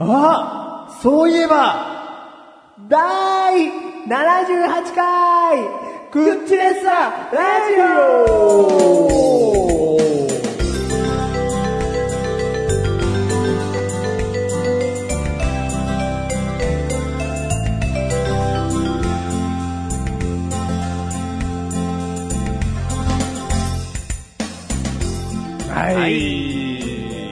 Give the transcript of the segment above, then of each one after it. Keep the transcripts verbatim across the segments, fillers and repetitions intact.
あ、そういえば、だいななじゅうはちかい、クッチレッサラジオ。はい。はい、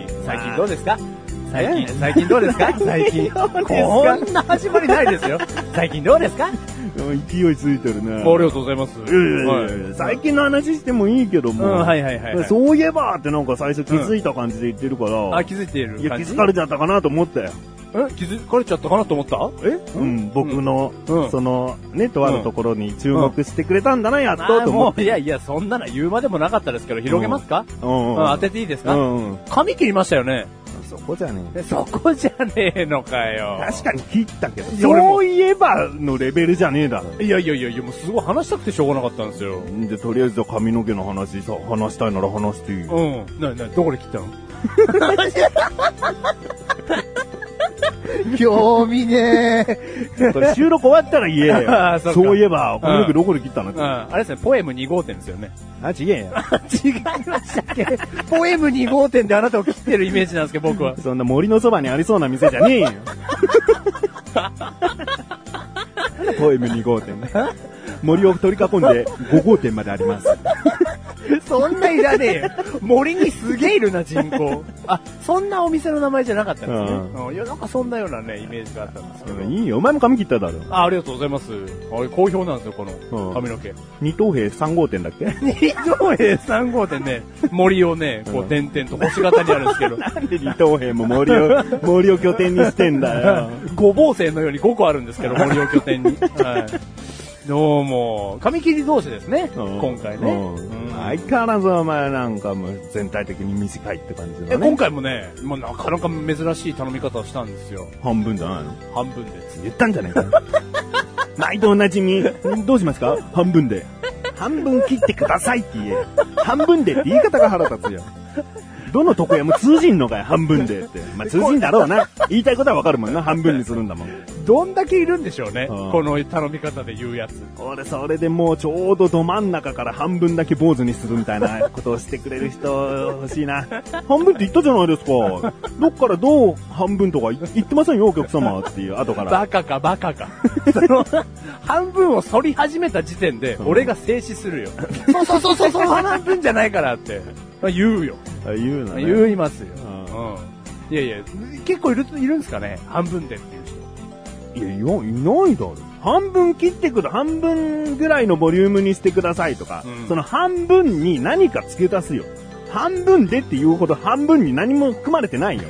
最近どうですか？最近、最近どうですか？最近。こんな始まりないですよ。最近どうですか？ 勢いついてるね。 ありがとうございます。いやいやいや、最近の話してもいいけども、うん、 はいはいはい、はい。 そういえばってなんか最初気づいた感じで言ってるから。うん、 あ、気づいている感じ。 いや、気づかれちゃったかなと思ったよ。 え気づかれちゃったかなと思ったえうん、僕の、うん、その、ね、とあるところに注目してくれたんだな、うん、やっとと思って。 いやいや、そんなの言うまでもなかったですけど、広げますか？うん。うん、当てていいですか？うん。髪切りましたよね。 そこじゃねえ。 そこじゃねえのかよ。 確かに切ったけど、そういえばのレベルじゃねえだろ。 いやいやいやいや、もうすごい話したくてしょうがなかったんですよ。 で、とりあえず髪の毛の話さ、話したいなら話していい。 うん。なになに、どこで切ったの？興味ねえ。 これ収録終わったら言えよ。そ, そういえば、髪の毛どこで切ったの、うん、 あれですね、ポエムに号店ですよね。 あ、違えよ。 違いましたっけ？ポエムに号店であなたを切ってるイメージなんですけど、僕は。 そんな森のそばにありそうな店じゃねえよ。ポエムに号店ね。森を取り囲んでご号店まであります。 そんないらねえよ。森にすげえいるな、人口。あ、そんなお店の名前じゃなかったんですね。うん、いや、なんかそんなようなね、イメージがあったんですけど。 いいよ、お前も髪切っただろ。 あ、ありがとうございます。あれ、好評なんですよ、この髪の毛。 二等兵さん号店だっけ？ 二等兵さん号店ね、森をね、こう、点々と星型にあるんですけど。 なんで二等兵も森を、森を拠点にしてんだよ。 五芒星のようにごこあるんですけど、森を拠点に。はい。どうも、髪切り同士ですね、うん、今回ね、うん。 相変わらずお前なんかもう全体的に短いって感じだね。 え、今回もね、まあ、なかなか珍しい頼み方をしたんですよ。 半分じゃないの？ 半分で。 言ったんじゃないか。毎度おなじみ、どうしますか？半分で。半分切ってくださいって言え。半分でって言い方が腹立つよ。どの床屋も通じんのかよ、半分でって。まあ、通じんだろうな。言いたいことはわかるもんな、半分にするんだもん。 どんだけいるんでしょうね、うん、この頼み方で言うやつ。 俺、それでもうちょうどど真ん中から半分だけ坊主にするみたいなことをしてくれる人欲しいな。半分って言ったじゃないですか。どっからどう半分とか言ってませんよ、お客様っていう、後から。 バカかバカか。その、半分を反り始めた時点で、俺が静止するよ。うん、そうそうそうそう、その半分じゃないからって。言うよ。 あ、言うのね。 言いますよ。うん。いやいや、結構いる、いるんですかね、半分でっていう人。 いや、いや、いないだろ。半分切ってくる、半分ぐらいのボリュームにしてくださいとか、うん、その半分に何か付け足すよ。半分でっていうほど半分に何も含まれてないよ。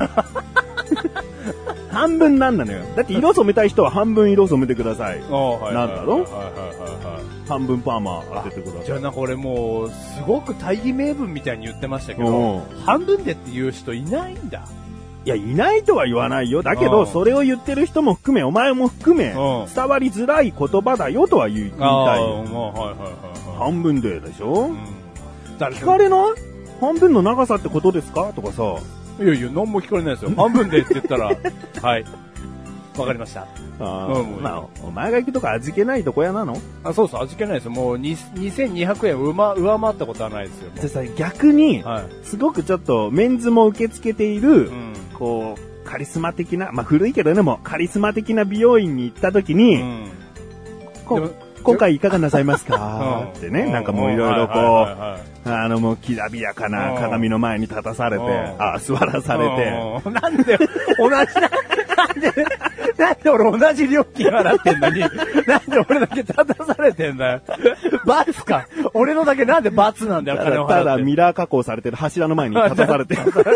半分なんなのよ。だって色染めたい人は半分色染めてください。なんだろ？半分パーマ当ててください。 じゃあなんか俺もう、すごく大義名分みたいに言ってましたけど、半分でっていう人いないんだ。 いや、いないとは言わないよ。だけど、それを言ってる人も含め、お前も含め、伝わりづらい言葉だよとは言いたいよ。半分ででしょ、うん、聞かれない？半分の長さってことですかとかさ。 いやいや、何も聞かれないですよ。半分でって言ったら、はい。わかりました。 あうん、まあ、お前が行くとか味気ないとこ屋なの？ あ、そうそう、味気ないですよ。もうにせんにひゃくえん上回、上回ったことはないですよ。 じゃあさ、逆に、はい、すごくちょっとメンズも受け付けている、うん、こう、カリスマ的な、まあ古いけどでも、カリスマ的な美容院に行った時に、うん、こ今回いかがなさいますかってね、なんかもういろいろこう、あのもうきらびやかな鏡の前に立たされて、あ、座らされて。 なんで、同じな、なんで、なんで俺同じ料金払ってんのに、なんで俺だけ立たされてんだよ。罰か。俺のだけなんで罰なんだよ、金を払って。 ただミラー加工されてる柱の前に立たされて。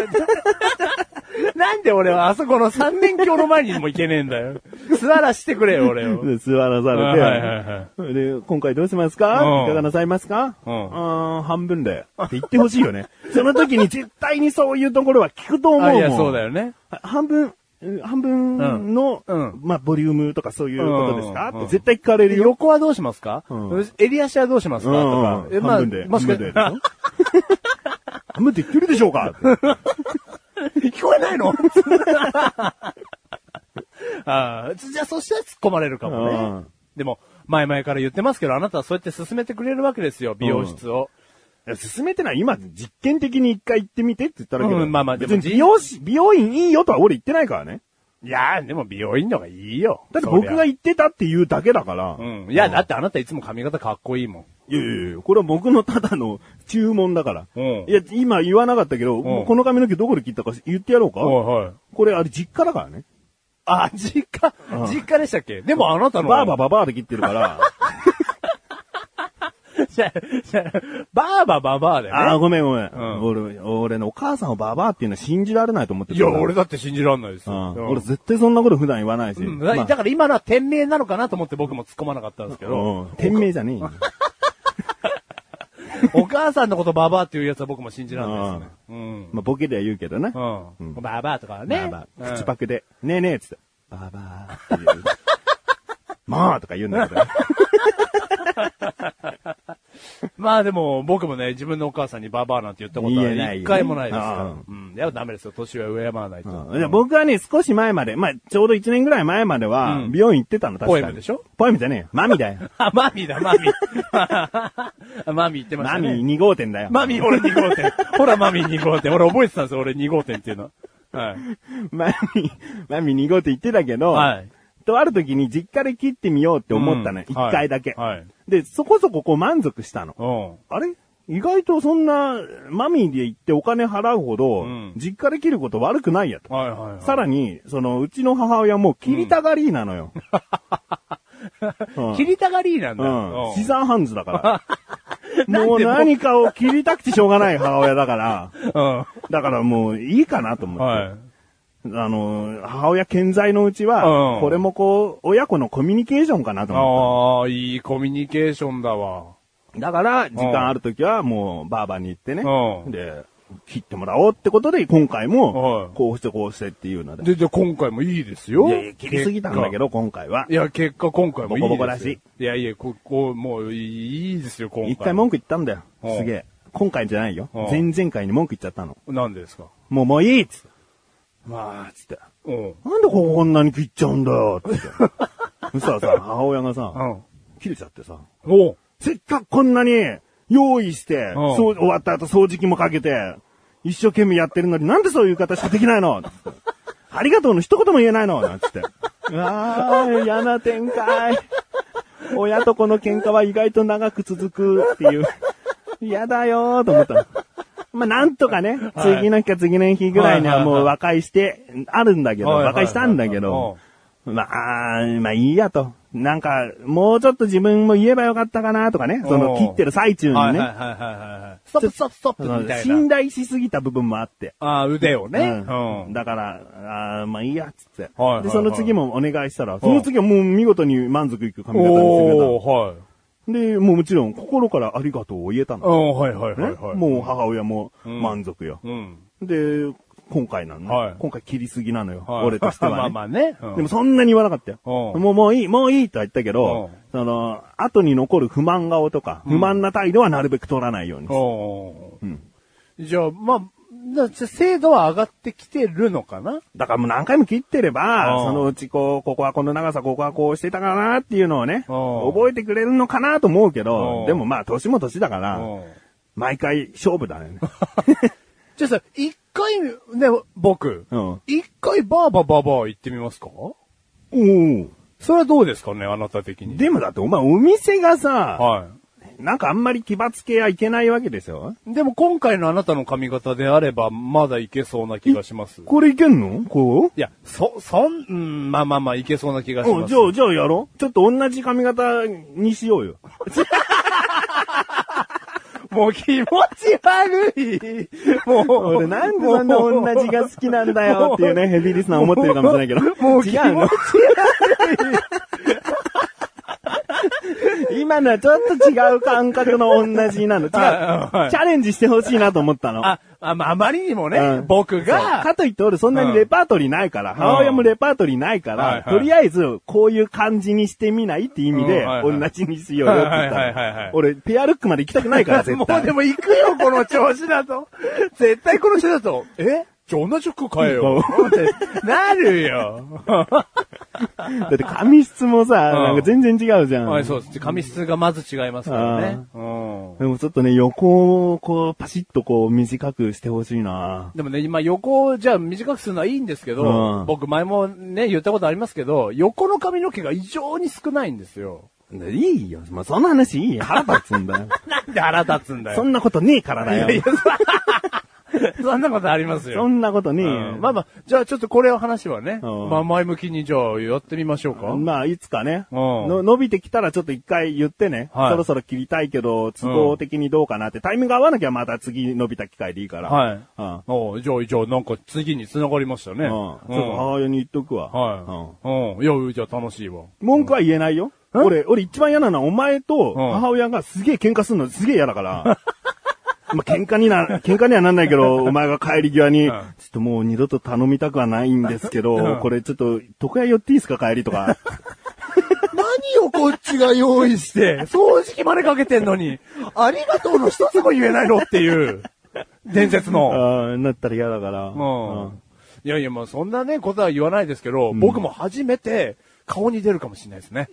なんで俺はあそこの三面鏡の前にも行けねえんだよ。座らしてくれよ、俺を。 座らされて、はいはいはい、で、今回どうしますか、うん、いかがなさいますか、うん、あ半分で。って言ってほしいよね。その時に絶対にそういうところは聞くと思うもん。 あ、いや、そうだよね。 半分、半分の、うん、まあ、ボリュームとかそういうことですか、うんうん、って絶対聞かれるよ。 横はどうしますか、うん、襟足はどうしますか、うん、とか。 え、まあ、半分で。半分で。半分で言ってるでしょうか聞こえないのああ、じゃあそしたら突っ込まれるかもね。 うん、 でも、前々から言ってますけど、あなたはそうやって進めてくれるわけですよ、美容室を。 うん、進めてない。今、実験的に一回行ってみてって言っただけど。 うん、まあまあ、 でも美容師、美容院いいよとは俺言ってないからね。 いやー、でも美容院の方がいいよ。 だって僕が言ってたっていうだけだから。 うん。いや、だってあなたいつも髪型かっこいいもん。 いやいやいや、これは僕のただの注文だから。 うん。 いや、今言わなかったけど、うん、この髪の毛どこで切ったか言ってやろうか。 はいはい。 これあれ実家だからね。 あ、実家、うん、実家でしたっけ？でもあなたの。 バーバーババーで切ってるから。 バーバーババアだよね。 あ、ごめんごめん。うん、俺、俺のお母さんをババアっていうのは信じられないと思ってる。 いや、俺だって信じられないですよ。 うん、俺絶対そんなこと普段言わないし。うんまあ、だから今のは店名なのかなと思って僕も突っ込まなかったんですけど。 うん、店名じゃねえよ。 お母さんのことババアっていうやつは僕も信じられないですね。 うん。まあ、ボケでは言うけどね。 うん。ババアとかはね。 ババア。口パクで、ねえねえっつって。ババアって言う。まあとか言うんだけど。 まあでも、僕もね、自分のお母さんにババアなんて言ったことは一回もないですから。うん。やっぱダメですよ。年は上回らないと。 うん、僕はね、少し前まで、まあ、ちょうどいちねんぐらい前までは、美容院行ってたの、確かに。 ポエムでしょ？ ポエムじゃねえよ。マミだよ。 あ、マミだ、マミ。マミ言ってましたね。 マミに号店だよ。 マミ、俺に号店。ほら、マミに号店。俺覚えてたんですよ、俺に号店っていうの。はい。 マミ、マミに号店言ってたけど、はい。とある時に実家で切ってみようって思ったのよ。一、うん、回だけ、はい。はい。で、そこそここう満足したの。うん。あれ意外とそんな、マミーで行ってお金払うほど、うん、実家で切ること悪くないやと。はいはいはい。さらに、その、うちの母親も切りたがりなのよ。 うん、切りたがりなんだ。 うん。シザーハンズだから。もう何かを切りたくてしょうがない母親だから。うん。だからもういいかなと思って。はい。あの、母親健在のうちは、うん、これもこう、親子のコミュニケーションかなと思って。 ああ、いいコミュニケーションだわ。 だから、時間あるときはもう、バーバーに行ってね。うん、で、切ってもらおうってことで、今回も、こうしてこうしてっていうので。 で、で、今回もいいですよ。 いやいや、切りすぎたんだけど、今回は。 いや、結果今回もいいですよ。ボコボコらしい。いやいや、ここ、もういいですよ、今回。 一回文句言ったんだよ。すげえ。今回じゃないよ。前々回に文句言っちゃったの。 なんでですか？ もうもういいっつって。 まあ、つって。 なんでこんなに切っちゃうんだよって。そしたらさ、母親がさ、切れちゃってさ。おせっかくこんなに用意して、そう終わった後掃除機もかけて、一生懸命やってるのになんでそういう方しかできないのありがとうの一言も言えないのなんつって。あー、嫌な展開。親と子の喧嘩は意外と長く続くっていう。嫌だよーと思ったの。まあ、なんとかね、次の日か次の日ぐらいにはもう和解して、あるんだけど、和解したんだけど、まあ、まあいいやと。なんか、もうちょっと自分も言えばよかったかなとかね、その切ってる最中にね。はいはいはいはい。ストップストップストップみたいな。信頼しすぎた部分もあって。 ああ、腕をね。 うん。だから、ああ、まあいいや、つって。で、その次もお願いしたら、その次はもう見事に満足いく髪型にしてくれた。はい。で、もうもちろん心からありがとうを言えたの。 うん、はいはいはい、はい。 もう母親も満足よ。うん。で、今回なのね。はい、今回切りすぎなのよ。はい、俺としてはね。 まあまあね、 うん。でもそんなに言わなかったよ。うん、もうもういい、もういいとは言ったけど、うん、その、後に残る不満顔とか、不満な態度はなるべく取らないようにする。 うん。じゃあ、まあ、精度は上がってきてるのかな？ だからもう何回も切ってれば、そのうちこう、ここはこの長さ、ここはこうしてたかなっていうのをね、覚えてくれるのかなと思うけど、でもまあ年も年だから、毎回勝負だよね。 じゃあさ、一回ね、僕、一、うん、回バーバーバーバー行ってみますか？おお。それはどうですかね、あなた的に。 でもだってお前お店がさ、はい。なんかあんまり奇抜系はいけないわけですよ。 でも今回のあなたの髪型であれば、まだいけそうな気がします。 これいけんの？こう？ いや、そ、そん、うん、まあまあまあいけそうな気がします。 じゃあ、じゃあやろう？ちょっと同じ髪型にしようよ。 もう気持ち悪い。もう。 俺なんでそんな同じが好きなんだよっていうね、ヘビーリスナー思ってるかもしれないけど。 もう気持ち悪い。 今のはちょっと違う感覚の同じなの。違う。はい、チャレンジしてほしいなと思ったの。 あ、あ, まあ、あまりにもね、うん、僕が。 かといって俺そんなにレパートリーないから、うん、母親もレパートリーないから、うん、とりあえずこういう感じにしてみないって意味で、同じにしようよって言ったの。俺、ペアルックまで行きたくないから絶対。 もうでも行くよ、この調子だと。絶対この調子だと。えじゃあ同じ服買えよ。ってなるよ。 だって髪質もさ、 うんなんか全然違うじゃん。 はい、そうです。髪質がまず違いますからね。うん。 でもちょっとね、横をこう、パシッとこう、短くしてほしいな。 でもね、今横をじゃあ短くするのはいいんですけど、うん、僕前もね、言ったことありますけど、横の髪の毛が異常に少ないんですよ。 いいよ。まあ、そんな話いいよ。腹立つんだよ。 なんで腹立つんだよ。 そんなことねえからだよ。いやいやそんなことありますよ。 そんなことねえよ。 うん、まあまあ、じゃあちょっとこれを話はね、うん、まあ前向きにじゃあやってみましょうか。 まあいつかね、 うん、 の伸びてきたらちょっと一回言ってね、はい、そろそろ切りたいけど都合的にどうかなって、タイミング合わなきゃまた次伸びた機会でいいから。 はい。うん、おじゃあ、じゃあなんか次に繋がりましたね。うん。ちょっと母親に言っとくわ。 はい。うん。うん。いや、じゃあ楽しいわ。 文句は言えないよ。うん、俺、俺一番嫌なのはお前と母親がすげえ喧嘩するのすげえ嫌だから。まあ、喧嘩にな、喧嘩にはなんないけど、お前が帰り際に、うん、ちょっともう二度と頼みたくはないんですけど、うん、これちょっと、床屋寄っていいですか帰りとか。 何をこっちが用意して、掃除機までかけてんのに、ありがとうの一つも言えないのっていう、伝説の。 ああ、なったら嫌だから。うん。 うん、いやいや、まあそんなね、ことは言わないですけど、うん、僕も初めて顔に出るかもしれないですね。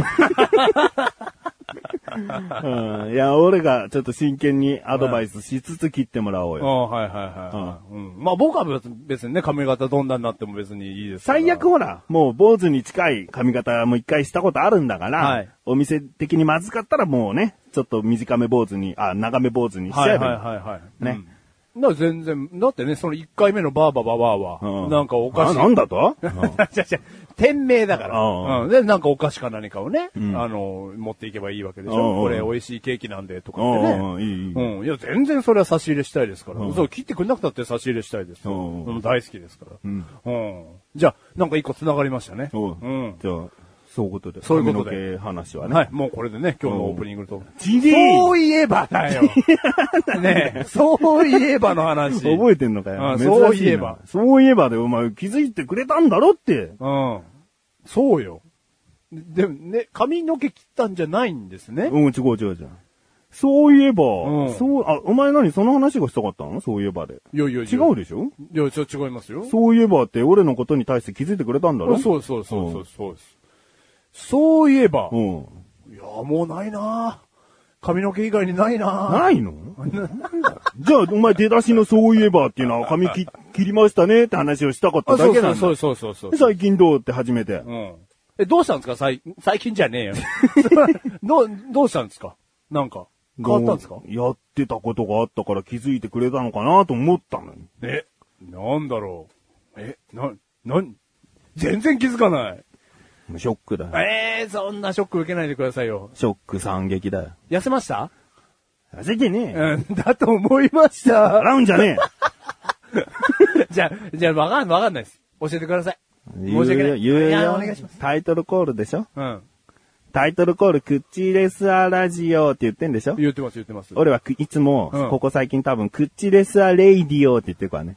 うん、いや、俺がちょっと真剣にアドバイスしつつ切ってもらおうよ。 はい、はいはいはい、うんうん。まあ僕は別にね、髪型どんなになっても別にいいですから。 最悪ほら、もう坊主に近い髪型も一回したことあるんだから、はい、お店的にまずかったらもうね、ちょっと短め坊主に、あ、長め坊主にしちゃえばいい。はいはいはい、はい。ね。うんだ全然、だってね、そのいっかいめのバーバババーは、うん、なんかおかしい。 あ、なんだとじゃじゃ店名だから、うん。で、なんかお菓子か何かをね、うん、あの、持っていけばいいわけでしょ。これ美味しいケーキなんで、とかってね。いいいいうん。いや、全然それは差し入れしたいですから。そう、切ってくれなくたって差し入れしたいです。うん。大好きですから。うん。うん。じゃあ、なんか一個繋がりましたね。 うん。じゃあ、そういうことで。 そういうことで。 話はね。 はい。もうこれでね、今日のオープニングと。 そういえばだよ。ねえ。そういえばの話。 覚えてんのかよ。 そういえば。 そういえばでお前気づいてくれたんだろって。 うん。そうよ。でもね、髪の毛切ったんじゃないんですね。 うん、違う違う違う。そういえば、うん、そう、あ、お前何その話がしたかったのそういえばで。 いやいやいや。 違うでしょいや、ちょ、違いますよ。 そういえばって俺のことに対して気づいてくれたんだろそうそうそうそうそうです。そういえば。うん。いや、もうないな髪の毛以外にないなないのなんだじゃあ、お前出だしのそういえばっていうのは髪切りましたねって話をしたかっただけなんだ。 そうそうそうそうそう。 最近どうって初めて。うん。 え、どうしたんですか最、最近じゃねえよ。どう、どうしたんですかなんか。変わったんですかやってたことがあったから気づいてくれたのかなと思ったのに。 え、なんだろう。え、な、な、全然気づかない。 ショックだよ。 ええー、そんなショック受けないでくださいよ。 ショック惨劇だよ。 痩せました痩せてねえ。 うん、だと思いました。 笑うんじゃねえ。 じゃあ、じゃあ、わかん、わかんないです。教えてください。 申し訳ない。言うよ。いや、お願いします。タイトルコールでしょうん。タイトルコール、クッチレスアラジオって言ってんでしょ言ってます、言ってます。 俺はいつも、うん、ここ最近多分、クッチレスアレイディオって言ってるからね。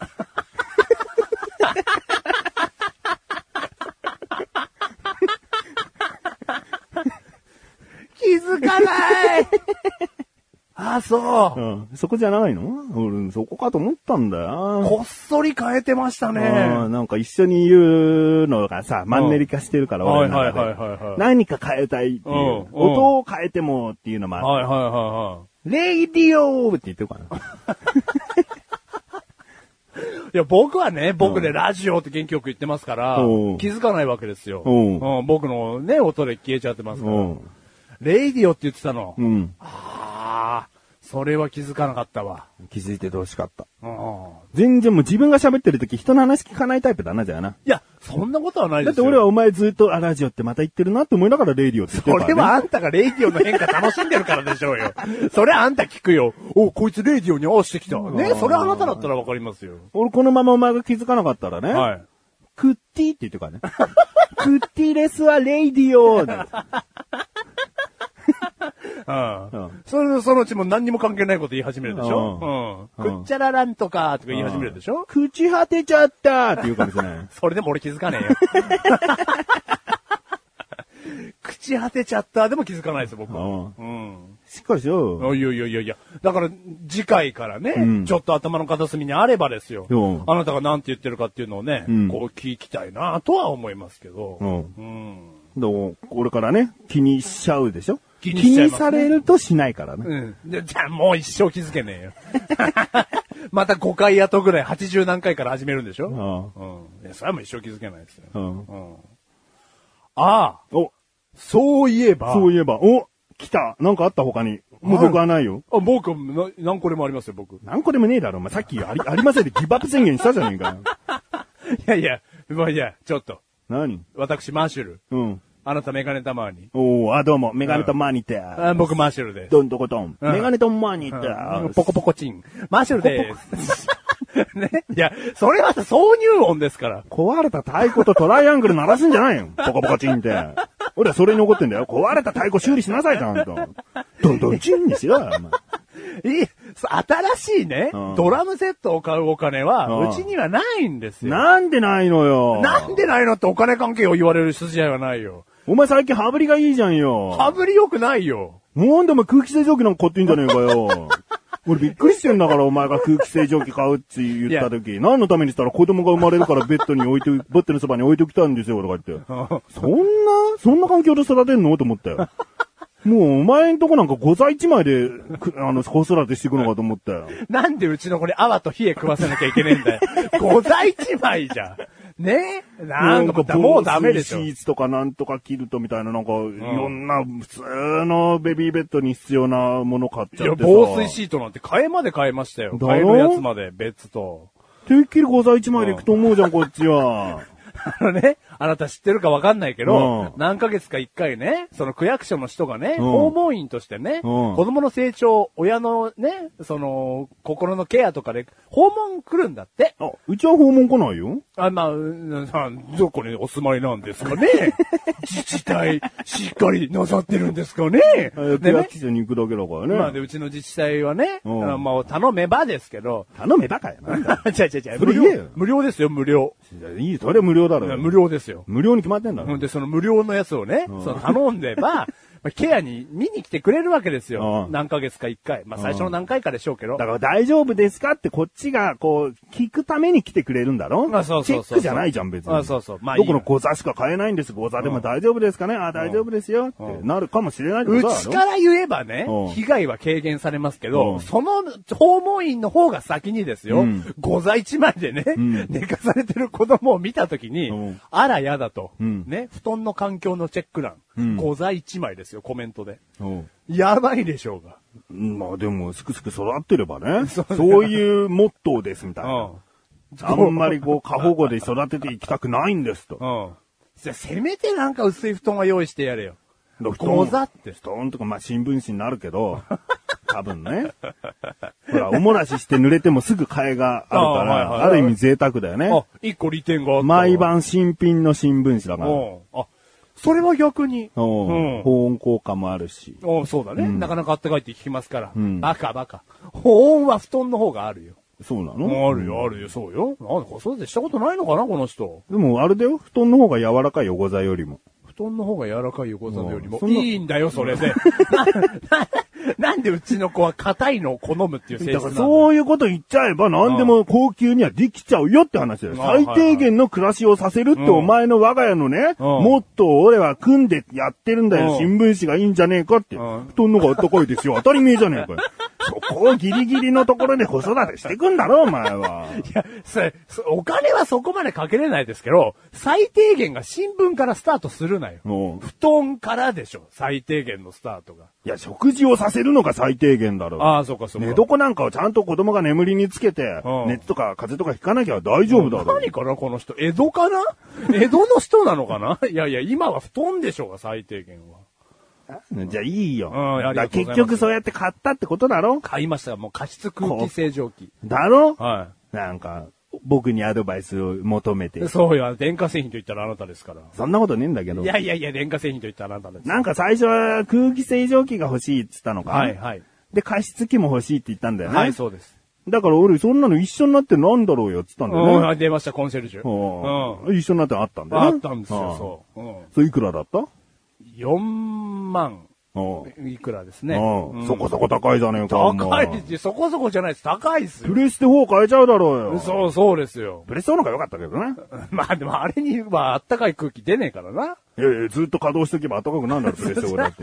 気づかないあ、そう、 うん。そこじゃないの俺、そこかと思ったんだよ。 こっそり変えてましたね。 なんか一緒に言うのがさ、マンネリ化してるから、俺の中で。はいはいはいはい。何か変えたいっていう。音を変えてもっていうのもある。はいはいはいはい。レイディオーって言ってるかな。 いや、僕はね、僕でラジオって元気よく言ってますから、気づかないわけですよ。うん、僕のね、音で消えちゃってますから。レイディオって言ってたの。うん。ああ、それは気づかなかったわ。 気づいててほしかった。うん。全然もう自分が喋ってる時人の話聞かないタイプだな、じゃあな。 いや、そんなことはないですよ。 だって俺はお前ずっと、あ、ラジオってまた言ってるなって思いながらレイディオって言ってるから、ね。 それはあんたがレイディオの変化楽しんでるからでしょうよ。それあんた聞くよ。お、こいつレイディオに合わせてきた。ね、それあなただったらわかりますよ。 俺このままお前が気づかなかったらね。はい。クッティって言ってるからね。クッティレスはレイディオああ、うん、それでそのうちも何にも関係ないこと言い始めるでしょ、うんうん、くっちゃららんとかとか言い始めるでしょ朽ち果てちゃったって言うかもしれない。 それでも俺気づかねえよ。朽ち果てちゃったでも気づかないです僕は。うん、 しっかりしよう。 いやいやいやいや。だから、次回からね、うん、ちょっと頭の片隅にあればですよ。うん、あなたが何て言ってるかっていうのをね、うん、こう聞きたいなとは思いますけど。うん。うん、 どうこれからね、気にしちゃうでしょ？気にしちゃいますね。気にされるとしないからね。 うん。でじゃあもう一生気づけねえよ。またごかい後ぐらいはちじゅう何回から始めるんでしょ？うん。うん。いや、それはもう一生気づけないですよ。うん。うん、ああ。お。そういえば。 そういえば。お来た。なんかあった他に。もう僕はないよ。 あ、僕は何個でもありますよ、僕。 何個でもねえだろ。お前さっきあり、ありませんでギブアップ宣言したじゃねえか。 いやいや、まあいや、ちょっと。 何？ 私、マーシュル。うん。あなたメガネたまーに。 おー、あ、どうも、メガネとマーニって。 あ、僕マーシュルです。 どんどこどん。メガネとマーニって。 ポコポコチン。マーシュルです。ね。いや、それは挿入音ですから。 壊れた太鼓とトライアングル鳴らすんじゃないよ。ポコポコチンって。俺はそれに怒ってんだよ。壊れた太鼓修理しなさい、ちゃんと。どんどんチンにしろよ、お前。 いい、新しいね、うん、ドラムセットを買うお金は、うちにはないんですよ。 なんでないのよ。 なんでないのってお金関係を言われる筋合いはないよ。 お前最近羽振りがいいじゃんよ。 羽振り良くないよ。 なんでお前空気清浄機なんか買ってんじゃねえかよ。俺びっくりしてんだからお前が空気清浄機買うって言った時、何のためにしたら子供が生まれるからベッドに置いて、ベッドのそばに置いておきたいんですよとか言って。そんな、そんな環境で育てんのと思ったよ。もうお前んとこなんかござ一枚で、あの、子育てしていくのかと思ったよ。 なんでうちの子に泡と冷え食わせなきゃいけねえんだよ。ござ一枚じゃん。ねえなんかもうダメでしょ。 シーツとかなんとかキルトみたいななんか、いろんな普通のベビーベッドに必要なもの買っちゃってさ。いや、 防水シートなんて買えまで買えましたよ。買えるやつまで別と。 てっきりござ一枚でいくと思うじゃん、こっちは。 あのね、あなた知ってるかわかんないけど、うん、何ヶ月か一回ね、その区役所の人がね、うん、訪問員としてね、うん、子供の成長、親のね、その、心のケアとかで、訪問来るんだって。 あ、うちは訪問来ないよ。 あ、まあ、どこにお住まいなんですかね。自治体、しっかりなさってるんですかね。 区役所に行くだけだからね。 まあ、で、うちの自治体はね、まあ、頼めばですけど。 頼めばかよ。 違う違う違う。無料、無料ですよ、無料。 いい、それは無料だろ。 無料ですよ。 無料に決まってんだろ。 で、その無料のやつをね、その頼んでば、ケアに見に来てくれるわけですよ。何ヶ月か一回。まあ最初の何回かでしょうけど。 だから大丈夫ですかってこっちがこう聞くために来てくれるんだろ。 あ、そうそうそう。 チェックじゃないじゃん別に。 あ、そうそう。 まあどこの講座しか買えないんです。講座でも大丈夫ですかね。あ、大丈夫ですよってなるかもしれないってことだろ。 うちから言えばね、被害は軽減されますけど、その訪問員の方が先にですよ。ござ一枚でね、寝かされてる子供を見たときに、あらやだと。ね、布団の環境のチェック欄。ござ一枚ですよ、コメントで。やばいでしょうが。 まあでも、すくすく育ってればね。そういうモットーですみたいな。あんまりこう、過保護で育てていきたくないんですと。 うん、せめてなんか薄い布団は用意してやれよ。ござって。 布団とかまあ新聞紙になるけど、多分ね。ほら、おもらしして濡れてもすぐ替えがあるから、あ, はいはいはい、ある意味贅沢だよね。あ、 一個利点があった。 毎晩新品の新聞紙だから。 あ、それは逆に。 うん、保温効果もあるし。 おそうだね、うん。なかなかあったかいって聞きますから。うん、バカバカ。保温は布団の方があるよ。 そうなの？ あるよ、あるよ、そうよ。なんで子育てしたことないのかな、この人。 でも、あれだよ。布団の方が柔らかい横座よりも。 布団の方が柔らかい横座よりも。いいんだよ、それで。なんでうちの子は硬いのを好むっていう性質なんだ。だからそういうこと言っちゃえば何でも高級にはできちゃうよって話だよ。最低限の暮らしをさせるってお前の我が家のね、もっと俺は組んでやってるんだよ。新聞紙がいいんじゃねえかって。布団の方があったかいですよ。当たり前じゃねえかよ。そこをギリギリのところで子育てしていくんだろ、お前は。 いや、それ、お金はそこまでかけれないですけど、最低限が新聞からスタートするなよ。布団からでしょ、最低限のスタートが。 いや、食事をさせるのが最低限だろ。 ああ、そうかそうか。 寝床なんかをちゃんと子供が眠りにつけて、うん、熱とか風邪とかひかなきゃ大丈夫だろ。 何かな、この人。江戸かな江戸の人なのかないやいや、今は布団でしょうが、最低限は。 じゃあいいよ。うん、だ結局そうやって買ったってことだろ？ 買いました。もう加湿空気清浄機。 だろ？ はい。 なんか、僕にアドバイスを求めて。 そうよ。電化製品と言ったらあなたですから。 そんなことねえんだけど。 いやいやいや、電化製品と言ったらあなたです。 なんか最初は空気清浄機が欲しいって言ったのか。 はいはい。 で、加湿器も欲しいって言ったんだよね。 はい、そうです。 だから俺そんなの一緒になってなんだろうよって言ったんだよね。 うん、出ました、コンシェルジュ。 うん。一緒になってあったんだよね。 あったんですよ、そう。うん。 それいくらだった？ よんまんいくらですね。 うん、そこそこ高いじゃねえか。 高いし、そこそこじゃないです。高いっすよ。 プレステフォー買えちゃうだろうよ。 そう、そうですよ。 プレステフォーの方が良かったけどね。 まあでもあれにはあったかい空気出ねえからな。 いやいや、ずっと稼働しとけばあったかくなるんだろ、プレステフォーだって。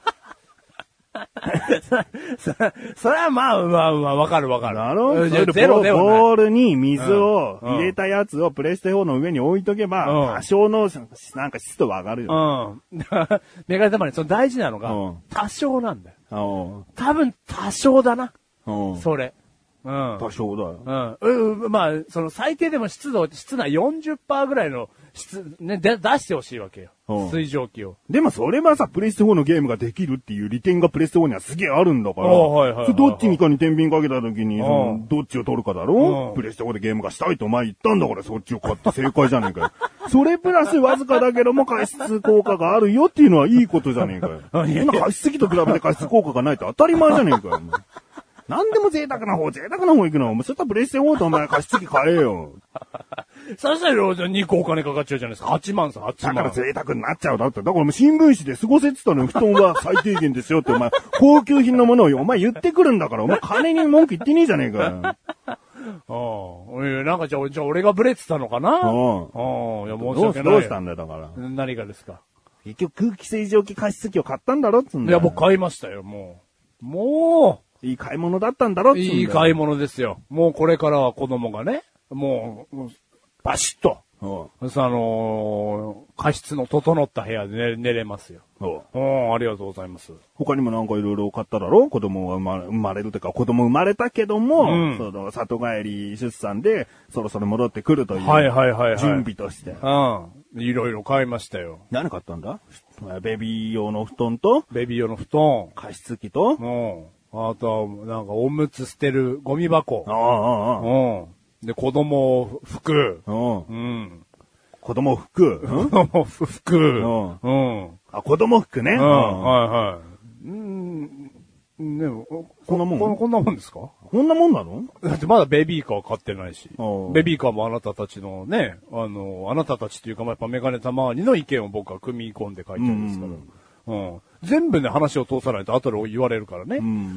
そ, そ, それはまあ、まあ、まあ、わかるわかる。 なるゼロではない。 ボールに水を入れたやつをプレステフォーの上に置いとけば、うん、多少の、なんか湿度は上がるよ。 うん。メガネ玉にその大事なのが、うん、多少なんだよ。多分多少だな。うん、それ。うん。 多少だよ。 うん。うん。まあ、その最低でも湿度、室内 よんじゅっパーセント ぐらいの質、ね、で、出してほしいわけよ。うん、水蒸気を。 でもそれはさ、プレステフォーのゲームができるっていう利点がプレステフォーにはすげえあるんだから。はいはいはいはい、どっちにかに天秤かけた時に、その、どっちを取るかだろう、プレステフォーでゲームがしたいとお前言ったんだからそっちを買って正解じゃねえかよ。それプラスわずかだけども加湿効果があるよっていうのはいいことじゃねえかよ。そんな加湿器と比べて加湿効果がないと当たり前じゃねえかよ。なんでも贅沢な方、贅沢な方行くの。お前、そしたらプレステフォーとお前加湿器買えよ。 そしたらにこお金かかっちゃうじゃないですか。はちまんさ、はちまん。 だから贅沢になっちゃうだって。だからお前新聞紙で過ごせって言ったのに布団は最低限ですよってお前、高級品のものをお前言ってくるんだから、お前金に文句言ってねえじゃねえかよ。ああ。なんかじゃあ、じゃあ俺がブレてたのかな。ああ。いや、申し訳ない。 どうしたんだよ、だから。 何がですか。 結局空気清浄機加湿器を買ったんだろっつんだよ。 いや、僕買いましたよ、もう。もう。 いい買い物だったんだろっつんだよ。 いい買い物ですよ。もうこれからは子供がね、もう、バシッと。うん。あのー、加湿の整った部屋で寝、寝れますよ。うん。ありがとうございます。 他にもなんかいろいろ買っただろ？子供が生まれ、生まれるというか子供生まれたけども、うん、その里帰り出産でそろそろ戻ってくるという。はいはいはい、はい。準備として。うん。 いろいろ買いましたよ。 何買ったんだ？ベビー用の布団と、 ベビー用の布団。 加湿器と、 うん。あとは、なんかおむつ捨てるゴミ箱。ああ、ああ。うん。で、子供服。うん。うん。 子供服。 子供服。うん。うん。 あ、子供服ね。うん。 はいはい。うん。ねこんなもんこ、こんなもんですか？ こんなもんなの？ だってまだベビーカー買ってないし。ベビーカーもあなたたちのね、あの、あなたたちっていうか、やっぱメガネたまわりの意見を僕は組み込んで書いてるんですから。うん。全部ね、話を通さないと後で言われるからね。うん、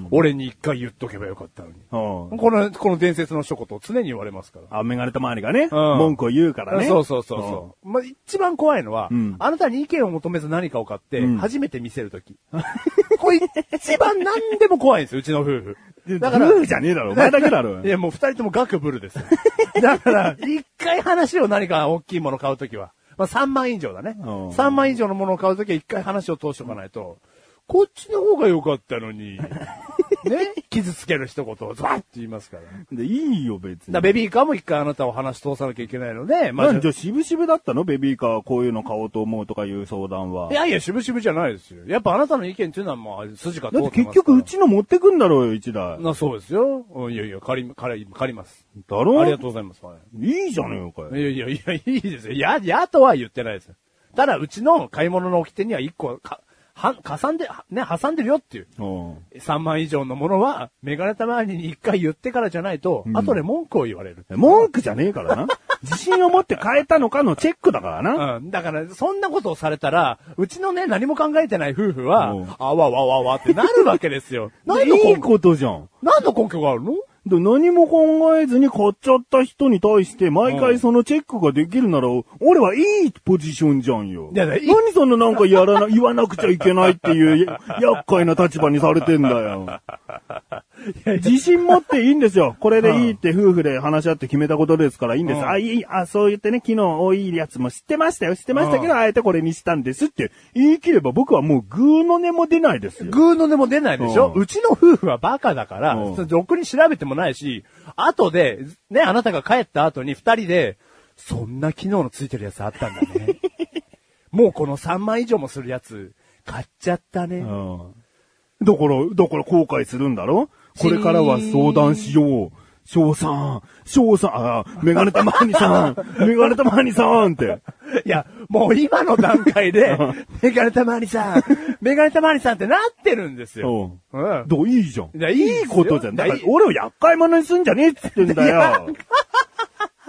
俺に一回言っとけばよかったのに。うん、この、この伝説の一言を常に言われますから。 あ、メガネたまわりがね、うん、文句を言うからね。 そうそうそうそう。うん、まあ、一番怖いのは、うん、あなたに意見を求めず何かを買って、初めて見せるとき。うん、これ一番何でも怖いんですよ、うちの夫婦。 だから、夫婦じゃねえだろ、お前だけだろ。 いや、もう二人ともガクブルですよ。だから、一回話を何か大きいもの買うときは。まあ、さんまん以上だね。さんまん以上のものを買うときは一回話を通しておかないと、こっちの方が良かったのに、ね、傷つける一言をズバッって言いますから。 で、いいよ、別に。 だベビーカーも一回あなたを話し通さなきゃいけないので、 まあ。じゃあ、渋々だったのベビーカーこういうの買おうと思うとかいう相談は。 いやいや、渋々じゃないですよ。やっぱあなたの意見っていうのはまあ、筋が通ってますから。 だって結局うちの持ってくんだろうよ、一台。 な、そうですよ。いやいや、借り、借り、借ります。 だろ？ ありがとうございます。はい、 いいじゃねえかよ。 いやいやいや、いいですよ。や、やとは言ってないですよ。ただ、うちの買い物の掟には一個、か、は、挟んで、ね、挟んでるよっていう。さんまん以上のものは、メガネたまわりに一回言ってからじゃないと、うん、後で文句を言われる。 文句じゃねえからな。自信を持って変えたのかのチェックだからな。 うん。だから、そんなことをされたら、うちのね、何も考えてない夫婦は、あわわわわってなるわけですよ。 何のいいことじゃん。 何の根拠があるの？ で何も考えずに買っちゃった人に対して毎回そのチェックができるなら、俺はいいポジションじゃんよ。いや、何そんななんかやらな、言わなくちゃいけないっていう厄介な立場にされてんだよ。自信持っていいんですよ。これでいいって夫婦で話し合って決めたことですからいいんです。うん、あ、いい、あ、そう言ってね、昨日多いやつも知ってましたよ。知ってましたけど、うん、あえてこれにしたんですって言い切れば僕はもうグーの音も出ないですよ。 グーの音も出ないでしょ、うん、うちの夫婦はバカだから、うん、ろくに調べてもないし、後で、ね、あなたが帰った後に二人で、そんな機能のついてるやつあったんだね。もうこのさんまん以上もするやつ、買っちゃったね。うん、 だから、だから後悔するんだろ？これからは相談しよう。翔さん、翔さん、あ、メガネたまわりさん、メガネたまわりさんって。 いや、もう今の段階で、メガネたまわりさん、メガネたまわりさんってなってるんですよ。 うん。どういいじゃん。 いや、いいことじゃん。だから俺を厄介者にすんじゃねえっつってんだよ。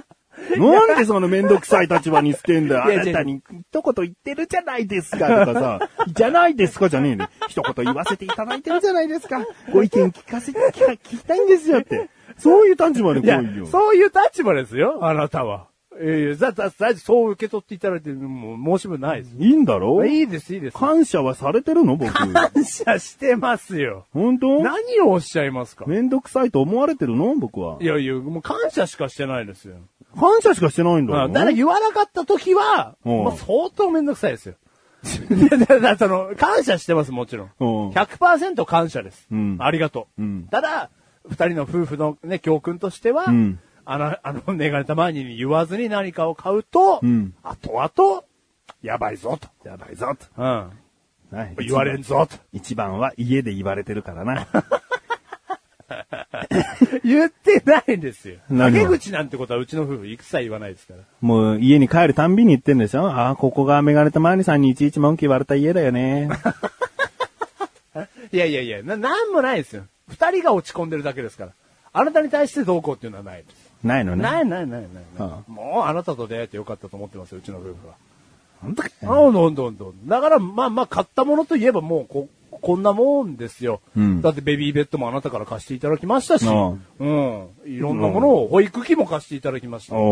なんでそのめんどくさい立場にしてんだよ。あなたに一言言ってるじゃないですかとかさ、じゃないですかじゃねえね。一言言わせていただいてるじゃないですか。ご意見聞かせて、聞きたいんですよって。そういう立場で来いよ。 そういう立場ですよ、あなたは。ええ、だ、だ、だ、そう受け取っていただいて、もう申し分ないです。 いいんだろ？ いいです、いいです。 感謝はされてるの僕。 感謝してますよ。 本当？ 何をおっしゃいますか？ めんどくさいと思われてるの僕は。 いやいや、もう感謝しかしてないですよ。 感謝しかしてないんだよ。だから言わなかった時は、まあ、相当めんどくさいですよ。だだその感謝してます、もちろん。ひゃくパーセント 感謝です。うん、ありがとう。うん、ただ、二人の夫婦のね、教訓としては、うんあの、あの、メガネたまにに言わずに何かを買うと、うん、後々、やばいぞと。 やばいぞと。 うん。言われんぞと。 一番は家で言われてるからな。 言ってないんですよ。陰口なんてことはうちの夫婦一切言わないですから。 もう家に帰るたんびに言ってんでしょ？ああ、ここがメガネたまにさんにいちいち文句言われた家だよね。 いやいやいや、な、なんもないですよ。二人が落ち込んでるだけですから。あなたに対してどうこうっていうのはないです。 ないのね。 ないないないないない、はあ。もうあなたと出会えてよかったと思ってますよ、うちの夫婦は。 本当かあどんどんどんどん。だからまあまあ買ったものといえばもうこ、こんなもんですよ、うん。だってベビーベッドもあなたから貸していただきましたし、うん。いろんなものを、保育器も貸していただきました。うん、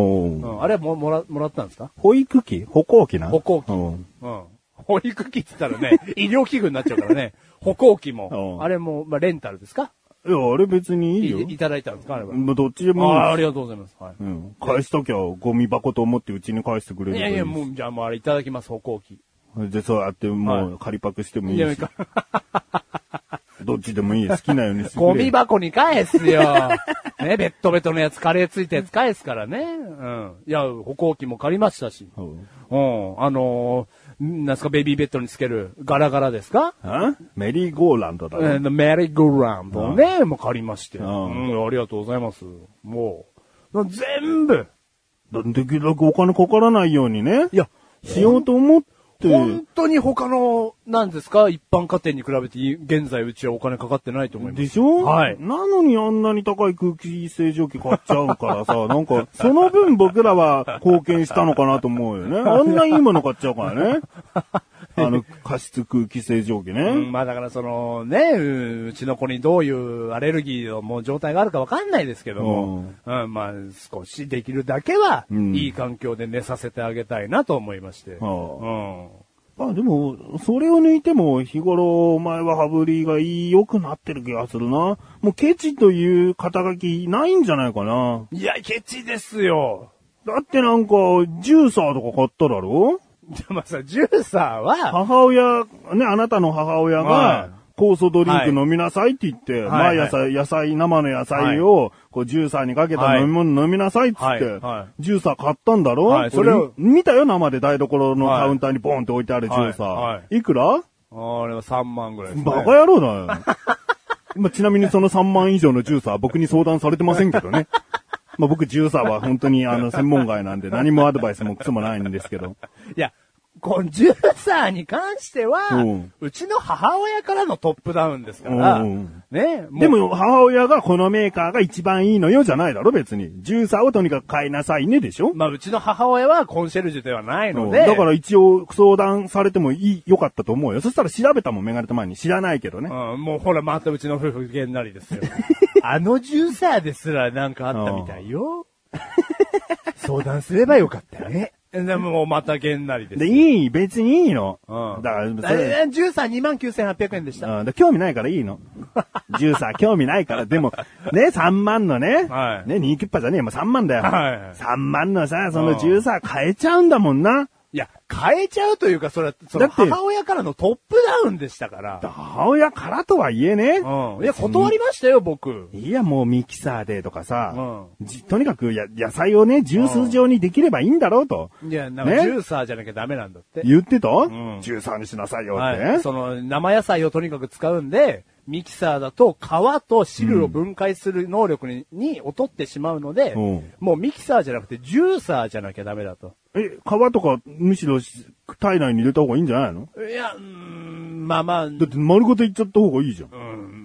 あれはももら、もらったんですか？ 保育器？歩行器な？ 歩行器。うん。保育器って言ったらね、医療器具になっちゃうからね、歩行器も。あれも、まあレンタルですか？ いや、あれ別にいいよ。 い, いただいたんですかあれは。 まあ、どっちでもいい。 ああ、ありがとうございます。はい。 うん。返しときゃ、ゴミ箱と思ってうちに返してくれる。 いやいや、もう、じゃあもうあれいただきます、歩行器。 で、そうやって、もう、仮パクしてもいいし。いやどっちでもいいよ。好きなようにしてくれ。 ゴミ箱に返すよ。ね、ベッドベッドのやつ、カレーついたやつ返すからね。うん。いや、歩行器も借りましたし。うん。あのー、なんすか、ベビーベッドにつけるガラガラですか？ あメリーゴーランドだね。 メリーゴーランドをね、もう借りまして。うん、ありがとうございます。もう、全部。 できるだけお金かからないようにね。 いや、 しようと思って。 本当に他の、なんですか、一般家庭に比べて、現在うちはお金かかってないと思います。 でしょ？ はい。 なのにあんなに高い空気清浄機買っちゃうからさ、なんか、その分僕らは貢献したのかなと思うよね。あんないいもの買っちゃうからね。あの、加湿空気清浄機ね。 うん、まあだからその、ね、うちの子にどういうアレルギーのもう状態があるかわかんないですけども、うん、うん、まあ少しできるだけは、うん、いい環境で寝させてあげたいなと思いまして。うん。 あ、でも、それを抜いても、日頃、お前は羽振りがいい、良くなってる気がするな。もう、ケチという肩書きないんじゃないかな。 いや、ケチですよ。 だってなんか、ジューサーとか買っただろ？ でもさ、ジューサーは、 母親、ね、あなたの母親が、酵素ドリンク飲みなさいって言って、はい、毎朝野菜、生の野菜を、こう、ジューサーにかけた飲み物飲みなさいって言って、はいはい、ジューサー買ったんだろ？はい、それを、見たよ、生で台所のカウンターにボンって置いてあるジューサー。はいはい、いくら？ あれはさんまんぐらいですね。 バカ野郎だよ。今、ちなみにそのさんまん以上のジューサー、僕に相談されてませんけどね。まあ僕、ジューサーは本当にあの、専門外なんで、何もアドバイスもクソもないんですけど。 いや、このジューサーに関しては、うん、うちの母親からのトップダウンですから、うん、ね。 でも母親がこのメーカーが一番いいのよじゃないだろ別に。ジューサーをとにかく買いなさいねでしょ？ まあうちの母親はコンシェルジュではないので。 だから一応相談されてもいい、よかったと思うよ。そしたら調べたもん、メガネた前に。知らないけどね。 うん、もうほらまたうちの夫婦げんなりですよ。あのジューサーですらなんかあったみたいよ。相談すればよかったね。でももうまたげんなりです。 で、いい、別にいいの。 うん。だから、それジューサー にまんきゅうせんはっぴゃくえんでした。 うん。興味ないからいいの。ジューサー興味ないから、でも、ね、さんまんのね。はい。ね、にキュッパじゃねえ、もうさんまんだよ。はい。さんまんのさ、そのジューサー買えちゃうんだもんな。 いや、変えちゃうというか、それは、その母親からのトップダウンでしたから。 母親からとはいえね。 うん。いや、断りましたよ、僕。 いや、もうミキサーでとかさ。うん。とにかくや、野菜をね、ジュース状にできればいいんだろうと。 いや、なんか、ジューサーじゃなきゃダメなんだって。 言ってた？うん。ジューサーにしなさいよって。はい。 その、生野菜をとにかく使うんで、ミキサーだと皮と汁を分解する能力に、うん、に劣ってしまうので、うん、もうミキサーじゃなくてジューサーじゃなきゃダメだと。 え、皮とかむしろ体内に入れた方がいいんじゃないの？ いや、うーん、まあまあ。 だって丸ごといっちゃった方がいいじゃん。うん、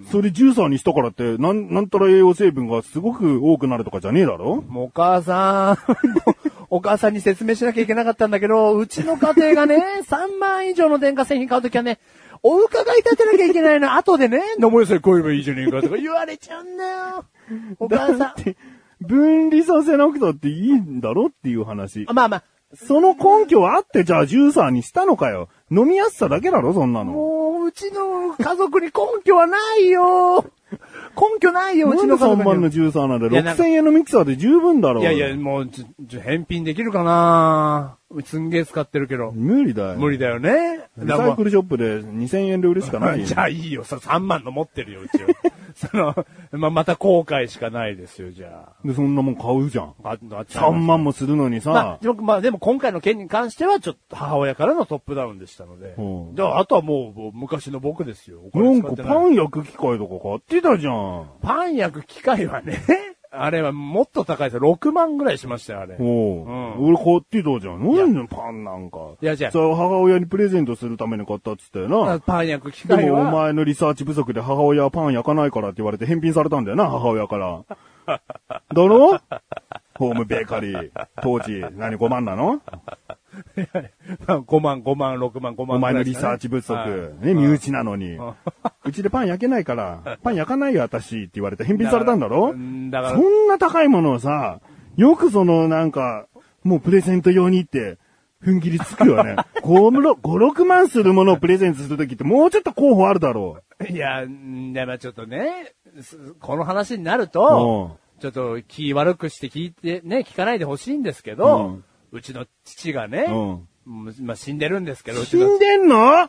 それジューサーにしたからって、なん、なんたら栄養成分がすごく多くなるとかじゃねえだろ？ もうお母さん、お母さんに説明しなきゃいけなかったんだけど、うちの家庭がね、さんまん以上の電化製品買うときはね、お伺い立てなきゃいけないの。後でね、飲むよそれ買えばいいじゃねえかとか言われちゃうんだよ。お母さん。 分離させなくたっていいんだろっていう話。 まあまあ。 その根拠はあってじゃあジューサーにしたのかよ。飲みやすさだけだろそんなの。 もう、うちの家族に根拠はないよ。根拠ないよ、うちの家族に。 さんまんのジューサーなんでろくせんえんのミキサーで十分だろ。 いやいや、もう、ちょ、ちょ、返品できるかなすんげえ使ってるけど。 無理だよ。 無理だよね。 リサイクルショップでにせんえんで売るしかないよ。 じゃあいいよ。さんまんの持ってるよ、うちは。その、ま、また後悔しかないですよ、じゃあ。 で、そんなもん買うじゃん。 あさんまんもするのにさ。 まあ、でも、まあ、でも今回の件に関しては、ちょっと母親からのトップダウンでしたので。うん、じゃあ、あとはもう、昔の僕ですよ。 なんかパン焼く機械とか買ってたじゃん。 パン焼く機械はね、あれはもっと高いですよ。ろくまんぐらいしましたよ、あれ。 おう、うん、俺買ってたじゃん。何のパンなんか。 いや、じゃあ。 さあ、母親にプレゼントするために買ったっつったよな。 パン焼く機械は。 でもお前のリサーチ不足で母親はパン焼かないからって言われて返品されたんだよな、母親から。だろホームベーカリー。当時、何ごまんなのごまん、ごまん、ろくまん、ごまん、 ね。お前のリサーチ不足。ね、身内なのに。うちでパン焼けないから、パン焼かないよ、私って言われて返品されたんだろだからそんな高いものをさ、よくそのなんか、もうプレゼント用にって、踏ん切りつくよね。ご、ろくまんするものをプレゼントするときってもうちょっと候補あるだろう。いや、でもちょっとね、この話になると、ちょっと気悪くして聞いて、ね、聞かないでほしいんですけど、うんうちの父がね、うん、まあ、死んでるんですけど、 死んでんの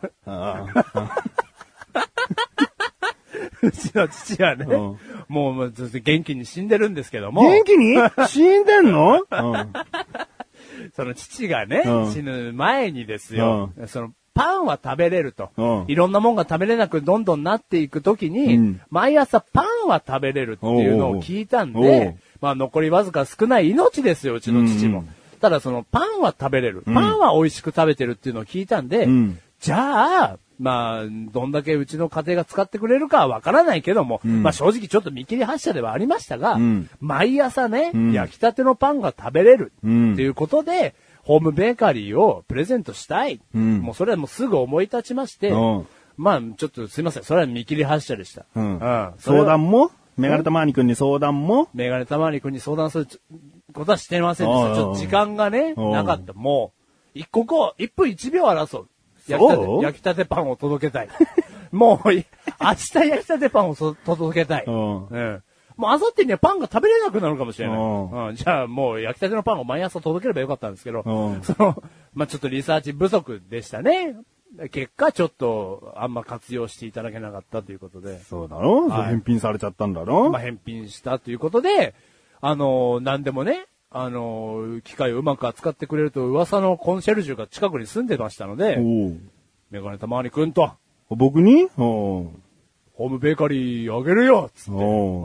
うちの父はね、うん、もうずっと元気に死んでるんですけども。 元気に死んでんの、うん、 その父がね、うん、死ぬ前にですよ、うん、そのパンは食べれると、うん。いろんなもんが食べれなくどんどんなっていくときに、うん、毎朝パンは食べれるっていうのを聞いたんで、まあ残りわずか少ない命ですよ、うちの父も。うんただそのパンは食べれる。パンは美味しく食べてるっていうのを聞いたんで、うん、じゃあ、まあ、どんだけうちの家庭が使ってくれるかはわからないけども、うん、まあ正直ちょっと見切り発車ではありましたが、うん、毎朝ね、うん、焼きたてのパンが食べれるっていうことで、ホームベーカリーをプレゼントしたい。もうそれはもうすぐ思い立ちまして、まあちょっとすいません、それは見切り発車でした。 うんうん、相談もメガネたまわりくんに相談もメガネたまわりくんに相談することはしてませんでした。ちょっと時間がね、なかった。もう、一刻、一分一秒争う。焼きたて、焼きたてパンを届けたい。もう、明日焼きたてパンを届けたい。うん。もう明後日にはパンが食べれなくなるかもしれない。うん。じゃあもう焼きたてのパンを毎朝届ければよかったんですけど、その、まあちょっとリサーチ不足でしたね。結果、ちょっと、あんま活用していただけなかったということで。 そうだろ、はい、返品されちゃったんだろまあ返品したということで、あのー、なんでもね、あのー、機械をうまく扱ってくれると噂のコンシェルジュが近くに住んでましたので、メガネたまわりくんと、 僕にホームベーカリーあげるよつって、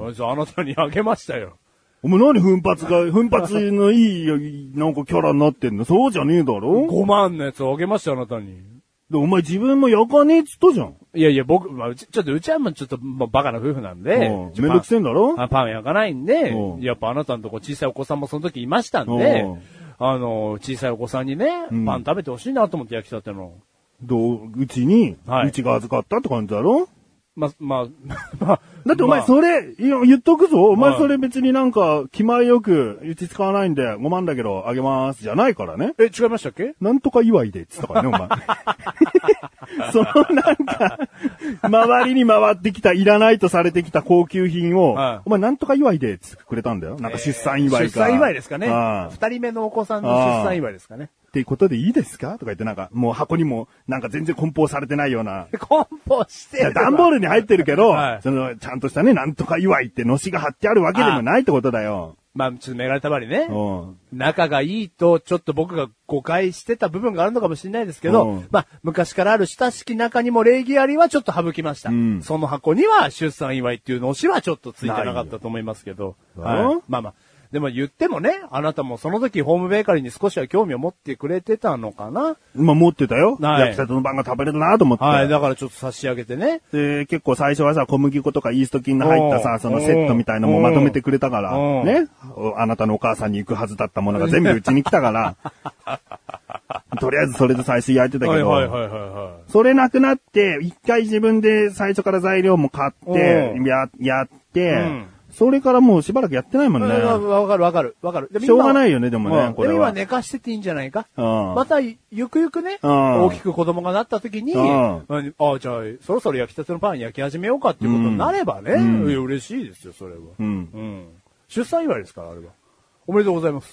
じゃああなたにあげましたよ。 お前何奮発が、奮発のいい、なんかキャラになってんのそうじゃねえだろ ? ご 万のやつをあげましたよ、あなたに。 で、お前自分も焼かねえっつったじゃん。 いやいや、僕、まあ、うち、ちょっとうちはもうちょっと、まあ、バカな夫婦なんで、 めんどくせえんだろパン焼かないんで、やっぱあなたのとこ小さいお子さんもその時いましたんで、あの、小さいお子さんにね、うん、パン食べてほしいなと思って焼きたての。 どう、うちに、はい、うちが預かったって感じだろま、まあ、まあ。 だってお前それ、いや言っとくぞ。お前それ別になんか、気前よく、うち使わないんで、ごまんだけど、あげまーす。じゃないからね。 え、違いましたっけなんとか祝いで、っつったからね、お前。そのなんか、周りに回ってきた、いらないとされてきた高級品を、はい、お前なんとか祝いで、つってくれたんだよ。なんか出産祝いか。 出産祝いですかね。二人目のお子さんの出産祝いですかね。 っていうことでいいですかとか言ってなんか、もう箱にもなんか全然梱包されてないような。 梱包してる。 段ボールに入ってるけど、はい、その、ちゃんとしたね、なんとか祝いってのしが貼ってあるわけでもないってことだよ。 まあ、ちょっとメガネたまりね。仲がいいと、ちょっと僕が誤解してた部分があるのかもしれないですけど、まあ、昔からある親しき仲にも礼儀ありはちょっと省きました。うん、その箱には出産祝いっていうのしはちょっとついてなかったと思いますけど。はい、まあまあ。 でも言ってもね、あなたもその時ホームベーカリーに少しは興味を持ってくれてたのかな。 まあ持ってたよ。 はい焼きたてのパンが食べれるなと思って。 はい、だからちょっと差し上げてね。 で、結構最初はさ、小麦粉とかイースト菌の入ったさ、そのセットみたいのもまとめてくれたから、ね。あなたのお母さんに行くはずだったものが全部うちに来たから、とりあえずそれで最初焼いてたけど、はいはいはいはい、それなくなって、一回自分で最初から材料も買って、や、やって、うん、それからもうしばらくやってないもんね。 わかるわかるわかる。 しょうがないよね、でもね、うん、これは。 でも今寝かしてていいんじゃないか。うん、また、ゆくゆくね、うん、大きく子供がなった時に、うん、あ、じゃあ、そろそろ焼きたてのパン焼き始めようかっていうことになればね、うん、嬉しいですよ、それは。うんうん、出産祝いですから、あれは。おめでとうございます。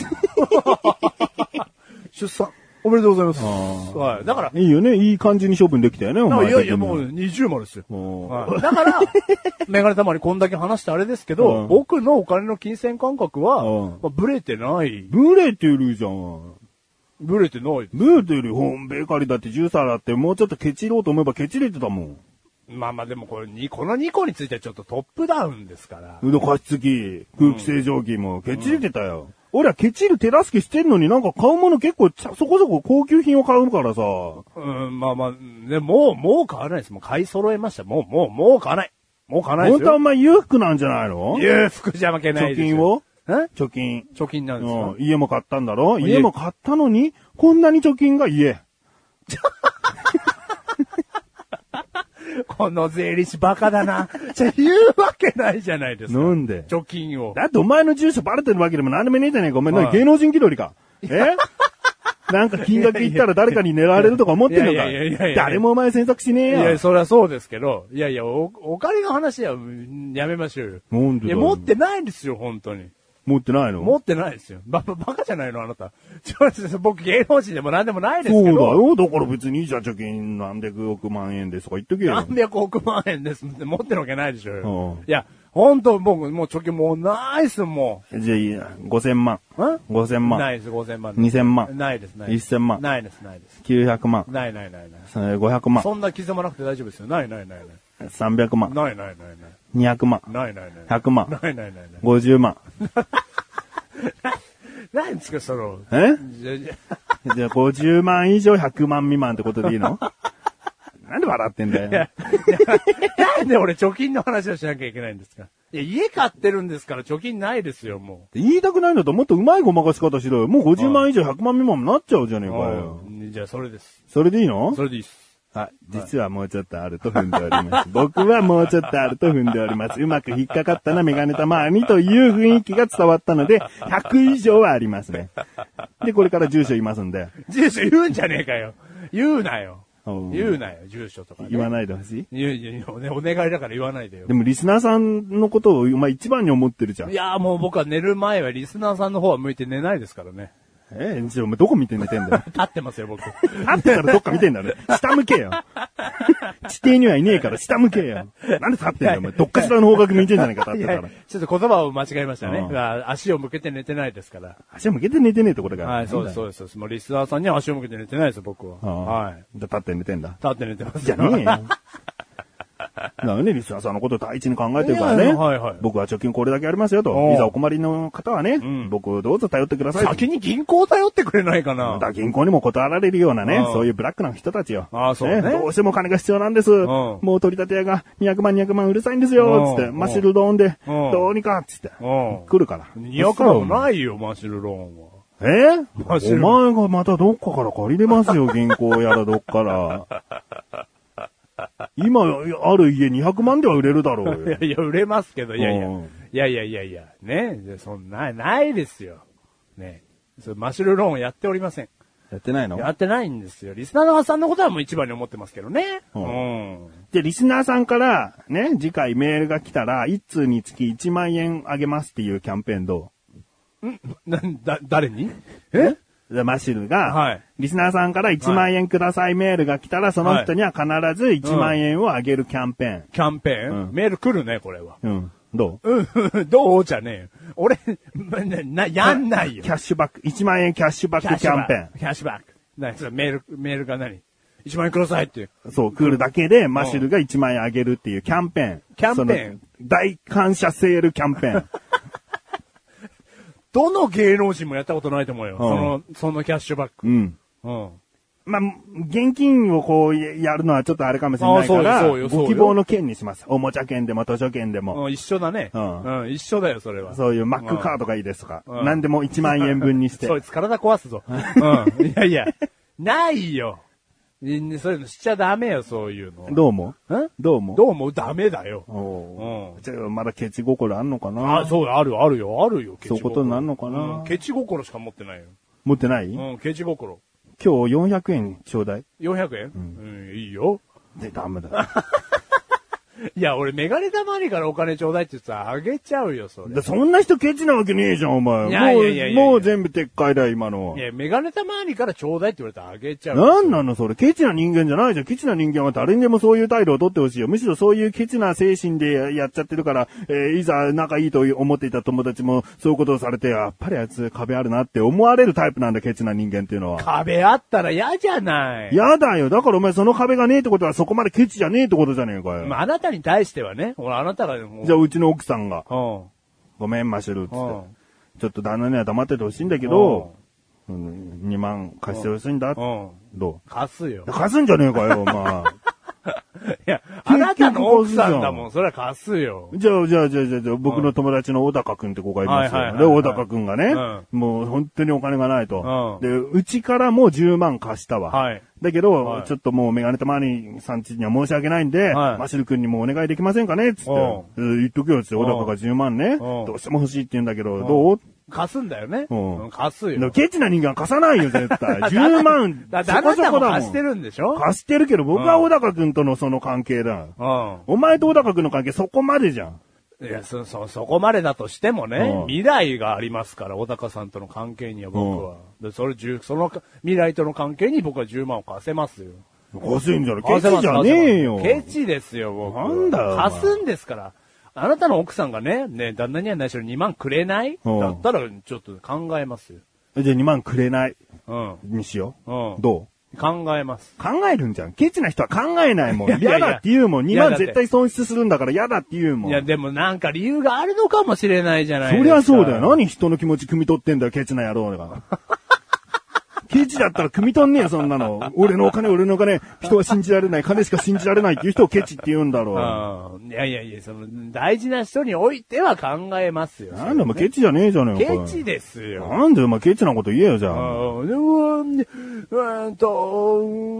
出産。おめでとうございます。はい。だから。 いいよね。いい感じに処分できたよね、お前。 いやいや、もう二重丸ですよ。はい、だから、メガネたまにこんだけ話してあれですけど、うん、僕のお金の金銭感覚は、うんまあ、ブレてない。 ブレてるじゃん。 ブレてない。 ブレてるよ。ホームベーカリーだってジューサーだってもうちょっとケチろうと思えばケチれてたもん。 まあまあでもこれに、このにこについてはちょっとトップダウンですから。 うど加湿器、空気清浄機もケチれてたよ。うん俺はケチる手助けしてんのになんか買うもの結構そこそこ高級品を買うからさ。 うん、まあまあ、ね、もう、もう買わないです。もう買い揃えました。もう、もう、もう買わない。もう買わないですよ。 本当はお前裕福なんじゃないの？ 裕福じゃ負けないですよ。 貯金をえ貯金。 貯金なんですか、 うん、家も買ったんだろ家も買ったのに、こんなに貯金が家。 この税理士バカだな。じゃ言うわけないじゃないですか。 なんで貯金を。 だってお前の住所バレてるわけでも何でもねえじゃねえか。お前の芸能人気取りか。えなんか金額言ったら誰かに狙われるとか思ってんのか。いやいやいやいや誰もお前詮索しねえよ。 いや、そりゃそうですけど。いやいや、お、お金の話はやめましょうよ。 なんでだよ。 いや、持ってないんですよ、本当に。 持ってないの？ 持ってないですよ。ば、ば、バカじゃないのあなた。ちょっと、僕芸能人でも何でもないですけど。 そうだよ。だから別にいいじゃん、貯金何百億万円ですとか言っとけよ。 何百億万円ですって持ってるわけないでしょよ。いや、ほんと僕もう貯金もうないっすもん。じゃあいいな。ごせんまん。ん ?ごせんまん。 ないです、ごせんまん。 にせんまん。 ないです、ないです。 せんまん。 ないです、ないです。 きゅうひゃくまん。 ないないないない。 ごひゃくまん。 そんな刻まなくて大丈夫ですよ。ないないないない。 さんびゃくまん。 ないないないない。 にひゃくまん。 ないないない。 ひゃくまん。 ないないないない。 ごじゅうまん。 何ですか、その。 えじゃあごじゅうまん以上ひゃくまん未満ってことでいいの？なんで笑ってんだよ。いやなんで俺貯金の話をしなきゃいけないんですか？いや、家買ってるんですから貯金ないですよ、もう。言いたくないんだともっとうまいごまかし方しろよ。もうごじゅうまん以上ひゃくまん未満になっちゃうじゃねえかよ。 じゃあそれです。 それでいいの？ それでいいです。 はい。実はもうちょっとあると踏んでおります。僕はもうちょっとあると踏んでおります。うまく引っかかったな、メガネたまにという雰囲気が伝わったので、ひゃく以上はありますね。で、これから住所言いますんで。 住所言うんじゃねえかよ。言うなよ。言うなよ、住所とか、ね。 言わないでほしい？ いやいやいや、お願いだから言わないでよ。 でもリスナーさんのことをお前一番に思ってるじゃん。 いや、もう僕は寝る前はリスナーさんの方は向いて寝ないですからね。 えー、じゃあお前どこ見て寝てんだよ。 立ってますよ、僕。立ってたらどっか見てんだね。下向けよ。地底にはいねえから下向けよ。なんで立ってんだよ、お前。どっかしらの方角向いてんじゃないか、立ってたら。 ちょっと言葉を間違えましたね。うん、足を向けて寝てないですから。 足を向けて寝てねえってことか。 はい、そうです、そうです。もうリスナーさんには足を向けて寝てないですよ、僕は。はい。 じゃあ立って寝てんだ。 立って寝てます。 じゃねえよ。なので、リスナーさんのことを第一に考えてるからね。はいはい、僕は貯金これだけありますよと。いざお困りの方はね、うん、僕をどうぞ頼ってください。 先に銀行頼ってくれないかな。 だ銀行にも断られるようなね、そういうブラックな人たちよ。 ああ、そうね、 ね。どうしても金が必要なんです。もう取り立て屋がにひゃくまんにひゃくまんうるさいんですよ。つって、マシルローンで、どうにかつって、来るから。 にひゃくまんもないよ、マシルローンは。 えー、お前がまたどっかから借りれますよ、銀行やらどっから。今ある家にひゃくまんでは売れるだろうよ。 いやいや、売れますけど、いやいや、いやいやいやいや、ね、そんな、ないですよ。ね、それマシュルローンやっておりません。 やってないの？ やってないんですよ。リスナーさんのことはもう一番に思ってますけどね。 うん。うん、で、リスナーさんからね、次回メールが来たら、一通につきいちまんえんあげますっていうキャンペーンどうんな、だ、誰にえマシルが、はい、リスナーさんからいちまんえんくださいメールが来たら、その人には必ずいちまんえんをあげるキャンペーン。 キャンペーン、うん、メール来るね、これは。 うん。どううん、どうじゃねえよ。俺、な、やんないよ。 キャッシュバック、いちまんえんキャッシュバックキャンペーン。 キャッシュバック。な、それメール、メールが何 ?いちまんえんくださいっていう。 そう、来るだけで、マシルがいちまんえんあげるっていうキャンペーン。 キャンペーン大感謝セールキャンペーン。 どの芸能人もやったことないと思うよ。うん、その、そのキャッシュバック。うん。うん。 まあ、現金をこうやるのはちょっとあれかもしれないから、ご希望の券にします。おもちゃ券でも図書券でも。 うん、一緒だね。うん。うん、一緒だよ、それは。 そういうマックカードがいいですとか。うん、何でもいちまんえん分にして。 そいつ体壊すぞ。うん。いやいや、ないよ。そういうのしちゃダメよ、そういうの。 どうもんどうもどうもダメだよ。 おうん。じゃあ、まだケチ心あんのかなあ、そう、ある、あるよ、あるよ、 ケチ心。そういうことになるのかな、 うん、ケチ心しか持ってないよ。 持ってない？ うん、ケチ心。 今日よんひゃくえんちょうだい ? よんひゃくえん、うん、うん、いいよ。 で、ダメだ。 いや、俺、メガネたまりからお金ちょうだいって言ってさ、あげちゃうよ、それ。 そんな人ケチなわけねえじゃん、お前。いやいやいやいやもう、もう全部撤回だよ、今の。 いや、メガネたまりからちょうだいって言われたらあげちゃう。 なんなの、それ。ケチな人間じゃないじゃん。ケチな人間は誰にでもそういう態度を取ってほしいよ。むしろそういうケチな精神でやっちゃってるから、えー、いざ仲いいと思っていた友達もそういうことをされて、やっぱりあいつ壁あるなって思われるタイプなんだ、ケチな人間っていうのは。 壁あったら嫌じゃない。 嫌だよ。だからお前その壁がねえってことはそこまでケチじゃねえってことじゃねえかよ。 まあ、あなたに対してはね。ほら、あなたがもう。じゃあ、うちの奥さんが。うん。ごめん、マシュル、つって。ちょっと旦那には黙っててほしいんだけど、うん、にまん貸してほしいんだ。うん。どう？ 貸すよ。 貸すんじゃねえかよ、まあ。 いや、あなたの奥さんだもん、それは貸すよ。 じゃあ、じゃあ、じゃあ、じゃあ、僕の友達の小高くんって子がいますよ。で、小高くんがね、もう本当にお金がないと。で、うちからもじゅうまん貸したわ。はい。だけど、ちょっともうメガネたまにさんちには申し訳ないんで、マシルくんにもお願いできませんかねつって、言っとくよ、つって、小高がじゅうまんね、どうしても欲しいって言うんだけど、どう貸すんだよね。うん。貸すよ。 ケチな人間は貸さないよ、絶対。じゅうまん。 だってあなたも貸してるんでしょ？ 貸してるけど、僕は小高くんとのその関係だ。うん。お前と小高くんの関係そこまでじゃん。 いや、そ、そ、そこまでだとしてもね、うん、未来がありますから、小高さんとの関係には僕は。うん、で、それ、その未来との関係に僕はじゅうまんを貸せますよ。 貸せんじゃねえ。ケチじゃねえよ。 ケチですよ、僕。 なんだよ。 貸すんですから。あなたの奥さんがね、ね、旦那にはないしろにまんくれない、うん、だったら、ちょっと考えますよ。 じゃあにまんくれない。うん。にしよう。うん。どう？ 考えます。 考えるんじゃん。ケチな人は考えないもん。嫌だって言うもん。にまん絶対損失するんだから嫌だって言うもん。 いや、でもなんか理由があるのかもしれないじゃないですか。 そりゃそうだよ。何人の気持ち汲み取ってんだよ、ケチな野郎が。ケチだったら汲み取んねえよ、そんなの。俺のお金、俺のお金、人は信じられない、金しか信じられないっていう人をケチって言うんだろう。いやいやいや、その、大事な人においては考えますよ。 なんだ、お前ケチじゃねえじゃねえか。ケチですよ。 なんでお前ケチなこと言えよ、じゃあ。 あでも、うんと、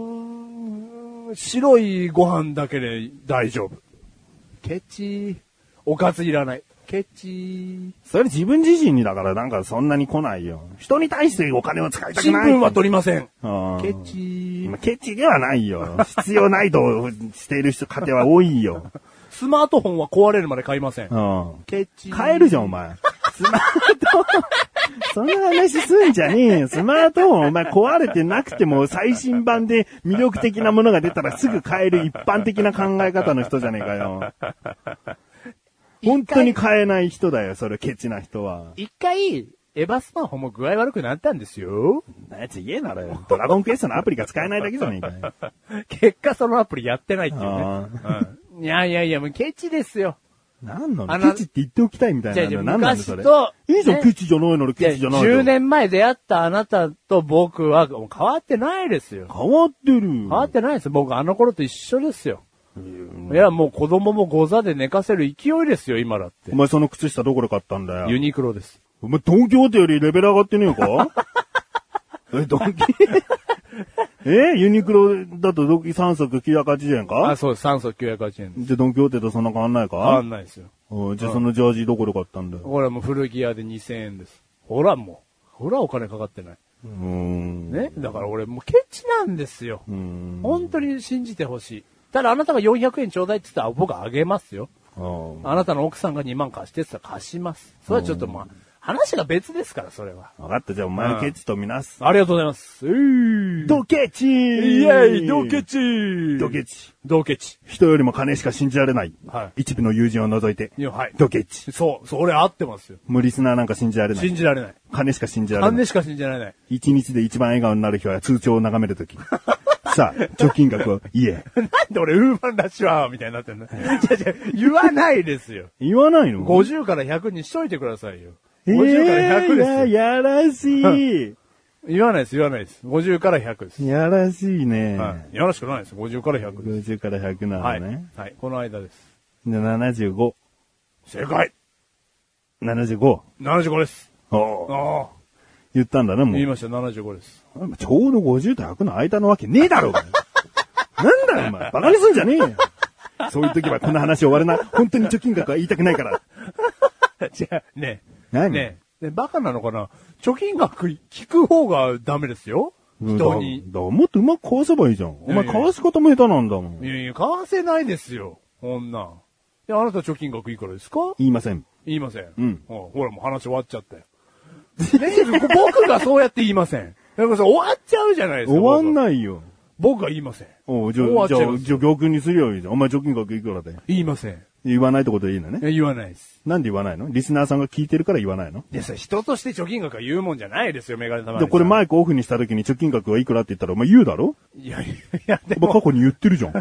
白いご飯だけで大丈夫。ケチ、おかずいらない。ケチ。 それ自分自身にだからなんかそんなに来ないよ。人に対してお金を使いたくない。 新聞は取りません。 ケチ。ケチではないよ。必要ないとしている人、家庭は多いよ。 スマートフォンは壊れるまで買いません。ケチ。 買えるじゃん、お前。スマートフォン。そんな話すんじゃねえよ。スマートフォンお前壊れてなくても最新版で魅力的なものが出たらすぐ買える一般的な考え方の人じゃねえかよ。本当に買えない人だよ、それ、ケチな人は。 一回、エヴァスマホも具合悪くなったんですよ。 なやつ言えならよ。ドラゴンクエストのアプリが使えないだけじゃねえかよ。 結果そのアプリやってないっていうね。うん、いやいやいや、もうケチですよ。 なんなのケチって言っておきたいみたいなの。なんなんだそれ。いいじゃん、ね、ケチじゃないのにケチじゃないの。 じゅうねんまえ出会ったあなたと僕は変わってないですよ。 変わってる。 変わってないですよ。僕あの頃と一緒ですよ。いや、もう子供もゴザで寝かせる勢いですよ、今だって。 お前その靴下どこで買ったんだよ。 ユニクロです。 お前東京都よりレベル上がってねえかえ、ドンキえユニクロだとドンキさん足きゅうひゃくはちじゅうえんかあ、そうです。さん足きゅうひゃくはちじゅうえんです。 じゃあドンキホーテとそんな変わんないか変わんないですよ。 じゃあそのジャージどこで買ったんだよ。 ほらもう古着屋でにせんえんです。ほらもう。ほらお金かかってない。 うーん。 ね。だから俺もうケチなんですよ。うーん。本当に信じてほしい。ただあなたがよんひゃくえんちょうだいって言ったら僕あげますよ。あなたの奥さんがにまん貸してって言ったら貸します。それはちょっとまあ、話が別ですから、それは。 分かった、じゃあお前のケチとみなす。 ありがとうございます。えー、 ドケチイェイドケチドケチドケチ人よりも金しか信じられない。はい。一部の友人を除いて。 いや、はい。 ドケチそう、それ合ってますよ。 無リスナーなんか信じられない。 信じられない。 金しか信じられない。 金しか信じられない。 一日で一番笑顔になる日は通帳を眺めるとき。さあ、貯金額を言え。 なんで俺ウーマンラッシュアワーみたいになってんの？違う違う、言わないですよ。 言わないの ? ごじゅう からひゃくにしといてくださいよ。 ごじゅうからひゃくですよ。 えー、や、やらしい。 言わないです、言わないです。ごじゅうからひゃくです。 やらしいね。 はい。やらしくないです。ごじゅうからひゃくです。 ごじゅうからひゃくなのね。 はい。はい。この間です。 で、ななじゅうご。 正解 ! ななじゅうご。 ななじゅうごです。 おああ。 言ったんだね、もう。 言いました、ななじゅうごです。 ちょうどごじゅうとひゃくの間のわけねえだろ、なんだよ、お前。バカにすんじゃねえよ。そういう時はこんな話終われない。本当に貯金額は言いたくないから。 違う、ねえ。 何ねえ。バカなのかな？貯金額聞く方がダメですよ。人に。 だ、だもっとうまくかわせばいいじゃん。お前かわし方も下手なんだもん。 いやいや、かわせないですよ。こんなん。いや、あなた貯金額いくらですか？ 言いません。 言いません。 うん。 ほら、もう話終わっちゃったよ。ね、僕がそうやって言いません。だから終わっちゃうじゃないですか。 終わんないよ。 僕が言いません。 おう、じゃあ、じゃあ、じゃあ逆にすりゃいいじゃん。お前貯金額いくらで。 言いません。 言わないってことでいいのね。 言わないです。 なんで言わないの？リスナーさんが聞いてるから言わないの？ いや、それ人として貯金額は言うもんじゃないですよ、メガネ玉で、これマイクオフにした時に貯金額はいくらって言ったらお前言うだろ？ いやいやいや、でも。過去に言ってるじゃん。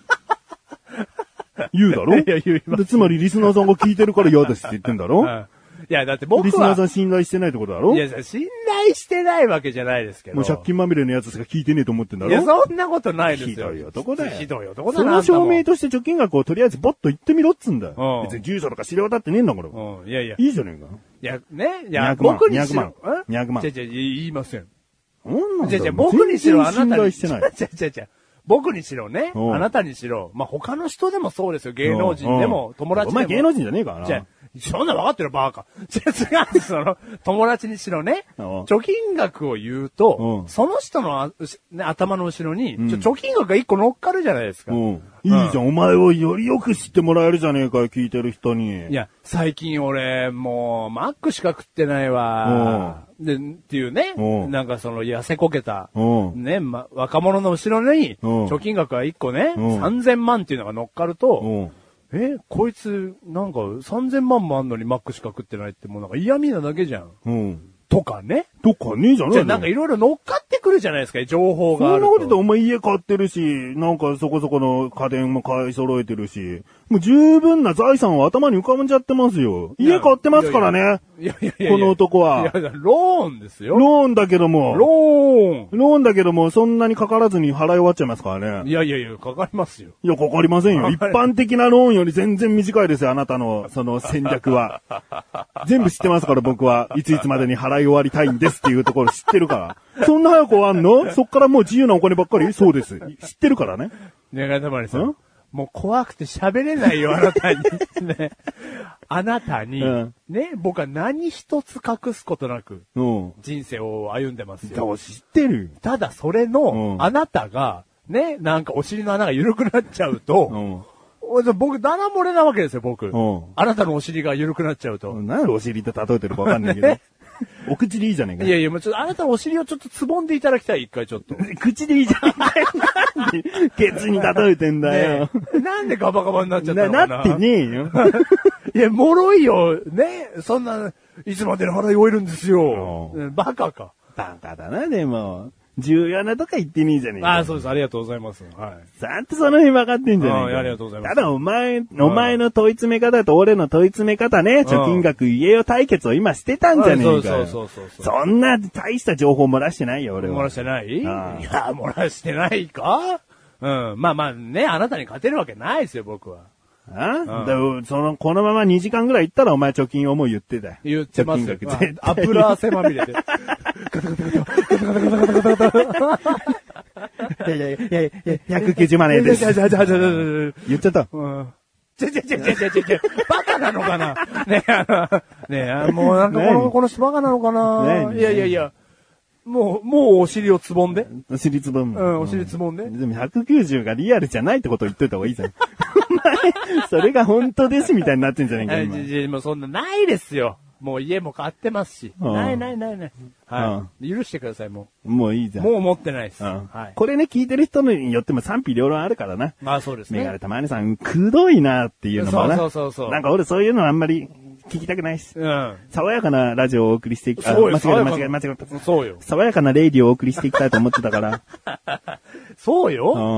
言うだろ？ いや、言います。 で、つまりリスナーさんが聞いてるから嫌ですって言ってんだろ？ うんいや、だって僕は。 リスナーさん信頼してないってことだろ？ いや、信頼してないわけじゃないですけど。 もう借金まみれのやつしか聞いてねえと思ってんだろ？ いや、そんなことないですよ。 ひどい男だよ。 ひどい男だな。 その証明として貯金額をとりあえずボッと言ってみろっつんだよ。 うん、 別に住所とか資料だってねえんだから。 うん。いやいや。 いいじゃねえか。 いや、ね。いや、 僕にしろ。 にひゃくまん。にひゃくまん。 じゃじゃ言いません。 うんなんだじゃじゃ僕にしろ、あなたに。 信頼してない。 じゃじゃじゃ僕にしろね。あなたにしろ。まあ、他の人でもそうですよ。芸能人でも、友達でも。 お前芸能人じゃねえからな。 じゃそんな分かってるバカ。違う、その、友達にしろね、貯金額を言うと、その人の、ね、頭の後ろに、うん、貯金額が一個乗っかるじゃないですか。 うんいいじゃん、うん、お前をよりよく知ってもらえるじゃねえかよ、聞いてる人に。 いや、最近俺、もう、マックしか食ってないわ。で、っていうね、なんかその、痩せこけた、ね、ま、若者の後ろに、貯金額が一個ね、さんぜんまんっていうのが乗っかると、え、こいつ、なんか、さんぜんまんもあんのにマックしか食ってないって、もうなんか嫌味なだけじゃん。うん。とかね。 とかねえじゃないの？ じゃあなんかいろいろ乗っかってくるじゃないですか、情報があると。 そんなことでお前家買ってるし、なんかそこそこの家電も買い揃えてるし、もう十分な財産を頭に浮かんじゃってますよ。家買ってますからね。 いやいやいやこの男は。 いや、ローンですよ。 ローンだけども。 ローン。 ローンだけども、そんなにかからずに払い終わっちゃいますからね。 いやいやいや、かかりますよ。 いや、かかりませんよ。一般的なローンより全然短いですよ、あなたの、その戦略は。全部知ってますから、僕は。いついつまでに払い終わりたいんですっていうところ知ってるから。そんな早く終わんの？そっからもう自由なお金ばっかり？そうです。知ってるからね。 ねがたまりさん。もう怖くて喋れないよ、あなたに。ね。あなたに、うん、ね、僕は何一つ隠すことなく、うん、人生を歩んでますよ。 知ってる。 ただそれの、うん、あなたが、ね、なんかお尻の穴が緩くなっちゃうと、うん、僕、だだ漏れなわけですよ、僕。うん、あなたのお尻が緩くなっちゃうと。 何でお尻って例えてるかわかんないけど。ねお口でいいじゃねえか。 いやいや、もうちょっと、あなたのお尻をちょっとつぼんでいただきたい、一回ちょっと。 口でいいじゃん。なんで、ケツに例えてんだよ。 ね、なんでガバガバになっちゃったのかな。 な、なってねえよ。 いや、脆いよ。ね。そんな、いつまでに払い終えるんですよ。バカか。 バカだな、でも。重要なとか言ってねえじゃねえか。 ああ、そうです。ありがとうございます。はい。 さってその辺分かってんじゃねえか。 ああ、ありがとうございます。 ただお前、お前の問い詰め方と俺の問い詰め方ね、貯金額言えよ対決を今してたんじゃねえか。そうそうそうそうそう。 そんな大した情報漏らしてないよ、俺は。 漏らしてないいや、漏らしてないかうん。まあまあね、あなたに勝てるわけないですよ、僕は。 あ、うん、でも、その、このままにじかんぐらい行ったらお前貯金をもう言ってたよ。 言ってますよ。油汗まみれで。ガタガタガタガタガタガタガタガタガタ。 いやいやいやいや、ひゃくきゅうじゅうまんえんです。言っちゃった。うん。 ちょちょちょちょちょちょちょ、バカなのかなねえ、あの、ねえ、もうなんかこの、この人バカなのかないやいやいや。もう、もうお尻をつぼんで。 お尻つぼん。 うん、お尻つぼんで。 でもひゃくきゅうじゅうがリアルじゃないってことを言っといた方がいいじゃん。それが本当ですみたいになってんじゃないか今。 いや、もうそんなないですよ。もう家も買ってますし。ないないないない。はい。許してください、もう。もういいじゃん。 もう持ってないです。 はい。これね、聞いてる人によっても賛否両論あるからな。 まあそうですね。 メガネたまにさん、くどいなっていうのもな。 そうそうそうそう。 なんか俺そういうのあんまり聞きたくないし。うん。爽やかなラジオをお送りしていき、 そうよ。 間違え間違え間違え。 そうよ。 爽やかなレイディをお送りしていきたいと思ってたから。 そうよ。うん。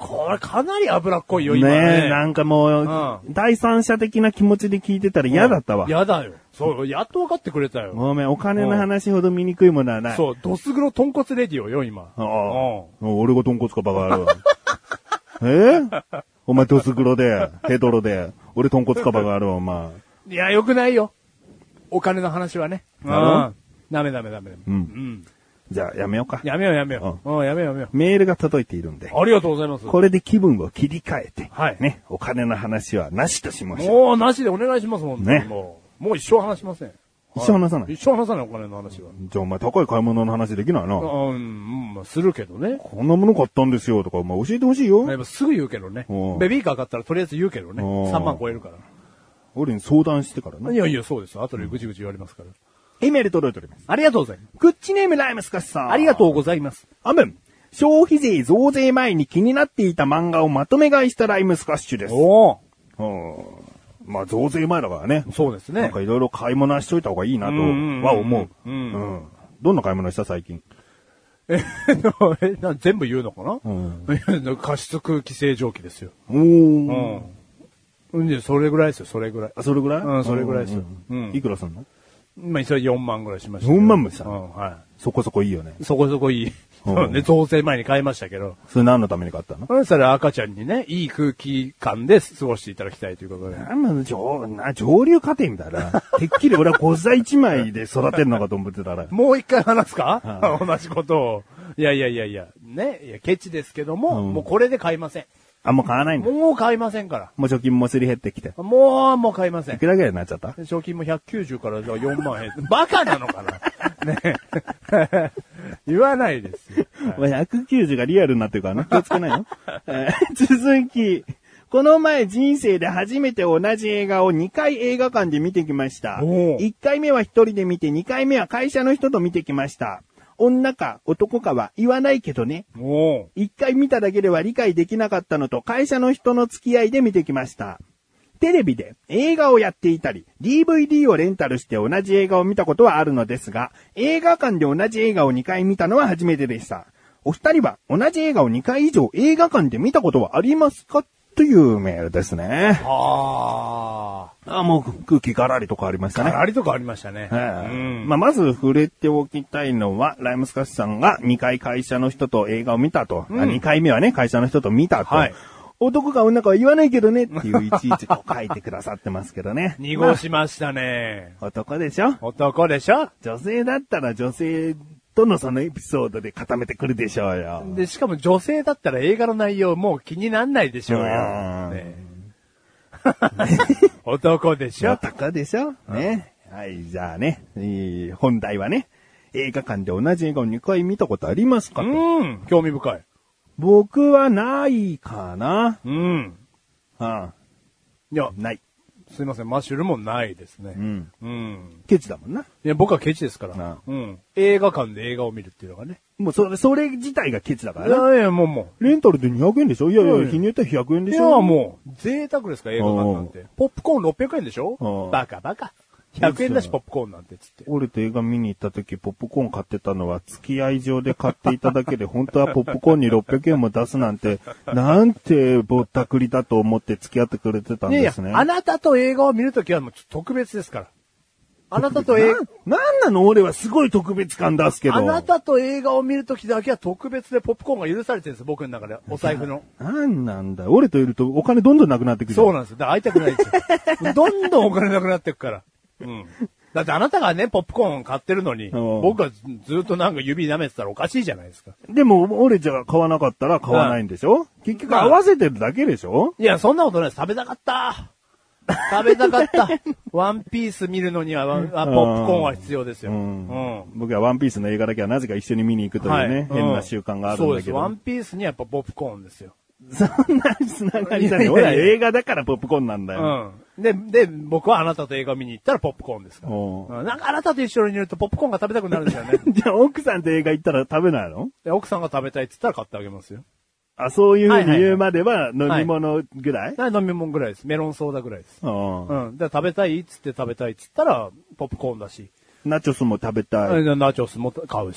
これかなり脂っこいよ、今ね。 ねえ、なんかもう、うん、第三者的な気持ちで聞いてたら嫌だったわ。 嫌、うん、だよ。そう、やっと分かってくれたよ。 ごめん、お金の話ほど見にくいものはない。 そう、ドスグロ豚骨レディオよ、今。 ああ、うん、俺が豚骨かバカ野郎。えお前ドスグロで、ヘドロで、俺豚骨かバカ野郎、お前。 いや、よくないよ。お金の話はね。うん。ダメダメダメ。うん。うん。 じゃあ、やめようか。 やめようやめよう。うん、やめようやめよう。 メールが届いているんで。 ありがとうございます。 これで気分を切り替えて。 はい。 ね。お金の話はなしとしましょう。 もうなしでお願いします、もんね。もう、もう一生話しません。 一生話さない。 一生話さない、お金の話は。 じゃあ、お前高い買い物の話できないな。 うん、まあ、するけどね。 こんなもの買ったんですよ、とか、お前教えてほしいよ。 やっぱすぐ言うけどね。ベビーカー買ったらとりあえず言うけどね。さんまん超えるから。 俺に相談してからね。 いやいや、そうです。後でぐちぐち言われますから。 イメール届いております。 ありがとうございます。 グッチネームライムスカシさん。 ありがとうございます。 アメン。消費税増税前に気になっていた漫画をまとめ買いしたライムスカッシュです。 おー。まあ増税前だからね。 そうですね。 なんかいろいろ買い物はしといた方がいいなとは思う。うん。うん。どんな買い物した最近？ え、全部言うのかな？うん。加湿空気清浄機ですよ。 おー。 うん。で、それぐらいですよ、それぐらい。 あ、それぐらい？ うん、それぐらいですよ。 うん。いくらすんの？ まあ、それよんまんぐらいしました。 よんまんもした？ うん、はい。 そこそこいいよね。 そこそこいい。そうね、増税前に買いましたけど。 それ何のために買ったの？ うん、それは赤ちゃんにね、いい空気感で過ごしていただきたいということで。 なんなの、上、な、上流家庭みたいな。てっきり俺はごさい一枚で育てるのかと思ってたら。 もう一回話すか？同じことを。いやいやいやいや、ね、いや、ケチですけども、うん、もうこれで買いません。 あ、もう買わないんだ。 もう買いませんから。 もう貯金もすり減ってきて。 もう、もう買いません。 いくらぐらいになっちゃった？ 貯金もひゃくきゅうじゅうからじゃあよんまん減って。バカなのかなね言わないですよ。 はい、ひゃくきゅうじゅうがリアルになってるからね。気をつけないよ。続き。この前人生で初めて同じ映画をにかい映画館で見てきました。いっかいめは一人で見て、にかいめは会社の人と見てきました。女か男かは言わないけどね。一回見ただけでは理解できなかったのと会社の人の付き合いで見てきました。テレビで映画をやっていたり、ディーブイディー をレンタルして同じ映画を見たことはあるのですが、映画館で同じ映画をにかい見たのは初めてでした。お二人は同じ映画をにかい以上映画館で見たことはありますか？というメールですね。 ああ。あ、もう空気ガラリとかありましたね。 ガラリとかありましたね。 うん、まあ、まず触れておきたいのは、ライムスカッシュさんがにかい会社の人と映画を見たと。うん、にかいめはね、会社の人と見たと。はい、男か女かは言わないけどねっていういちいちこう書いてくださってますけどね。 濁しましたね。 まあ、男でしょ？ 男でしょ？ 女性だったら女性とのそのエピソードで固めてくるでしょうよ。 で、しかも女性だったら映画の内容もう気になんないでしょうよ。ね、男でしょ？ 男でしょ？ね。はい、じゃあね、本題はね、映画館で同じ映画をにかい見たことありますかと。 うん、興味深い。 僕はないかな。 うん。 ああ。 いや、 ない。 すいません、マッシュルもないですね。 うん。 うん。 ケチだもんな。いや、僕はケチですから。うん。映画館で映画を見るっていうのがね。 もうそれ、それ自体がケチだからね。 いやいや、もうもう。レンタルでにひゃくえんでしょ？いやいや、日によってはひゃくえんでしょ？ いや、もう、贅沢ですか、映画館なんて。ポップコーンろっぴゃくえんでしょ？バカバカ。ひゃくえんだし、ポップコーンなんてつって。 俺と映画見に行った時、ポップコーン買ってたのは、付き合い上で買っていただけで、本当はポップコーンにろっぴゃくえんも出すなんて、なんてぼったくりだと思って付き合ってくれてたんですね。 いやいや、あなたと映画を見るときはもう特別ですから。あなたと映画、 な、なんなの？俺はすごい特別感出すけど。 あなたと映画を見るときだけは特別でポップコーンが許されてるんですよ、僕の中で。お財布の。 なんなんだ。俺といるとお金どんどんなくなってくる。 そうなんですよ。だから会いたくないですよ。どんどんお金なくなってくから。うん。だってあなたがね、ポップコーン買ってるのに、僕がずっとなんか指舐めてたらおかしいじゃないですか。 でも、俺じゃ買わなかったら買わないんでしょ？うん、結局合わせてるだけでしょ？ いや、そんなことないです。食べたかった。食べたかった。ワンピース見るのには、ポップコーンは必要ですよ。うんうん、僕はワンピースの映画だけはなぜか一緒に見に行くというね、はい、変な習慣があるんだけど。そうです。 ワンピースにはやっぱポップコーンですよ。 そんなつながりだね。俺は映画だからポップコーンなんだよ。 うん。で、で、僕はあなたと映画見に行ったらポップコーンですから。うん、なんかあなたと一緒にいるとポップコーンが食べたくなるんですよね。 じゃあ奥さんと映画行ったら食べないの？ 奥さんが食べたいって言ったら買ってあげますよ。 あ、そういう風に言うまでは飲み物ぐらい？はいはいはい、飲み物ぐらいです。メロンソーダぐらいです。うん。うん。で、食べたいっつって食べたいっつったらポップコーンだし。 ナチョスも食べたい。 ナチョスも買うし。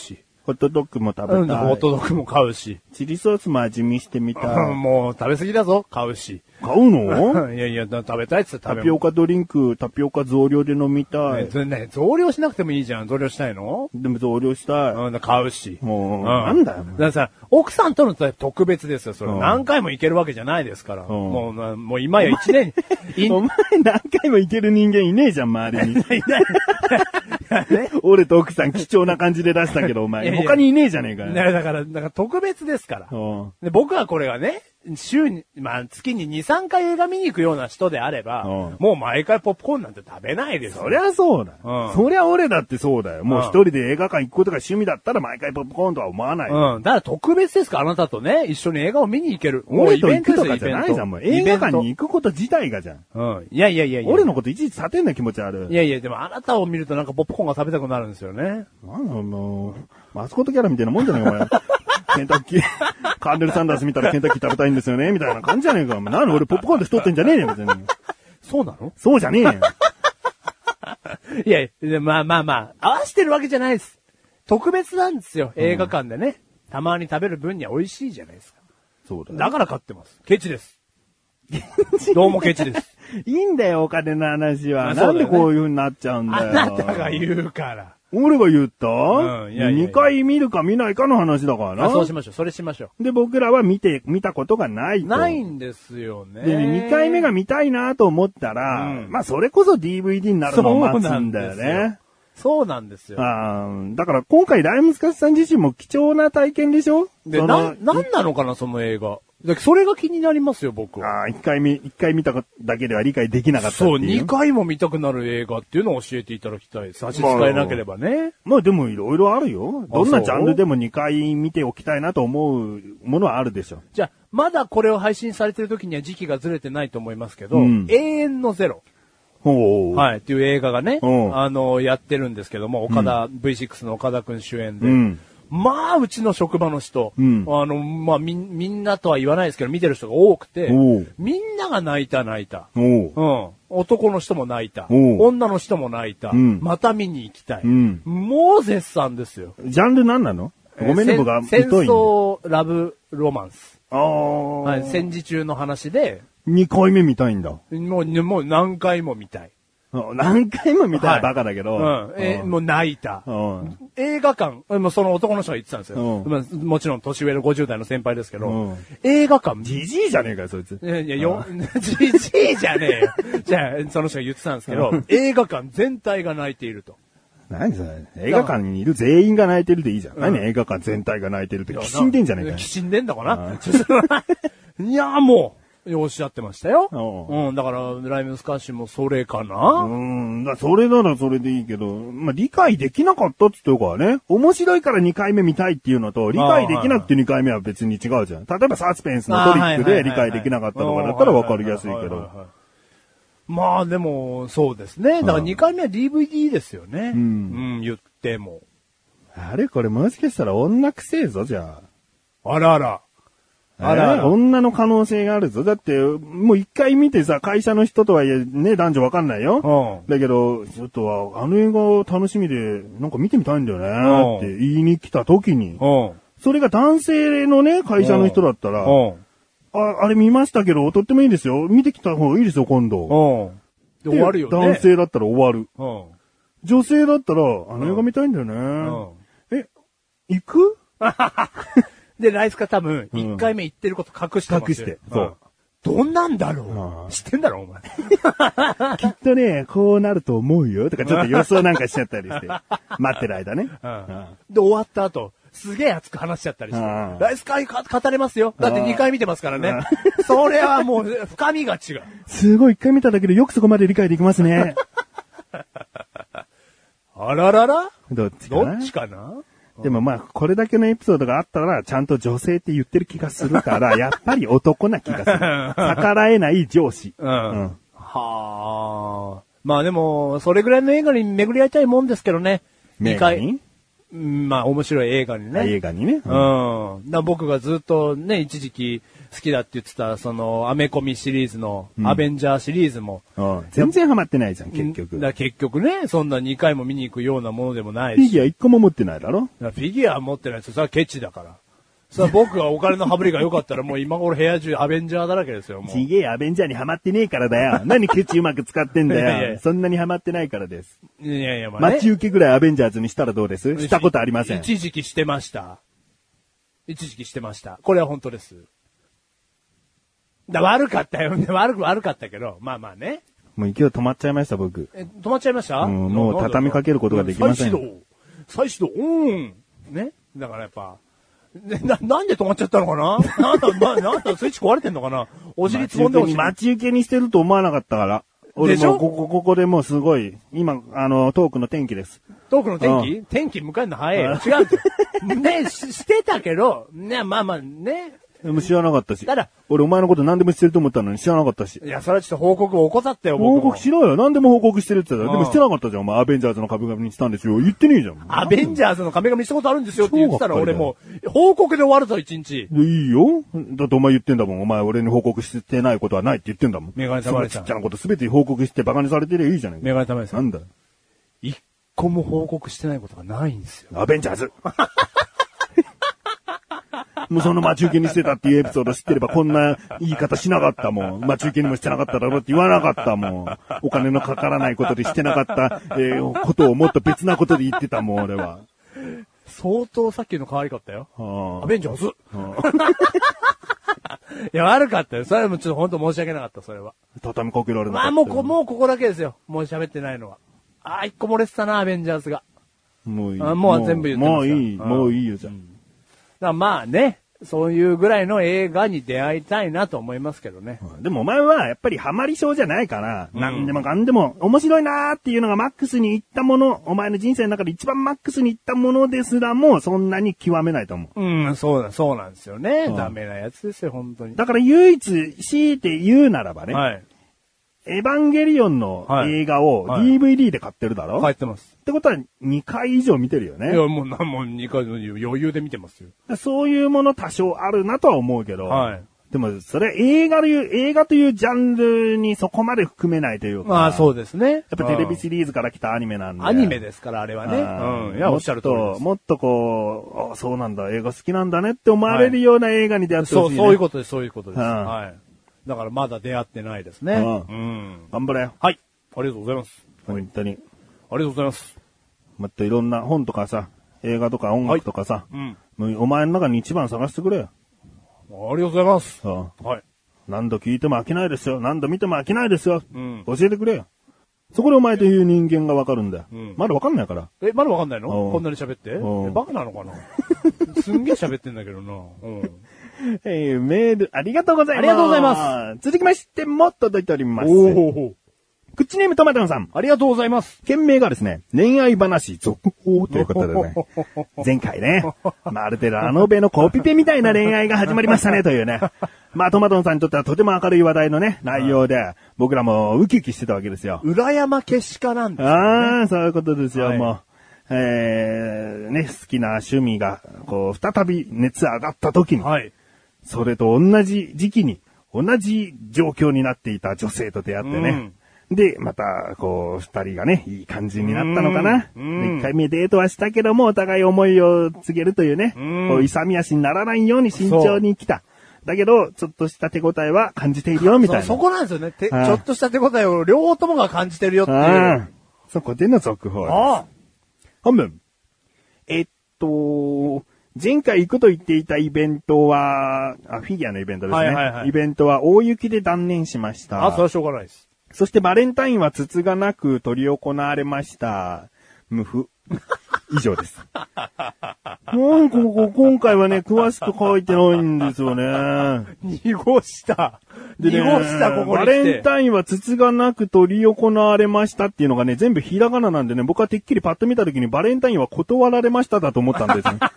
ホットドッグも食べたい。 うん、ホットドッグも買うし。 チリソースも味見してみたい。 もう食べ過ぎだぞ、買うし。 買うのいやいや、食べたいっつって食べタピオカドリンク、タピオカ増量で飲みたい。 ね、ね、増量しなくてもいいじゃん。増量したいの？ でも増量したい。 うん、買うし。 もう、 うん、 なんだよ。 だからさ、奥さんとの特別ですよ、それ。うん、何回も行けるわけじゃないですから。うん、もう、もう今や一年に。お前何回も行ける人間いねえじゃん、周りに。いない。俺と奥さん貴重な感じで出したけど、お前。いやいや他にいねえじゃねえかよ。 だから、だから特別ですから。で僕はこれがね、週に、まあ、月にに、さんかい映画見に行くような人であれば、もう毎回ポップコーンなんて食べないですよ。 そりゃそうだ。うん、そりゃ俺だってそうだよ。もう一人で映画館行くことが趣味だったら毎回ポップコーンとは思わない。 うん。だから特別ですから、あなたとね、一緒に映画を見に行ける。 もうイベントとかじゃないじゃん、もう映画館に行くこと自体がじゃん。 うん。いやいやいやいや。 俺のこといちいち立てんな気持ちある。 いやいや、でもあなたを見るとなんかポップコーンが食べたくなるんですよね。 なんだろう、マスコットキャラみたいなもんじゃないか、お前。ケンタッキー、カーネル・サンダース見たらケンタッキー食べたいんですよね、みたいな感じじゃねえか。なんで俺ポップコーンで太ってんじゃねえよ、別に。 そうなの？ そうじゃねえよ。 いやいや、まあまあまあ、合わしてるわけじゃないです。特別なんですよ、映画館でね。うん、たまに食べる分には美味しいじゃないですか。 そうだ、ね。 だから買ってます。ケチです。どうもケチです。 いいんだよ、お金の話は。ね、なんでこういう風になっちゃうんだよ。 あなたが言うから。 俺が言った、 うん、いやいやいやにかい見るか見ないかの話だからな。 そうしましょう。それしましょう。で、僕らは見て、見たことがないと。 ないんですよね。 で、にかいめが見たいなと思ったら、うん、まあ、それこそ ディーブイディー になるのを待つんだよね。 そうなんですよ。 あだから今回ライムスカッシュさん自身も貴重な体験でしょ？ で、な、なんなのかな、その映画。それが気になりますよ、僕は。 ああ、一回見、一回見ただけでは理解できなかったっていう。 そう、二回も見たくなる映画っていうのを教えていただきたい。差し支えなければね。 まあ、まあ、でもいろいろあるよ。どんなジャンルでも二回見ておきたいなと思うものはあるでしょ。 じゃあ、まだこれを配信されてる時には時期がずれてないと思いますけど、うん、永遠のゼロ。はい、っていう映画がね、あの、やってるんですけども、岡田、うん、ブイシックス の岡田くん主演で。うんまあ、うちの職場の人、うん、あの、まあ、み、みんなとは言わないですけど、見てる人が多くて、みんなが泣いた泣いた。うん。男の人も泣いた。女の人も泣いた。うん、また見に行きたい。うん、もう絶賛ですよ。 ジャンル何なの？ごめんね、僕が。 戦争ラブロマンス。 ああ。 はい、戦時中の話で。 にかいめ見たいんだ。もう、もう何回も見たい。 何回も見たらバカだけど。 はいうんえー、もう泣いた。映画館、もうその男の人が言ってたんですよ。まあ、もちろん年上のごじゅう代の先輩ですけど、映画館。 じじいじゃねえかよ、そいつ。 いや、いやよ、じじいじゃねえよ。じゃあ、その人が言ってたんですけど、映画館全体が泣いていると。 何それ映画館にいる全員が泣いてるでいいじゃん。うん、何映画館全体が泣いてるって、きしんでんじゃねえかよ。 きしんでんだかな。いや、もう。おっしゃってましたよ。うん。だから、ライムスカッシュもそれかなうん。だそれならそれでいいけど、まあ、理解できなかったって言うからね。面白いからにかいめ見たいっていうのと、理解できなくてにかいめは別に違うじゃん。例えばサスペンスのトリックで理解できなかったとかだったらわかりやすいけど。 まあでも、そうですね。だからにかいめは ディーブイディー ですよね。うん。うん、言っても。 あれこれもしかしたら女くせえぞ、じゃあ。あらあら。 あらあら女の可能性があるぞ。だって、もう一回見てさ、会社の人とはいえね、男女わかんないよ。うん、だけど、ちょっと、あの映画楽しみで、なんか見てみたいんだよね、って言いに来た時に、うん、それが男性のね、会社の人だったら、うん、あ、あれ見ましたけど、とってもいいですよ。見てきた方がいいですよ、今度。 で終わるよね。 男性だったら終わる。女性だったら、あの映画見たいんだよね。え、行くで、ライスカ多分、一回目言ってること隠してますよ。 隠して。そう。 どんなんだろう知ってんだろお前。 きっとね、こうなると思うよ。とかちょっと予想なんかしちゃったりして。待ってる間ね。 で、終わった後、すげえ熱く話しちゃったりして。ライスカ語れますよ。だってにかい見てますからね。それはもう、深みが違う。 すごい、一回見ただけでよくそこまで理解できますね。 あらららどっちかなどっちかなでもまあ、これだけのエピソードがあったら、ちゃんと女性って言ってる気がするから、やっぱり男な気がする。逆らえない上司。うん。うん、 はあ。まあでも、それぐらいの映画に巡り合いたいもんですけどね。にかい。 まあ面白い映画にね。 映画にね。 うん。うん、だ僕がずっとね、一時期好きだって言ってた、その、アメコミシリーズの、アベンジャーシリーズも。 うん、全然ハマってないじゃん、結局。 だ結局ね、そんなにかいも見に行くようなものでもないし。 フィギュアいっこも持ってないだろ？ フィギュア持ってないですよ。それはケチだから。さあ僕がお金の羽振りが良かったらもう今頃部屋中アベンジャーだらけですよ、もう。 ちげえアベンジャーにハマってねえからだよ。何ケチうまく使ってんだよ。いやいやそんなにハマってないからです。 いやいや、まあね、 待ち受けぐらいアベンジャーズにしたらどうです？したことありません。 一時期してました。一時期してました。これは本当です。だ悪かったよね。悪く悪かったけど、まあまあね。 もう勢い止まっちゃいました、僕。 え、止まっちゃいました？ うん、もう畳みかけることができません。 再始動。再始動。うん。ね。だからやっぱ、な、なんで止まっちゃったのかななんだ、な、なんだ、スイッチ壊れてんのかなお尻つぼんでほしい。 待ち受けにしてると思わなかったから。俺もここ、ここでもうすごい、今、あの、トークの天気です。 トークの天気、うん、天気迎えるの早いよ。違う。ね、し、してたけど、ね、まあまあね。 でも知らなかったし。ただ、俺お前のこと何でも知ってると思ったのに知らなかったし。 いや、それはちょっと報告を怠ったよ、僕報告しろよ。何でも報告してるって言ったら。でもしてなかったじゃん。お前アベンジャーズの壁紙にしたんですよ。言ってねえじゃん。 アベンジャーズの壁紙にしたことあるんですよって言ってたら俺もう、報告で終わるぞ、一日。 いいよ。だってお前言ってんだもん。お前俺に報告してないことはないって言ってんだもん。 メガネたまりさん。 ちっちゃなことすべて報告してバカにされてりゃいいじゃないか。 メガネたまりさん。 なんだ。 一個も報告してないことがないんですよ。 アベンジャーズ。もうその待ち受けにしてたっていうエピソード知ってればこんな言い方しなかったもん。待ち受けにもしてなかっただろって言わなかったもん。お金のかからないことでしてなかった、えー、ことをもっと別なことで言ってたもん、俺は。 相当さっきの変わりかったよ。 はあ、 アベンジャーズ。いや、悪かったよ。それはもうちょっと本当申し訳なかった、それは。 畳みかけられなかった。 まあもうこ、もうここだけですよ。もう喋ってないのは。ああ、一個漏れてたな、アベンジャーズが。 もういい。 あもう全部言ってますもういい、もういいよ、じゃん。 だからまあね、そういうぐらいの映画に出会いたいなと思いますけどね。 でもお前はやっぱりハマり症じゃないから、うん、何でもかんでも面白いなーっていうのがマックスにいったもの、お前の人生の中で一番マックスにいったものですらもそんなに極めないと思う。 うん、そうだ、そうなんですよね。うん、ダメなやつですよ、本当に。 だから唯一強いて言うならばね。 はい。 エヴァンゲリオンの映画を ディーブイディー で買ってるだろ？ 買ってます。 ってことはにかい以上見てるよね。 いや、もう何もにかい余裕で見てますよ。 そういうもの多少あるなとは思うけど。 はい。 でも、それ映画という、映画というジャンルにそこまで含めないというか。 まあそうですね。 やっぱテレビシリーズから来たアニメなんで。 アニメですから、あれはね。うん。いや、おっしゃる通りです。 もっとこう、あ、そうなんだ、映画好きなんだねって思われるような映画に出会ってほしい、ね。 そう、そういうことです、そういうことです。はい。だからまだ出会ってないですね。うん。 うん、頑張れよ。 はい。ありがとうございます。 本当に。 ありがとうございます。 もっといろんな本とかさ、映画とか音楽とかさ、はい、うん、もうお前の中に一番探してくれよ。 ありがとうございます。 うん、 はい。 何度聞いても飽きないですよ。何度見ても飽きないですよ。うん、教えてくれよ。そこでお前という人間がわかるんだよ。うん、まだわかんないから。 え、まだわかんないの？こんなに喋って？え、バカなのかなすんげえ喋ってんだけどな。うんえー、メール、ありがとうございます。 ありがとうございます。 続きまして、もっと届いております。 おー。 クッチネームトマトンさん。 ありがとうございます。 件名がですね、恋愛話続報ということでね。前回ね、まるでラノベのコピペみたいな恋愛が始まりましたねというね。まあトマトンさんにとってはとても明るい話題のね、内容で、僕らもウキウキしてたわけですよ。 裏山消し家なんですよ、ね。 ああ、そういうことですよ、はい、もう。えー、ね、好きな趣味が、こう、再び熱上がった時に。はい。それと同じ時期に、同じ状況になっていた女性と出会ってね。うん、で、また、こう、二人がね、いい感じになったのかな。うん、一回目デートはしたけども、お互い思いを告げるというね。うん、こう勇み足にならないように慎重に来た。だけど、ちょっとした手応えは感じているよ、みたいな。 そ, そこなんですよね。ちょっとした手応えを両方ともが感じてるよっていう。 そこでの続報です。あ本文。えっと、前回行くと言っていたイベントは、あ、フィギュアのイベントですね。はいはいはい。イベントは大雪で断念しました。 あ、それはしょうがないです。 そしてバレンタインは筒がなく執り行われました。無符。以上です。なんか今回はね、詳しく書いてないんですよね。 濁した。 でね、濁したここにバレンタインは筒がなく執り行われましたっていうのがね、全部ひらがななんでね、僕はてっきりパッと見た時にバレンタインは断られましただと思ったんですね。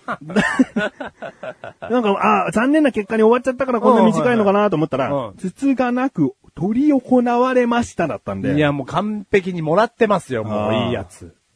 なんか、あ、残念な結果に終わっちゃったからこんな短いのかなと思ったら、うんはいはい、筒がなく執り行われましただったんで。 いや、もう完璧にもらってますよ、もういいやつ。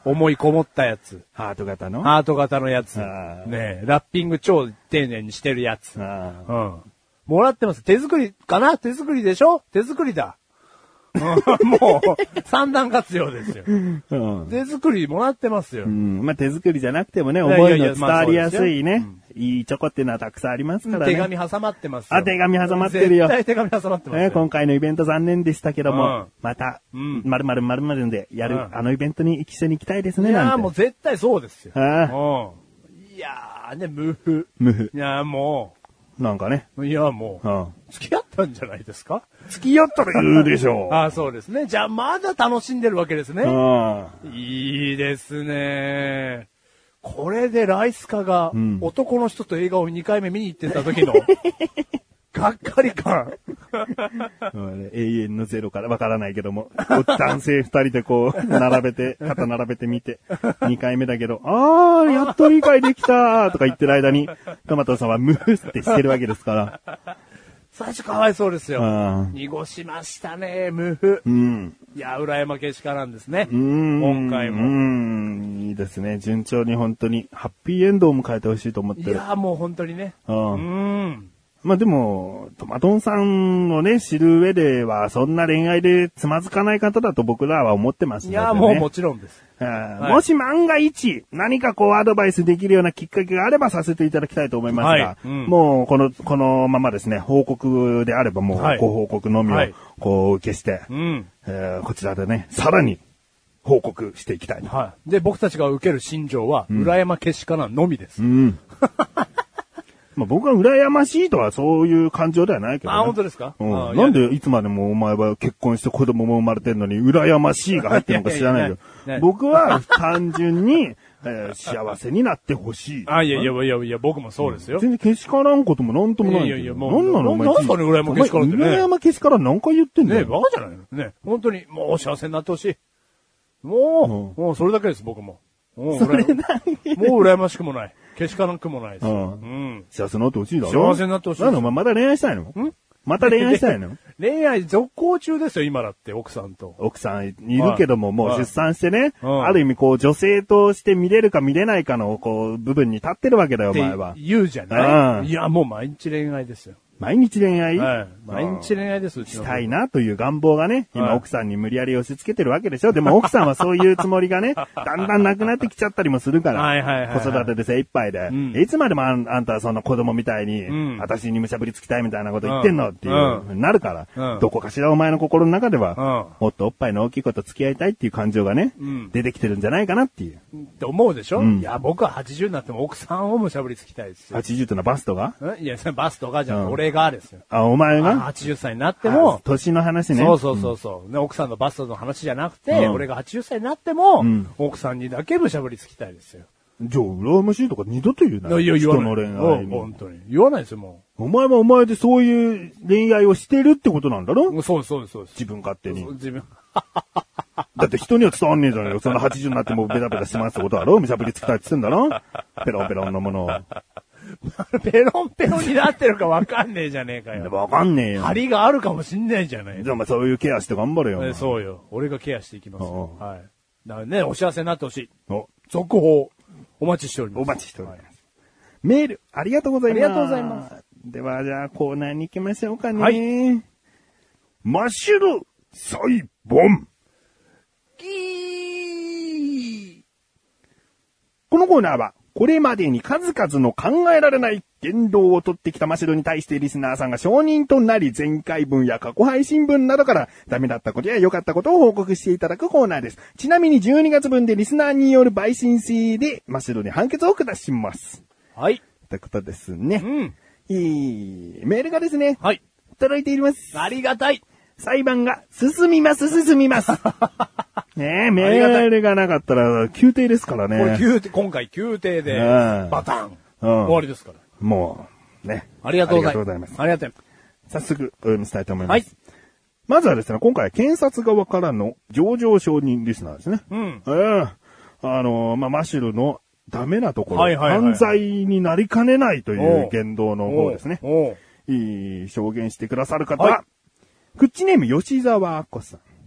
思いこもったやつ。 ハート型のハート型のやつ。 あーねラッピング超丁寧にしてるやつ。 あうん。もらってます。手作りかな手作りでしょ手作りだ。もう、三段活用ですよ。 うん手作りもらってますよ。 うん。まあ、手作りじゃなくてもね、 いやい思いやいやの伝わりやすいね、 まあそうですいいチョコっていうのはたくさんありますからね。 手紙挟まってますよ。 あ、手紙挟まってるよ。 絶対手紙挟まってますよ。 ね、今回のイベント残念でしたけども、 うんまた、 うん 〇〇〇〇でやる、 うんあのイベントに一緒に行きたいですね、 いやなんて。 ーもう絶対そうですよ。 あうん。いやーね、無風。 無風。 いやーもなんかね。 う、いやもう、 うん。 付き合ったんじゃないですか付き合ったら言うでしょう。 ああ、そうですね。じゃあまだ楽しんでるわけですね。 うん。 いいですね。これでライスカがん男の人と映画をにかいめ見に行ってた時の、がっかり感。 うんね永遠のゼロからわからないけども、男性二人でこう、並べて、肩並べてみて、にかいめだけど、あー、やっと理解できたとか言ってる間に、トマトさんはムーってしてるわけですから。 最初かわいそうですよ。 うん濁しましたね、無風。 うん。 いや、浦山けしかなんですね。 うん。 今回もうん。いいですね。順調に本当に、ハッピーエンドを迎えてほしいと思ってる。 いや、もう本当にね。 う。 うんん。 まあでも、トマトンさんをね、知る上では、そんな恋愛でつまずかない方だと僕らは思ってますので、ね。 いや、もうもちろんです。 うんはいもし万が一、何かこうアドバイスできるようなきっかけがあればさせていただきたいと思いますが、 はいうんもうこの、このままですね、報告であればもうはいご報告のみをはいこう受けして、 うん。 えーこちらでね、さらに報告していきたいな。 はい。で、僕たちが受ける心情は、浦山けしからのみです。 うん。まあ僕は羨ましいとはそういう感情ではないけどね。 あ、本当ですかうん、 あなんでいつまでもお前は結婚して子供も生まれてるのに羨ましいが入ってるのか知らないけどいやいやいや僕は単純に、えー幸せになってほしい。 あ、いやいやいやいや、僕もそうですよ。 全然けしからんこともなんともないんだけど。 いやいやもうなんなのお前。 ななんすかね羨まけしからんってねお前羨まけしからん何回言ってんだねえ、 よ。 バカじゃないのね。本当に、もう幸せになってほしい。もう、もうそれだけです、僕も。もう、 それ羨だけもう羨ましくもない。けしからんくもないです。 ううんん。 幸せになってほしいだろ。 幸せになってほしいなんでお前まだ恋愛したいのんまた恋愛したいの恋愛続行中ですよ、今だって、奥さんと。 奥さんいるけども、もうはい出産してね、 うんある意味こう女性として見れるか見れないかのこう部分に立ってるわけだよ、おって前は。 言うじゃなうんいいや、もう毎日恋愛ですよ。 毎日恋愛、 はい。毎日恋愛です、うちの。 したいなという願望がね、今はい奥さんに無理やり押し付けてるわけでしょ。でも奥さんはそういうつもりがね、だんだんなくなってきちゃったりもするから、 はいはいはいはい子育てで精一杯で、 うんいつまでもあんあんたはその子供みたいに、 うん私にむしゃぶりつきたいみたいなこと言ってんの、 うんっていうふうになるから、 うんどこかしらお前の心の中では、 うんもっとおっぱいの大きい子と付き合いたいっていう感情がね、 うん出てきてるんじゃないかなっていう。 って思うでしょ、 うんいや、僕ははちじゅうになっても奥さんをむしゃぶりつきたいですよ。 はちじゅうってのはバストがえいや、それバスとかじゃなくてうん俺がですよ。 あ、お前あがはちじゅっさいになってもあ、年の話ね。 そうそうそうそう、ね。奥さんのバストの話じゃなくて、 うん俺がはちじゅっさいになっても、 うん奥さんにだけむしゃぶりつきたいですよ。 じゃあ、羨ましいとか二度と言うな。 いや、言わない。 人の恋愛うんに。 本当に。言わないですよ、もお前はお前でそういう恋愛をしてるってことなんだろう。そうです、そうです、そうです。 自分勝手にそう。自分。 だって人には伝わんねえじゃねえよ。そのはちじゅうになってもベタベタしますってことだろむしゃぶりつきたいって言ってんだろペロンペロンのものを。 ペロンペロンになってるかわかんねえじゃねえかよ。 わかんねえよ。 張りがあるかもしんないじゃないじゃあお前そういうケアして頑張れよ。お前えそうよ。俺がケアしていきますよ。 うはい。だからね、お幸せになってほしい。 お、 続報、お待ちしております。 お待ちしております。メール、ありがとうございます。 ありがとうございます。 では、じゃあコーナーに行きましょうかね。 はいマッシュル、サイボン。 キーこのコーナーは、これまでに数々の考えられない言動を取ってきたマシロに対してリスナーさんが承認となり、前回分や過去配信分などからダメだったことや良かったことを報告していただくコーナーです。ちなみにじゅうにがつ分でリスナーによる陪審制でマシロに判決を下します。 はい。 ということですね。 うん。 いいメールがですね、 はい。 届いています。 ありがたい。 裁判が進みます、進みます。ねえ、メールがなかったら宮廷ですからね。 これ宮廷、今回宮廷で、 うんバタン、 うん終わりですから。 もう、ね。 ありがとうございます。 ありがとうございます。 ありがとう早速、お読みしたいと思います。 はいまずはですね、今回は検察側からの上場承認リスナーですね。 うん。 ええあのーまあ、マシュルのダメなところ、 はいはいはい犯罪になりかねないという言動の方ですね。 おういい証言してくださる方はは、クッチネーム吉沢あこさん。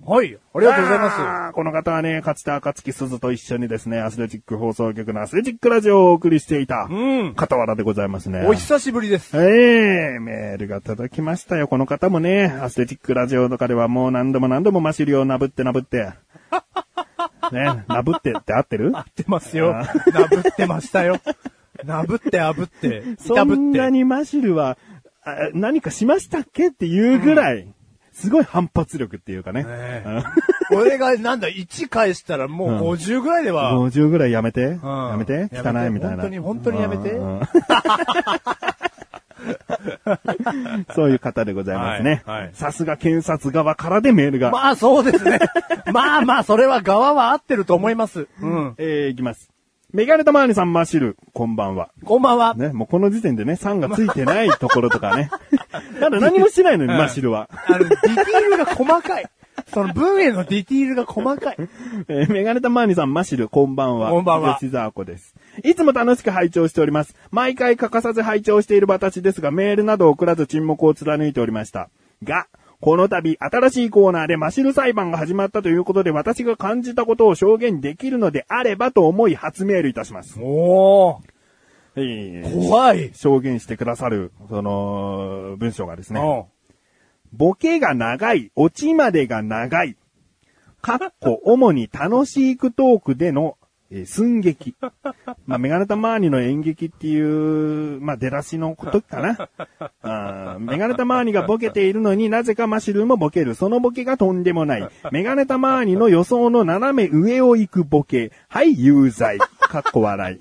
はい。ありがとうございます。 この方はね、かつて赤月鈴と一緒にですね、アスレチック放送局のアスレチックラジオをお送りしていた、うん。傍らでございますね。 お久しぶりです。 ええー、メールが届きましたよ。この方もね、アスレチックラジオとかではもう何度も何度もマシリをなぶってなぶって。ね、なぶってって合ってる？ 合ってますよ。なぶってましたよ。なぶってあぶって、 そんなにマシルは何かしましたっけっていうぐらい、うん、すごい反発力っていうかね。ね俺がなんだ、いち返したらもうごじゅうぐらいでは。 うん、ごじゅうぐらいやめて。うん、やめて。汚いみたいな。 本当に、本当にやめて。うんそういう方でございますね。はいはい、さすが検察側からでメールが。 まあそうですね。まあまあ、それは側は合ってると思います。うん。 えー、いきます。メガネタマーニさんマシル、こんばんは。 こんばんは。 ね、もうこの時点でね、さんがついてないところとかね。まだ何もしてないのに、マシルは。 あの、ディティールが細かい。その文へのディティールが細かい。 えー、メガネタマーニさんマシル、こんばんは。 こんばんは。 吉沢子です。いつも楽しく拝聴しております。毎回欠かさず拝聴している私ですが、メールなどを送らず沈黙を貫いておりました。が、この度、新しいコーナーでマシル裁判が始まったということで、私が感じたことを証言できるのであればと思い初メールいたします。 おー。 えー、 怖い。 証言してくださる、その、文章がですね。ボケが長い、オチまでが長い。かっこ、主に楽しいトークでの、えー、寸劇。まあ、メガネタマーニの演劇っていう、まあ、出だしのことかな。あメガネタマーニがボケているのになぜかマシルもボケる。そのボケがとんでもない。メガネタマーニの予想の斜め上を行くボケ。はい、有罪。かっこ笑い。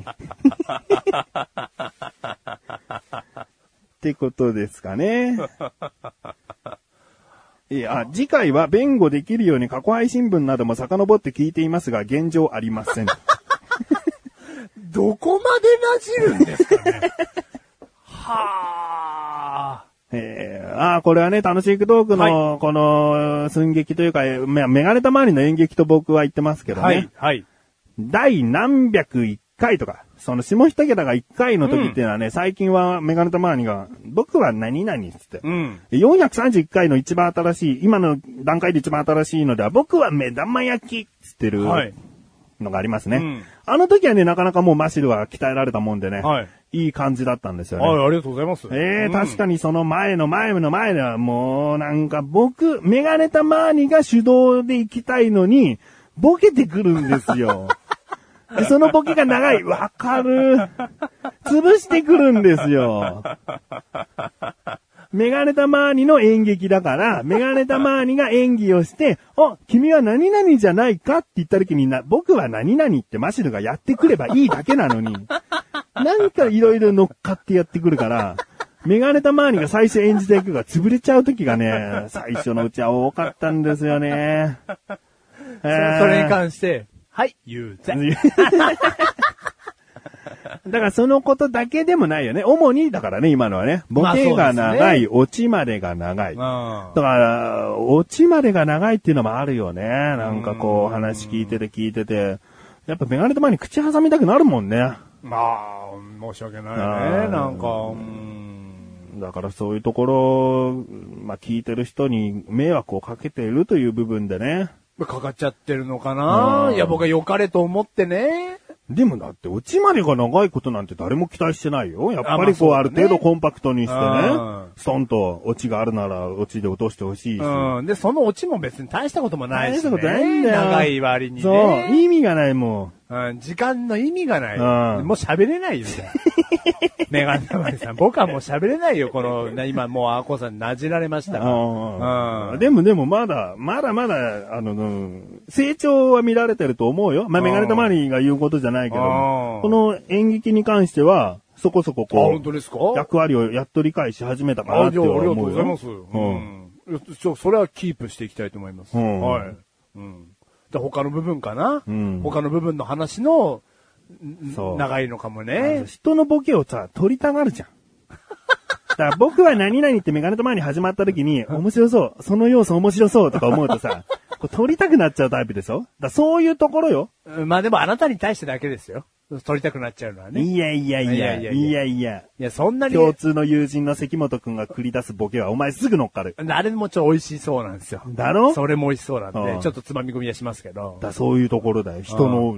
ってことですかね。いや、次回は弁護できるように過去配信分なども遡って聞いていますが、現状ありません。 どこまでなじるんですかね。はぁ。えー、ああ、これはね、楽しいトークの、はい、この、寸劇というか、メガネタ周りの演劇と僕は言ってますけどね。 はい、はい。 第何百一回とか、その下一桁が一回の時っていうのはね、うん、最近はメガネタ周りが、僕は何々っつって、うん、よんひゃくさんじゅういっかいの一番新しい、今の段階で一番新しいのでは、僕は目玉焼きっつってるのがありますね。はい、うん、あの時はね、なかなかもうマシルは鍛えられたもんでね、はい、いい感じだったんですよね。 はい、ありがとうございます。 ええーうん、確かにその前の前の前ではもうなんか僕、メガネタ周りが主導で行きたいのに、ボケてくるんですよ。でそのボケが長い。わかる。潰してくるんですよ。メガネタマーニの演劇だから、メガネタマーニが演技をして、あ、君は何々じゃないかって言った時にな、僕は何々ってマシルがやってくればいいだけなのに、なんかいろいろ乗っかってやってくるから、メガネタマーニが最初演じていくが潰れちゃう時がね、最初のうちは多かったんですよね。 えー、それに関して、はい、言うぜ。 だからそのことだけでもないよね。主に、だからね、今のはね、ボケが長い、まあね、オチまでが長い。だから、オチまでが長いっていうのもあるよね。なんかこう、話聞いてて聞いてて。やっぱメガネたまに口挟みたくなるもんね。 まあ、申し訳ないね。なんか、うん。 だからそういうところ、まあ聞いてる人に迷惑をかけているという部分でね。 かかっちゃってるのかな。いや、僕は良かれと思ってね。 でもだって、オチまでが長いことなんて誰も期待してないよ。やっぱりこう、ある程度コンパクトにしてね、ストンとオチがあるなら、オチで落としてほしいし。 うん。で、そのオチも別に大したこともないし、ね。大したことないんだよ。長い割にね。 そう。意味がないもん。 うん、時間の意味がない。うん、もう喋れないよ、じゃあ。メガネたまりさん。僕はもう喋れないよ、この、今もうアーコーさんになじられましたから。 うん、でもでもまだ、まだまだ、あの、うん、成長は見られてると思うよ。まあ、メガネたまりが言うことじゃないけど、この演劇に関しては、そこそここう、 本当ですか？ 役割をやっと理解し始めたかなって思うよ。 あ、ありがとうございます。うん。ちょ、それはキープしていきたいと思います。うん、はい。うん。で他の部分かな、うん、他の部分の話の、長いのかもね。 人のボケをさ、取りたがるじゃん。だから僕は何々ってメガネと前に始まった時に、面白そう、その要素面白そうとか思うとさ、こう取りたくなっちゃうタイプでしょ。だそういうところよ。 まあでもあなたに対してだけですよ。 撮りたくなっちゃうのはね。 いやいやいや、いやいやいや。いや、 いやそんなに。 共通の友人の関本くんが繰り出すボケはお前すぐ乗っかる。 あれもちょっと美味しそうなんですよ。 だろ？ それも美味しそうなんで、うん、ちょっとつまみ込みはしますけど。 だそういうところだよ。人の、うん、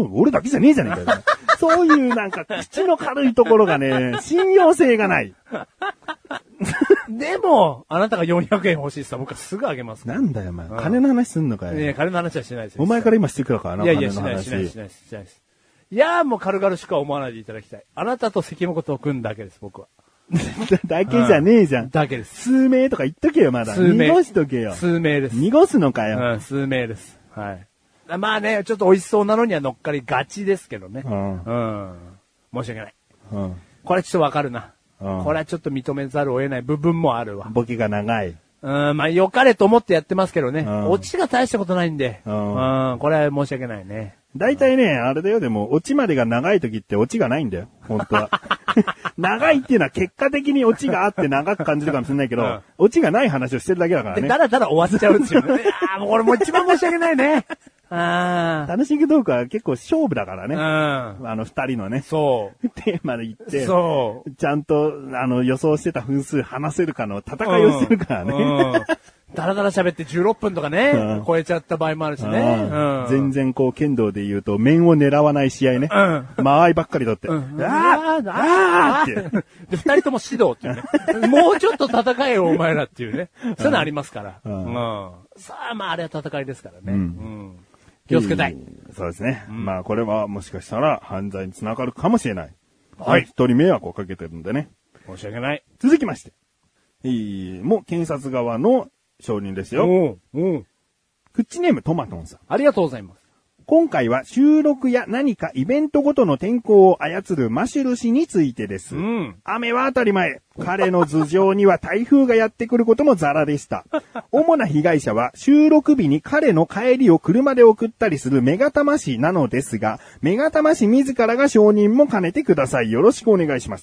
俺だけじゃねえじゃねえかよ。そういうなんか口の軽いところがね、信用性がない。 でも、あなたがよんひゃくえん欲しいって言ったら僕はすぐあげますから。 なんだよ、お前。うん、金の話すんのかよ。 いや、金の話はしてないですよ。 お前から今してくるからな、 いやいや、しない、しない、しない、しないです。いやーもう軽々しくは思わないでいただきたい。あなたと関本を組んだけです、僕は。 だけじゃねえじゃん。 うん、だけです。 数名とか言っとけよ、まだ。数名。濁しとけよ。 数名です。 濁すのかよ。 うん、数名です。はい。まあね、ちょっと美味しそうなのには乗っかりがちですけどね。うん。うん。申し訳ない。うん。これちょっとわかるな。うん。これはちょっと認めざるを得ない部分もあるわ。 ボケが長い。 うん、まあ良かれと思ってやってますけどね。うん。オチが大したことないんで。うん。うん、これは申し訳ないね。 大体ね、あれだよ、でも、オチまでが長い時ってオチがないんだよ、本当は。長いっていうのは結果的にオチがあって長く感じるかもしれないけど、うん、オチがない話をしてるだけだからね。 で、だらだら終わっちゃうんですよね。ああ、もうこれもう一番申し訳ないね。 ああ。楽しいトークは結構勝負だからね。うん。あの二人のね。 そう。 テーマで言って。 そう。 ちゃんと、あの、予想してた分数話せるかの戦いをしてるからね。うんうんだらだら喋ってじゅうろっぷんとかね、うん、超えちゃった場合もあるしね。 うん、全然こう、剣道で言うと、面を狙わない試合ね。うん、間合いばっかり取って。うん、あーあーって。 で、二人とも指導っていうね。もうちょっと戦えよ、お前らっていうね。そういうのありますから。うんうん、さあ、まあ、あれは戦いですからね。うんうん、気をつけたい。 そうですね。うん、まあ、これはもしかしたら犯罪につながるかもしれない。はい。一人迷惑をかけてるんでね。 申し訳ない。 続きまして。えー、もう検察側の承認ですよ。 おうおうクッチネームトマトンさん。 ありがとうございます。 今回は収録や何かイベントごとの天候を操るマシュル氏についてです。うん、雨は当たり前。彼の頭上には台風がやってくることもザラでした。主な被害者は収録日に彼の帰りを車で送ったりするメガタマ氏なのですが、メガタマ氏自らが承認も兼ねてください。よろしくお願いします。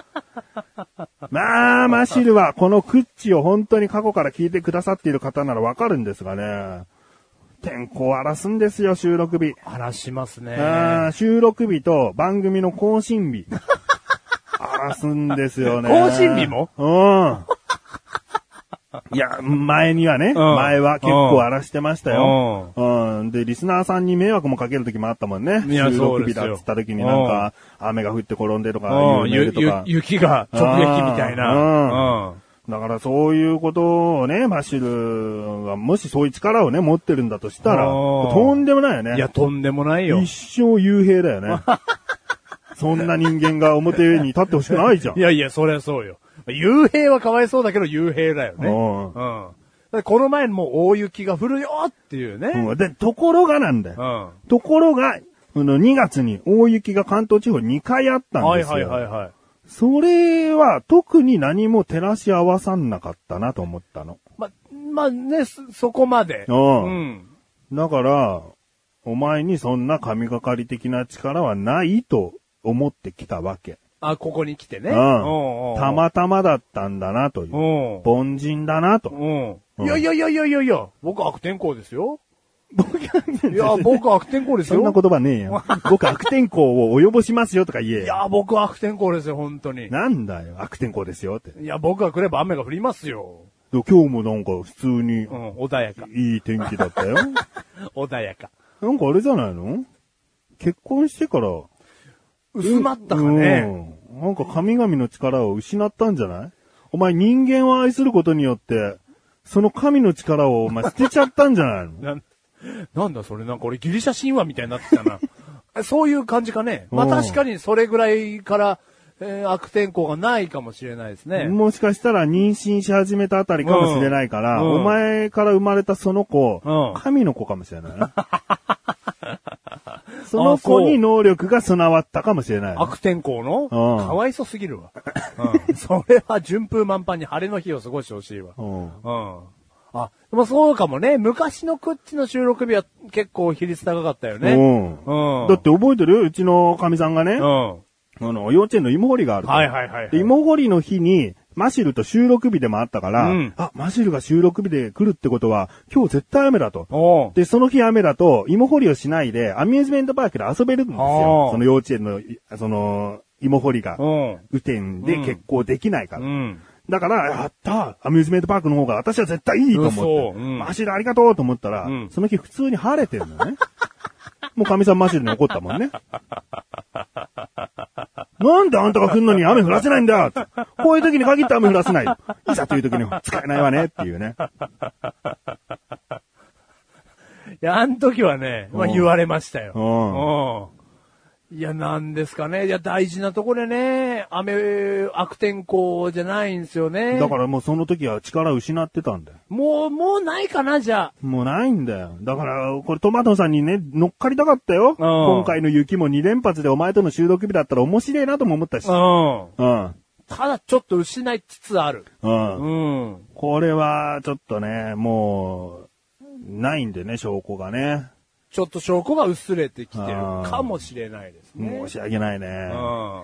まあ、マシルはこのクッチを本当に過去から聞いてくださっている方ならわかるんですがね。天候を荒らすんですよ、収録日。 荒らしますね。 収録日と番組の更新日。荒らすんですよね。 更新日もうん。いや、前にはね、うん、前は結構荒らしてましたよ、うんうん。で、リスナーさんに迷惑もかける時もあったもんね。収録日だっつった時になんか、雨が降って転んでとか、 いうとか雪が直撃みたいな。 だからそういうことをね、マシルがもしそういう力をね、持ってるんだとしたら、とんでもないよね。 いや、とんでもないよ。 一生幽閉だよね。そんな人間が表に立ってほしくないじゃん。 いやいや、そりゃそうよ。幽閉はかわいそうだけど幽閉だよね。うん。この前もう大雪が降るよっていうね。 うん、で、ところがなんだよ。うん、ところが、にがつに大雪が関東地方にかいあったんですよ。はいはいはいはい。それは特に何も照らし合わさんなかったなと思ったの。 ま、まあね、そ、そこまで。 うん。うん。だから、お前にそんな神がかり的な力はないと思ってきたわけ。 あ、ここに来てね。 うん。おうおうたまたまだったんだなという。うん。凡人だなと。 うん。いやいやいやいやいやいや、僕悪天候ですよ。僕いや、僕悪天候ですよ。 そんな言葉ねえよ。僕悪天候を及ぼしますよとか言え。 いや、僕悪天候ですよ、本当に。 なんだよ、悪天候ですよって。 いや、僕が来れば雨が降りますよ。 今日もなんか普通に。うん、 穏やか。 いい天気だったよ。 穏やか。 なんかあれじゃないの？結婚してから。 薄まったかね。 うん。なんか神々の力を失ったんじゃない？お前人間を愛することによって、その神の力をお前捨てちゃったんじゃないの？ななんだそれなんか俺ギリシャ神話みたいになってたな。そういう感じかね。まあ確かにそれぐらいから、えー、悪天候がないかもしれないですね。 もしかしたら妊娠し始めたあたりかもしれないから、うんうん、お前から生まれたその子、うん、神の子かもしれないな。その子に能力が備わったかもしれない。 悪天候の、うん、かわいそすぎるわ、うん。それは順風満帆に晴れの日を過ごしてほしいわ。うんうんあ、でもそうかもね。昔のクッチの収録日は結構比率高かったよね。 うん。うん、だって覚えてる？うちの神さんがね。うん。あの、幼稚園の芋掘りがある。 はいはいはい、はい。 芋掘りの日に、 マシルと収録日でもあったから、うん、あ、マシルが収録日で来るってことは、今日絶対雨だと。で、その日雨だと、芋掘りをしないで、アミューズメントパークで遊べるんですよ。その幼稚園の、その、芋掘りが、雨天で結構できないから。うん、だから、やったアミューズメントパークの方が私は絶対いいと思って、うん、マシルありがとうと思ったら、うん、その日普通に晴れてるのね。もう神さんマシルに怒ったもんね。なんであんたが来んのに雨降らせないんだよこういう時に限って雨降らせない。いざという時に使えないわねっていうね。 いや、あの時はね、まあ、言われましたよ。うん。いや、なんですかね。いや、大事なとこでね、雨、悪天候じゃないんですよね。 だからもうその時は力失ってたんだよ。 もう、もうないかな、じゃあ。 もうないんだよ。だから、これトマトさんにね、乗っかりたかったよ。うん、今回の雪もに連発でお前との収録日だったら面白いなとも思ったし。うん。うん。 ただちょっと失いつつある。うん。 うん。これは、ちょっとね、もう、ないんでね、証拠がね。 ちょっと証拠が薄れてきてるかもしれないですね。 申し訳ないね。うん。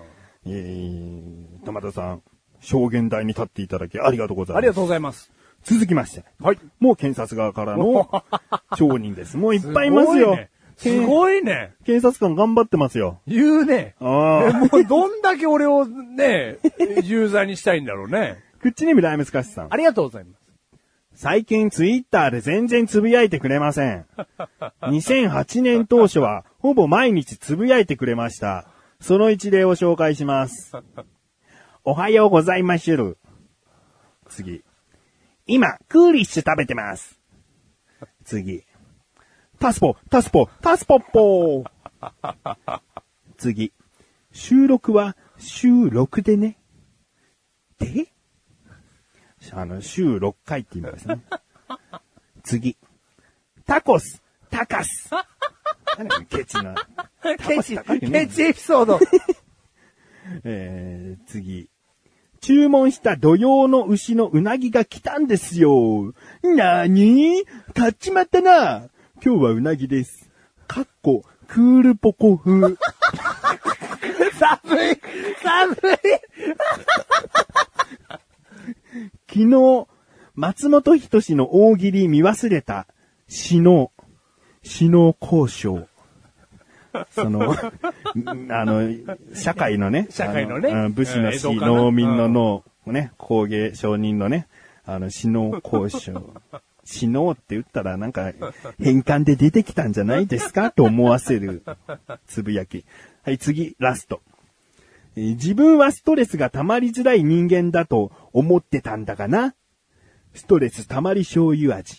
えー、トマトさん、証言台に立っていただきありがとうございます。 ありがとうございます。 続きまして。 はい。 もう検察側からの証人です。もういっぱいいますよ。 すごいね。 検察官頑張ってますよ。 言うね。あもうどんだけ俺をね、有罪にしたいんだろうね。 口にみライムスカシさん。 ありがとうございます。 最近ツイッターで全然つぶやいてくれません。にせんはちねん当初はほぼ毎日つぶやいてくれました。その一例を紹介します。おはようございまする。次。今、クーリッシュ食べてます。次。タスポ、タスポ、タスポッポー。次。収録は週ろくでね。であの、週ろっかいって言うんですね。次。タコス、タカス。何ケチな。 ケチ、ケチエピソード。 えー、次。注文した土曜の牛のうなぎが来たんですよ。なーに買っちまったな。今日はうなぎです。かっこ、クールポコ風。 寒い寒い昨日、松本人志の大喜利見忘れた、死の、死の交渉。その、あの、社会のね、 社会のね、 武士の死、農民の農、ね、工芸商人のね、あの、死の交渉。死のって言ったらなんか、変換で出てきたんじゃないですかと思わせる、つぶやき。はい、次、ラスト。自分はストレスが溜まりづらい人間だと思ってたんだがな。ストレス溜まり醤油味。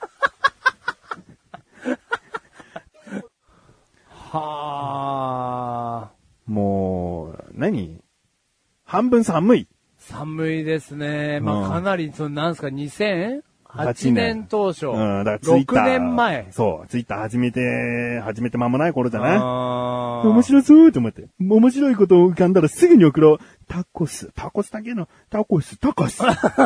はあ。 もう、何半分寒い。 寒いですね。まあ、かなり、その、なんすか、にせんはちねん当初。うん、だからろくねんまえ。 そう、ツイッター始めて、始めて間もない頃じゃない？面白そうと思って。面白いことを浮かんだらすぐに送ろう。タコス、タコスだけの、タコス、タコス。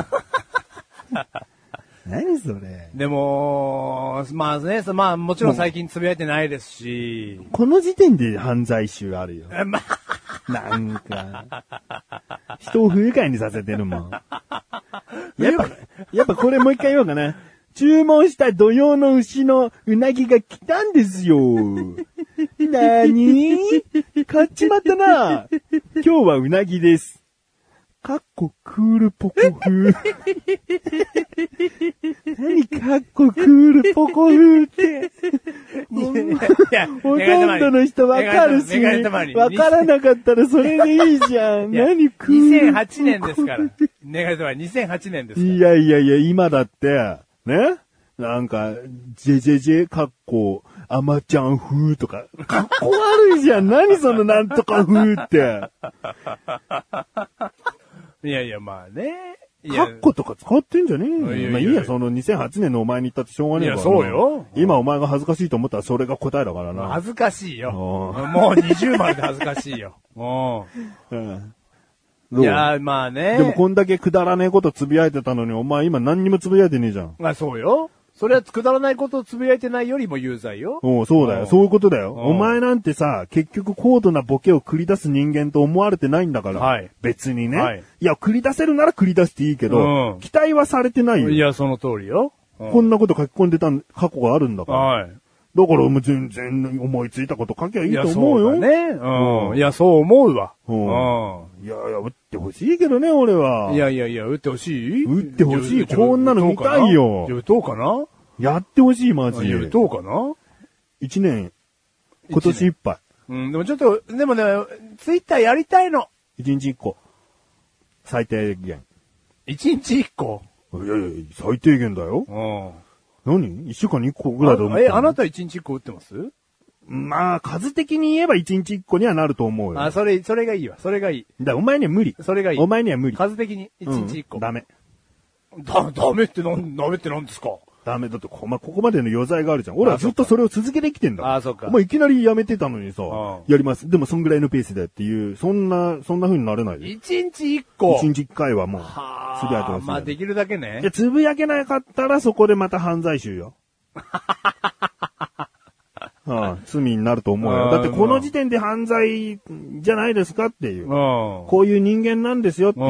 何それ。 でも、まあね、まあもちろん最近つぶやいてないですし。 この時点で犯罪集あるよ。なんか、人を不愉快にさせてるもん。やっぱ、やっぱこれもう一回言おうかな。注文した土曜の牛のうなぎが来たんですよ。なーに買っちまったな。今日はうなぎです。かっこクールポコ風。何かっこクールポコ風って。ほとんどの人わかるし、わからなかったらそれでいいじゃん。何クール。 にせんはちねんですから。ネガティブはにせんはちねんですから。 いやいやいや、今だって、ねなんか、ジェジェジェかっこ、アマちゃん風とか、かっこ悪いじゃん。何そのなんとか風って。 いやいや、まあね。 カッコとか使ってんじゃねえよ。いやいやまあいいや、そのにせんはちねんのお前に言ったってしょうがねえから。 いや、そうよ。 今お前が恥ずかしいと思ったらそれが答えだからな。 恥ずかしいよ。もうにじゅうまで恥ずかしいよ。うん。いや、まあね。 でもこんだけくだらねえことつぶやいてたのに、お前今何にもつぶやいてねえじゃん。 まあそうよ。 それはくだらないことをつぶやいてないよりも有罪よ。 おうそうだよ。そういうことだよ。お前なんてさ、結局高度なボケを繰り出す人間と思われてないんだから。はい。別にね。はい。いや、繰り出せるなら繰り出していいけど、うん、期待はされてないよ。 いや、その通りよ。 うん、こんなこと書き込んでた過去があるんだから。はい。だからもう全然思いついたこと書きゃいいと思うよ。 いや、そうだね。うん。いや、そう思うわ。うん。 いやいや、打ってほしいけどね、俺は。 いやいやいや、打ってほしい？ 打ってほしい。こんなの見たいよ。 打とうかな？ やってほしい、マジで。 打とうかな？ 一年、今年いっぱい。 うん、でもちょっと、でもね、ツイッターやりたいの。 一日一個。最低限。 一日一個？ いやいや、最低限だよ。うん。何？一週間に一個ぐらいだと思う。 え、あなた一日一個打ってます？ まあ、数的に言えば一日一個にはなると思うよ。 あ、それ、それがいいわ。それがいい。 だ、お前には無理。 それがいい。 お前には無理。 数的に一日一個。 うん、ダメ。 だ、ダメってなん、ダメってなんですか？ ダメだって、お前ここまでの余罪があるじゃん。俺はずっとそれを続けてきてんだ。 ああ、そっか。 お前いきなりやめてたのにさ、やります。でもそんぐらいのペースでっていう、そんな、そんな風になれないで。 一日一個。 一日一回はもう、 つぶやいてます。まあできるだけね。 いや、つぶやけなかったらそこでまた犯罪集よ。ああ、罪になると思うよ。だってこの時点で犯罪じゃないですかっていう。こういう人間なんですよっていう。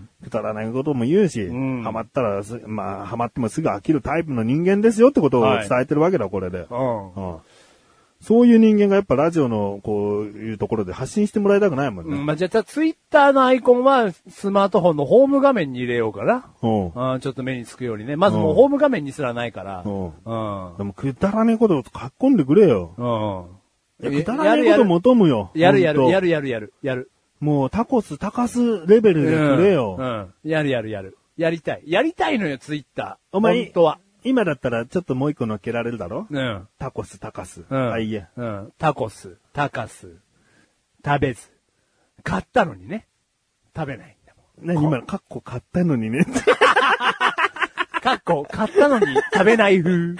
くだらないことも言うし、うん、ハマったらす、まあ、ハマってもすぐ飽きるタイプの人間ですよってことを伝えてるわけだ、これで、うんうん。そういう人間がやっぱラジオのこういうところで発信してもらいたくないもんね。 うん、まあ、じゃあツイッターのアイコンはスマートフォンのホーム画面に入れようかな。うん、ちょっと目につくようにね。まずもうホーム画面にすらないから。うんうん、 でもくだらねえことを書き込んでくれよ。うん、いやくだらねえこと求むよ。 やるやるやるやるやるやる。 もうタコス高すレベルでくれよ、 うん。うん。やるやるやる。やりたい。やりたいのよ、ツイッター。お前、本当は。 今だったらちょっともう一個乗っけられるだろ？うん。タコス高す。うん。あ、いいえ。 うん。タコス、高す。食べず。買ったのにね。食べないんだもん。何今、カッコ買ったのにね。 カッコ買ったのに食べない風。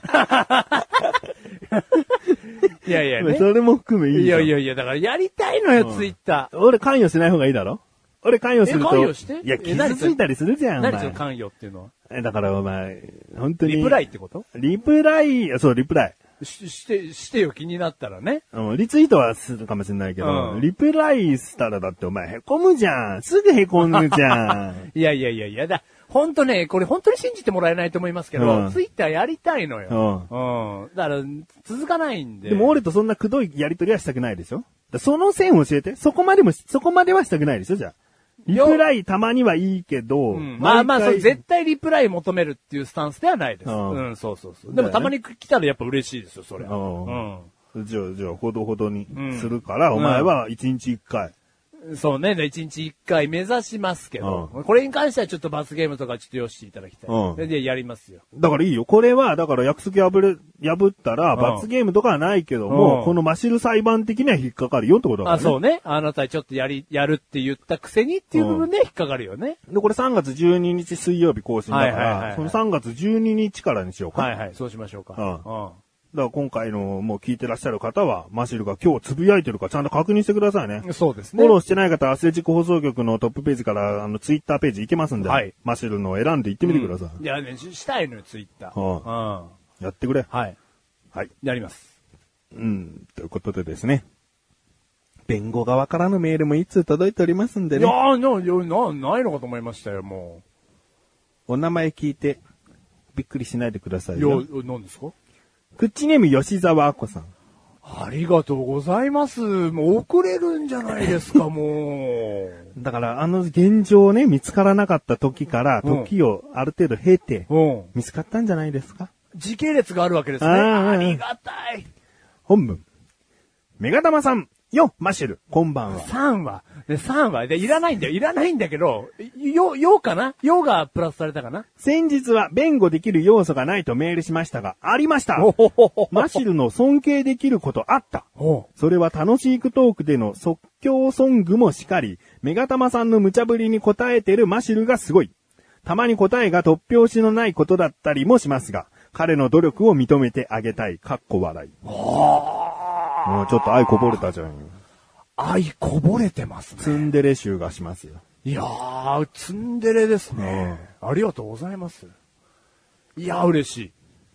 いやいやね。 それも含めいい。 いやいやいや、だからやりたいのよ、うん、ツイッター。 俺関与しない方がいいだろ？俺関与すると。 関与して？ いや、傷ついたりするじゃん。 何その関与っていうのは？ え、だからお前、本当に。 リプライってこと？ リプライ、そう、リプライ。 し、して、してよ、気になったらね。 うん、リツイートはするかもしれないけど、うん、リプライしたらだってお前凹むじゃん。すぐ凹むじゃん。 いやいやいやいやだ。ほんとね、これ本当に信じてもらえないと思いますけど、うん、ツイッターやりたいのよ。うん。うん。だから、続かないんで。 でも俺とそんなくどいやりとりはしたくないでしょ？その線教えて。そこまでも、そこまではしたくないでしょ？じゃあ。リプライたまにはいいけど、 うん、まあまあそう、絶対リプライ求めるっていうスタンスではないです。うん、うん、そうそうそう。でもたまに来たらやっぱ嬉しいですよ、それ。うん。 うん、じゃあ、じゃあ、ほどほどにするから、うん、お前は一日一回。 そうね、一日一回目指しますけど、うん、これに関してはちょっと罰ゲームとかちょっとよしていただきたい。うん。で、やりますよ。 だからいいよ。これは、だから約束破れ、破ったら罰ゲームとかはないけども、うん、このマシル裁判的には引っかかるよってことだからね。 あ、そうね。あなたちょっとやり、やるって言ったくせにっていう部分で引っかかるよね。 で、これさんがつじゅうににち水曜日更新だから、はいはいはいはい、そのさんがつじゅうににちからにしようか。 はいはい、そうしましょうか。うん。うんだから今回のもう聞いてらっしゃる方は、マシルが今日つぶやいてるかちゃんと確認してくださいね。 そうですね。 フォローしてない方はアスレチック放送局のトップページからあのツイッターページ行けますんで、はい、マシルのを選んで行ってみてください。 うん、いやね、したいのよ、ツイッター。 はあ、うん。やってくれ。 はい。 はい。 やります。 うん。ということでですね。弁護側からのメールもいつ届いておりますんでね。 いやー、な、な、ないのかと思いましたよ、もう。お名前聞いて、びっくりしないでくださいよ。 いや、何ですか？ クッチネーム吉沢あこさん。 ありがとうございます。もう遅れるんじゃないですか、もう。だから、あの現状ね、見つからなかった時から、時をある程度経て、うん、見つかったんじゃないですか？ 時系列があるわけですね。あ, ありがたい。 本文。メガタマさん。よ、マシュル、こんばんは。 さんは、で、さんは、で、いらないんだよ、いらないんだけど、よ、よかなよがプラスされたかな先日は弁護できる要素がないとメールしましたが、ありました。マシュルの尊敬できることあった。それは楽しいクトークでの即興ソングもしかり、メガタマさんの無茶ぶりに答えてるマシュルがすごい。たまに答えが突拍子のないことだったりもしますが、彼の努力を認めてあげたい。かっこ笑い。もうちょっと愛こぼれたじゃんよ。 愛こぼれてますね。 ツンデレ臭がしますよ。 いやー、ツンデレですね。ありがとうございます。いやー、嬉しい。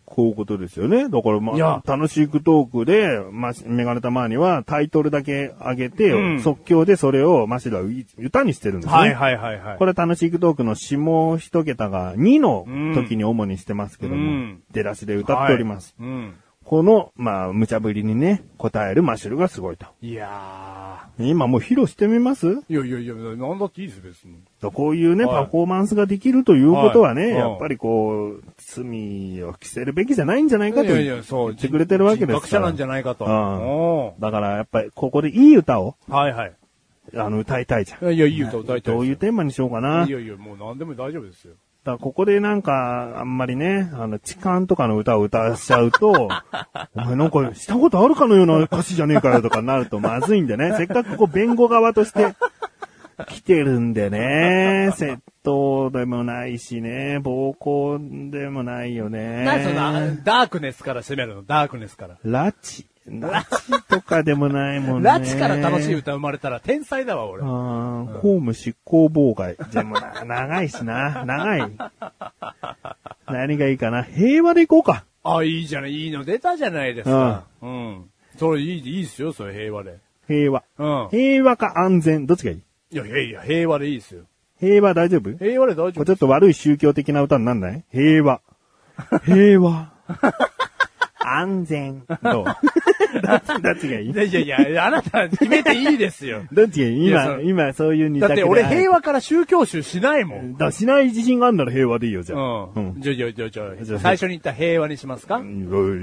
こういうことですよね。だからまあ、楽しくトークで、ま、メガネたまにはタイトルだけ上げて、うん、即興でそれをマシルは歌にしてるんですね。 はいはいはいはい。 これ楽しくトークの下一桁がにの時に主にしてますけども、うん、出だしで歌っております。はい、うんこの、まあ、無茶ぶりにね、答えるマッシュルがすごいと。 いやー。今もう披露してみます？いやいやいや、なんだっていいです別に。 こういうね、はい、パフォーマンスができるということはね、はい、やっぱりこう、罪を着せるべきじゃないんじゃないかと言ってくれてるわけですから。 人格者なんじゃないかと。 うん。だからやっぱりここでいい歌を。 はいはい。 あの、歌いたいじゃん。 いや、いい歌歌いたい。 どういうテーマにしようかな。 いやいや、もう何でも大丈夫ですよ。 だからここでなんか、あんまりね、あの、痴漢とかの歌を歌わしちゃうと、お前なんかしたことあるかのような歌詞じゃねえかよとかなるとまずいんでね。せっかくここ弁護側として来てるんでね。窃盗でもないしね、暴行でもないよね。 何その、ダークネスから攻めるの、ダークネスから。 拉致。拉致とかでもないもんね。 拉致から楽しい歌生まれたら天才だわ、俺。 あうん、公務執行妨害。でもな、長いしな。長い。何がいいかな。平和でいこうか。 あ、いいじゃない。いいの出たじゃないですか。うん。うん、それいい、いいっすよ、それ平和で。 平和。うん。平和か安全。どっちがいい？ いやいやいや、平和でいいっすよ。 平和大丈夫？ 平和で大丈夫。 これちょっと悪い宗教的な歌になんない？平和。平和。安全。どう？どっちがいい？ いやいやいや、あなた決めていいですよ。 どっちがいい？今、今そういう二択。 だって俺平和から宗教集しないもん。 だしない自信があるなら平和でいいよ、じゃあ。 うん。じゃあ、じゃあ、じゃあ、じゃあ、最初に言った平和にしますか？うん、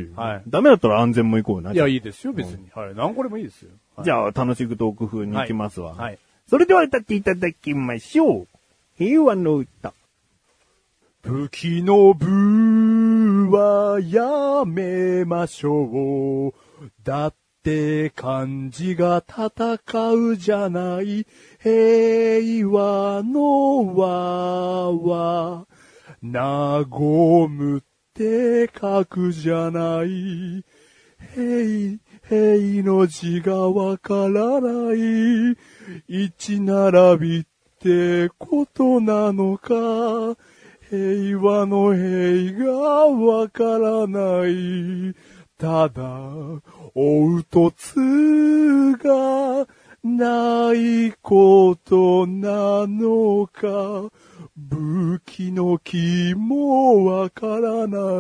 はい。ダメだったら安全も行こうな。 いや、いいですよ、別に。はい。何個でもいいですよ。 じゃあ、楽しくトーク風に行きますわ。 はい。 それでは歌っていただきましょう。平和の歌。 武器の部はやめましょう。だって漢字が戦うじゃない。平和の和は和むって書くじゃない。平、平の字がわからない。一並びってことなのか。平和の平がわからない。ただ、追うとつがないことなのか。武器の木もわからない。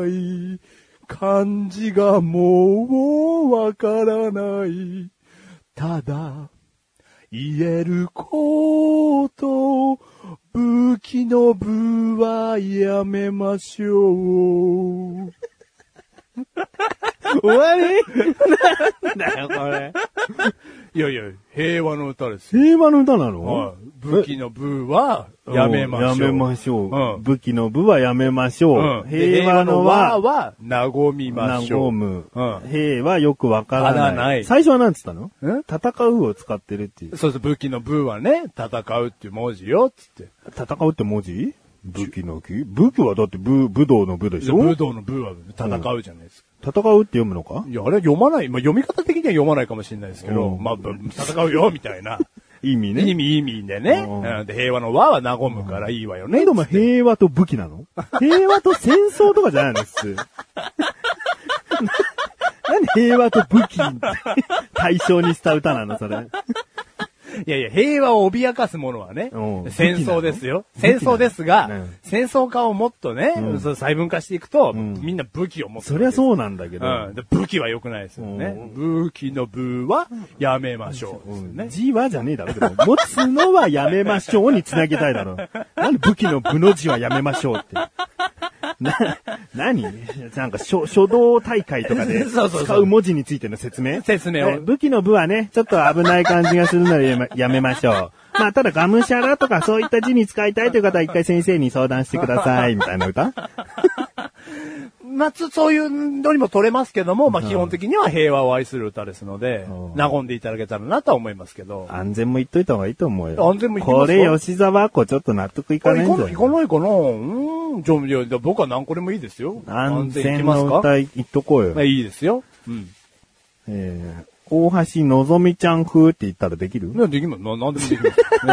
漢字がもうわからない。ただ、言えること、武器の部はやめましょう。 終わりなんだよ、これ。 いやいや、平和の歌ですよ。 平和の歌なの？ はい。武器の部はやめましょう。 やめましょう。うん、武器の部はやめましょう。 うん、平和の和は和みましょう。 和む。うん、平はよくわからない。ない。最初は何つったの？戦うを使ってるっていう。 そうそう、武器の部はね、戦うっていう文字よ、つって。 戦うって文字？武器の木？武器はだって武、武道の武でしょ？ 武道の武は戦うじゃないですか。 戦うって読むのか？ いや、あれは読まない。まあ、読み方的には読まないかもしれないですけど、まあ、戦うよ、みたいな。 意味ね。 意味意味でね。うん、で、平和の和は和むからいいわよね。 でも平和と武器なの？平和と戦争とかじゃないのっす。なんで平和と武器対象にした歌なのそれ。 いやいや、平和を脅かすものはね、戦争ですよ。戦争ですが、ね、戦争家をもっとね、うん、細分化していくと、うん、みんな武器を持ってる。 そりゃそうなんだけど。 うん、武器は良くないですよね。武器の部はやめましょう、 ね。字はじゃねえだろ。でも持つのはやめましょうにつなげたいだろ。なんで武器の部の字はやめましょうって。な、何なんか書、書道大会とかで使う文字についての説明説明を。 武器の部はね、ちょっと危ない感じがするのでやめ、やめましょう。まあ、ただガムシャラとかそういった字に使いたいという方は一回先生に相談してください、みたいな歌まあ、そういうのにも取れますけども、まあ、基本的には平和を愛する歌ですので、和んでいただけたらなとは思いますけど。 安全も言っといた方がいいと思うよ。 安全も言ってますか？これ吉沢子ちょっと納得いかないんじゃない？ いかないかな？うん。じゃあ、いや、僕は何個でもいいですよ。 安全の歌言っとこうよ。 まあ、いいですよ。うん。 えー、大橋のぞみちゃん風って言ったらできる？ ね、できます。な、なんでもできます。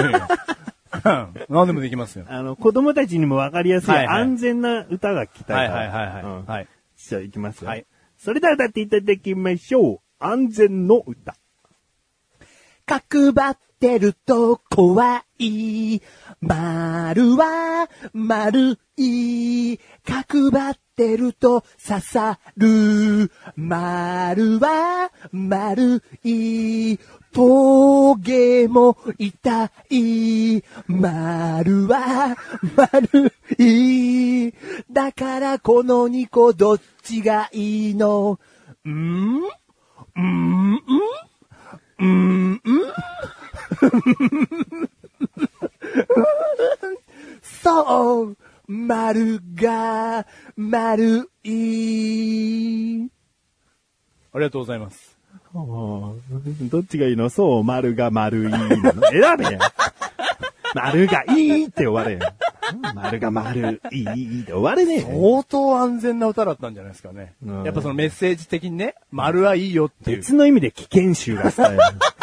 ね何でもできますよ。 あの、子供たちにもわかりやすい安全な歌が聞きたいから。 はいはいはいはい。はい。 じゃあ行きますよ。 はい。 それでは歌っていただきましょう。安全の歌。 角張ってると怖い。丸は丸い。角張ってると刺さる。丸は丸い。峠も痛い。丸は丸い。だからこのにこどっちがいいの？ん？ん？ん？うん、うんそう、丸が、丸い。ありがとうございます。 どっちがいいの？そう、丸が丸いの。選べよ。丸がいいって終われよ。丸が丸いいで終われねえよ。 相当安全な歌だったんじゃないですかね。うん、やっぱそのメッセージ的にね、丸はいいよっていう。 別の意味で危険臭がしたよ。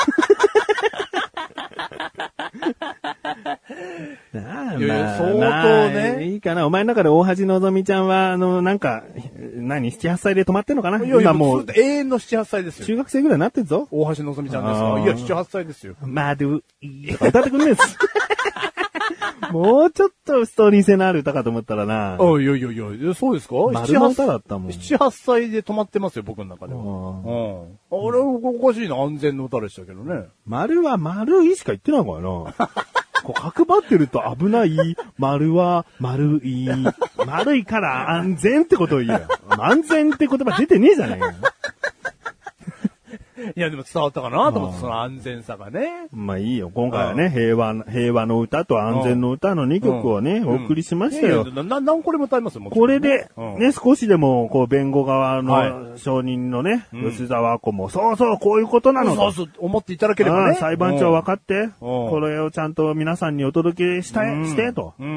なあ、 いやいや、相当ね、 まあ。いいかな。お前の中で大橋のぞみちゃんは、あの、なんか、何、七八歳で止まってんのかな？ いやいや、今もう。永遠の七八歳ですよ。 中学生ぐらいになってんぞ。 大橋のぞみちゃんですか？いや、七八歳ですよ。 丸い。歌ってくんねえっす。もうちょっとストーリー性のある歌かと思ったらな。 あ、いやいやいや、そうですか？ 丸の歌だったもん。 七八歳で止まってますよ、僕の中では。うん。あれ、おかしいな、安全の歌でしたけどね。 丸は丸いしか言ってないからな。こう角張ってると危ない。丸は丸い。丸いから安全ってことを言えよ。安全って言葉出てねえじゃないか。 いや、でも伝わったかなと思って、その安全さがね。 まあいいよ。今回はね、平和、平和の歌と安全の歌のにきょくをね、お送りしましたよ。 な、何個でも歌いますよ、もこれで、ね、少しでも、こう、弁護側の証人のね、吉沢子も、そうそう、こういうことなのと。 そうそう、思っていただければね。 裁判長分かって、これをちゃんと皆さんにお届けしたい、して、と。 うん。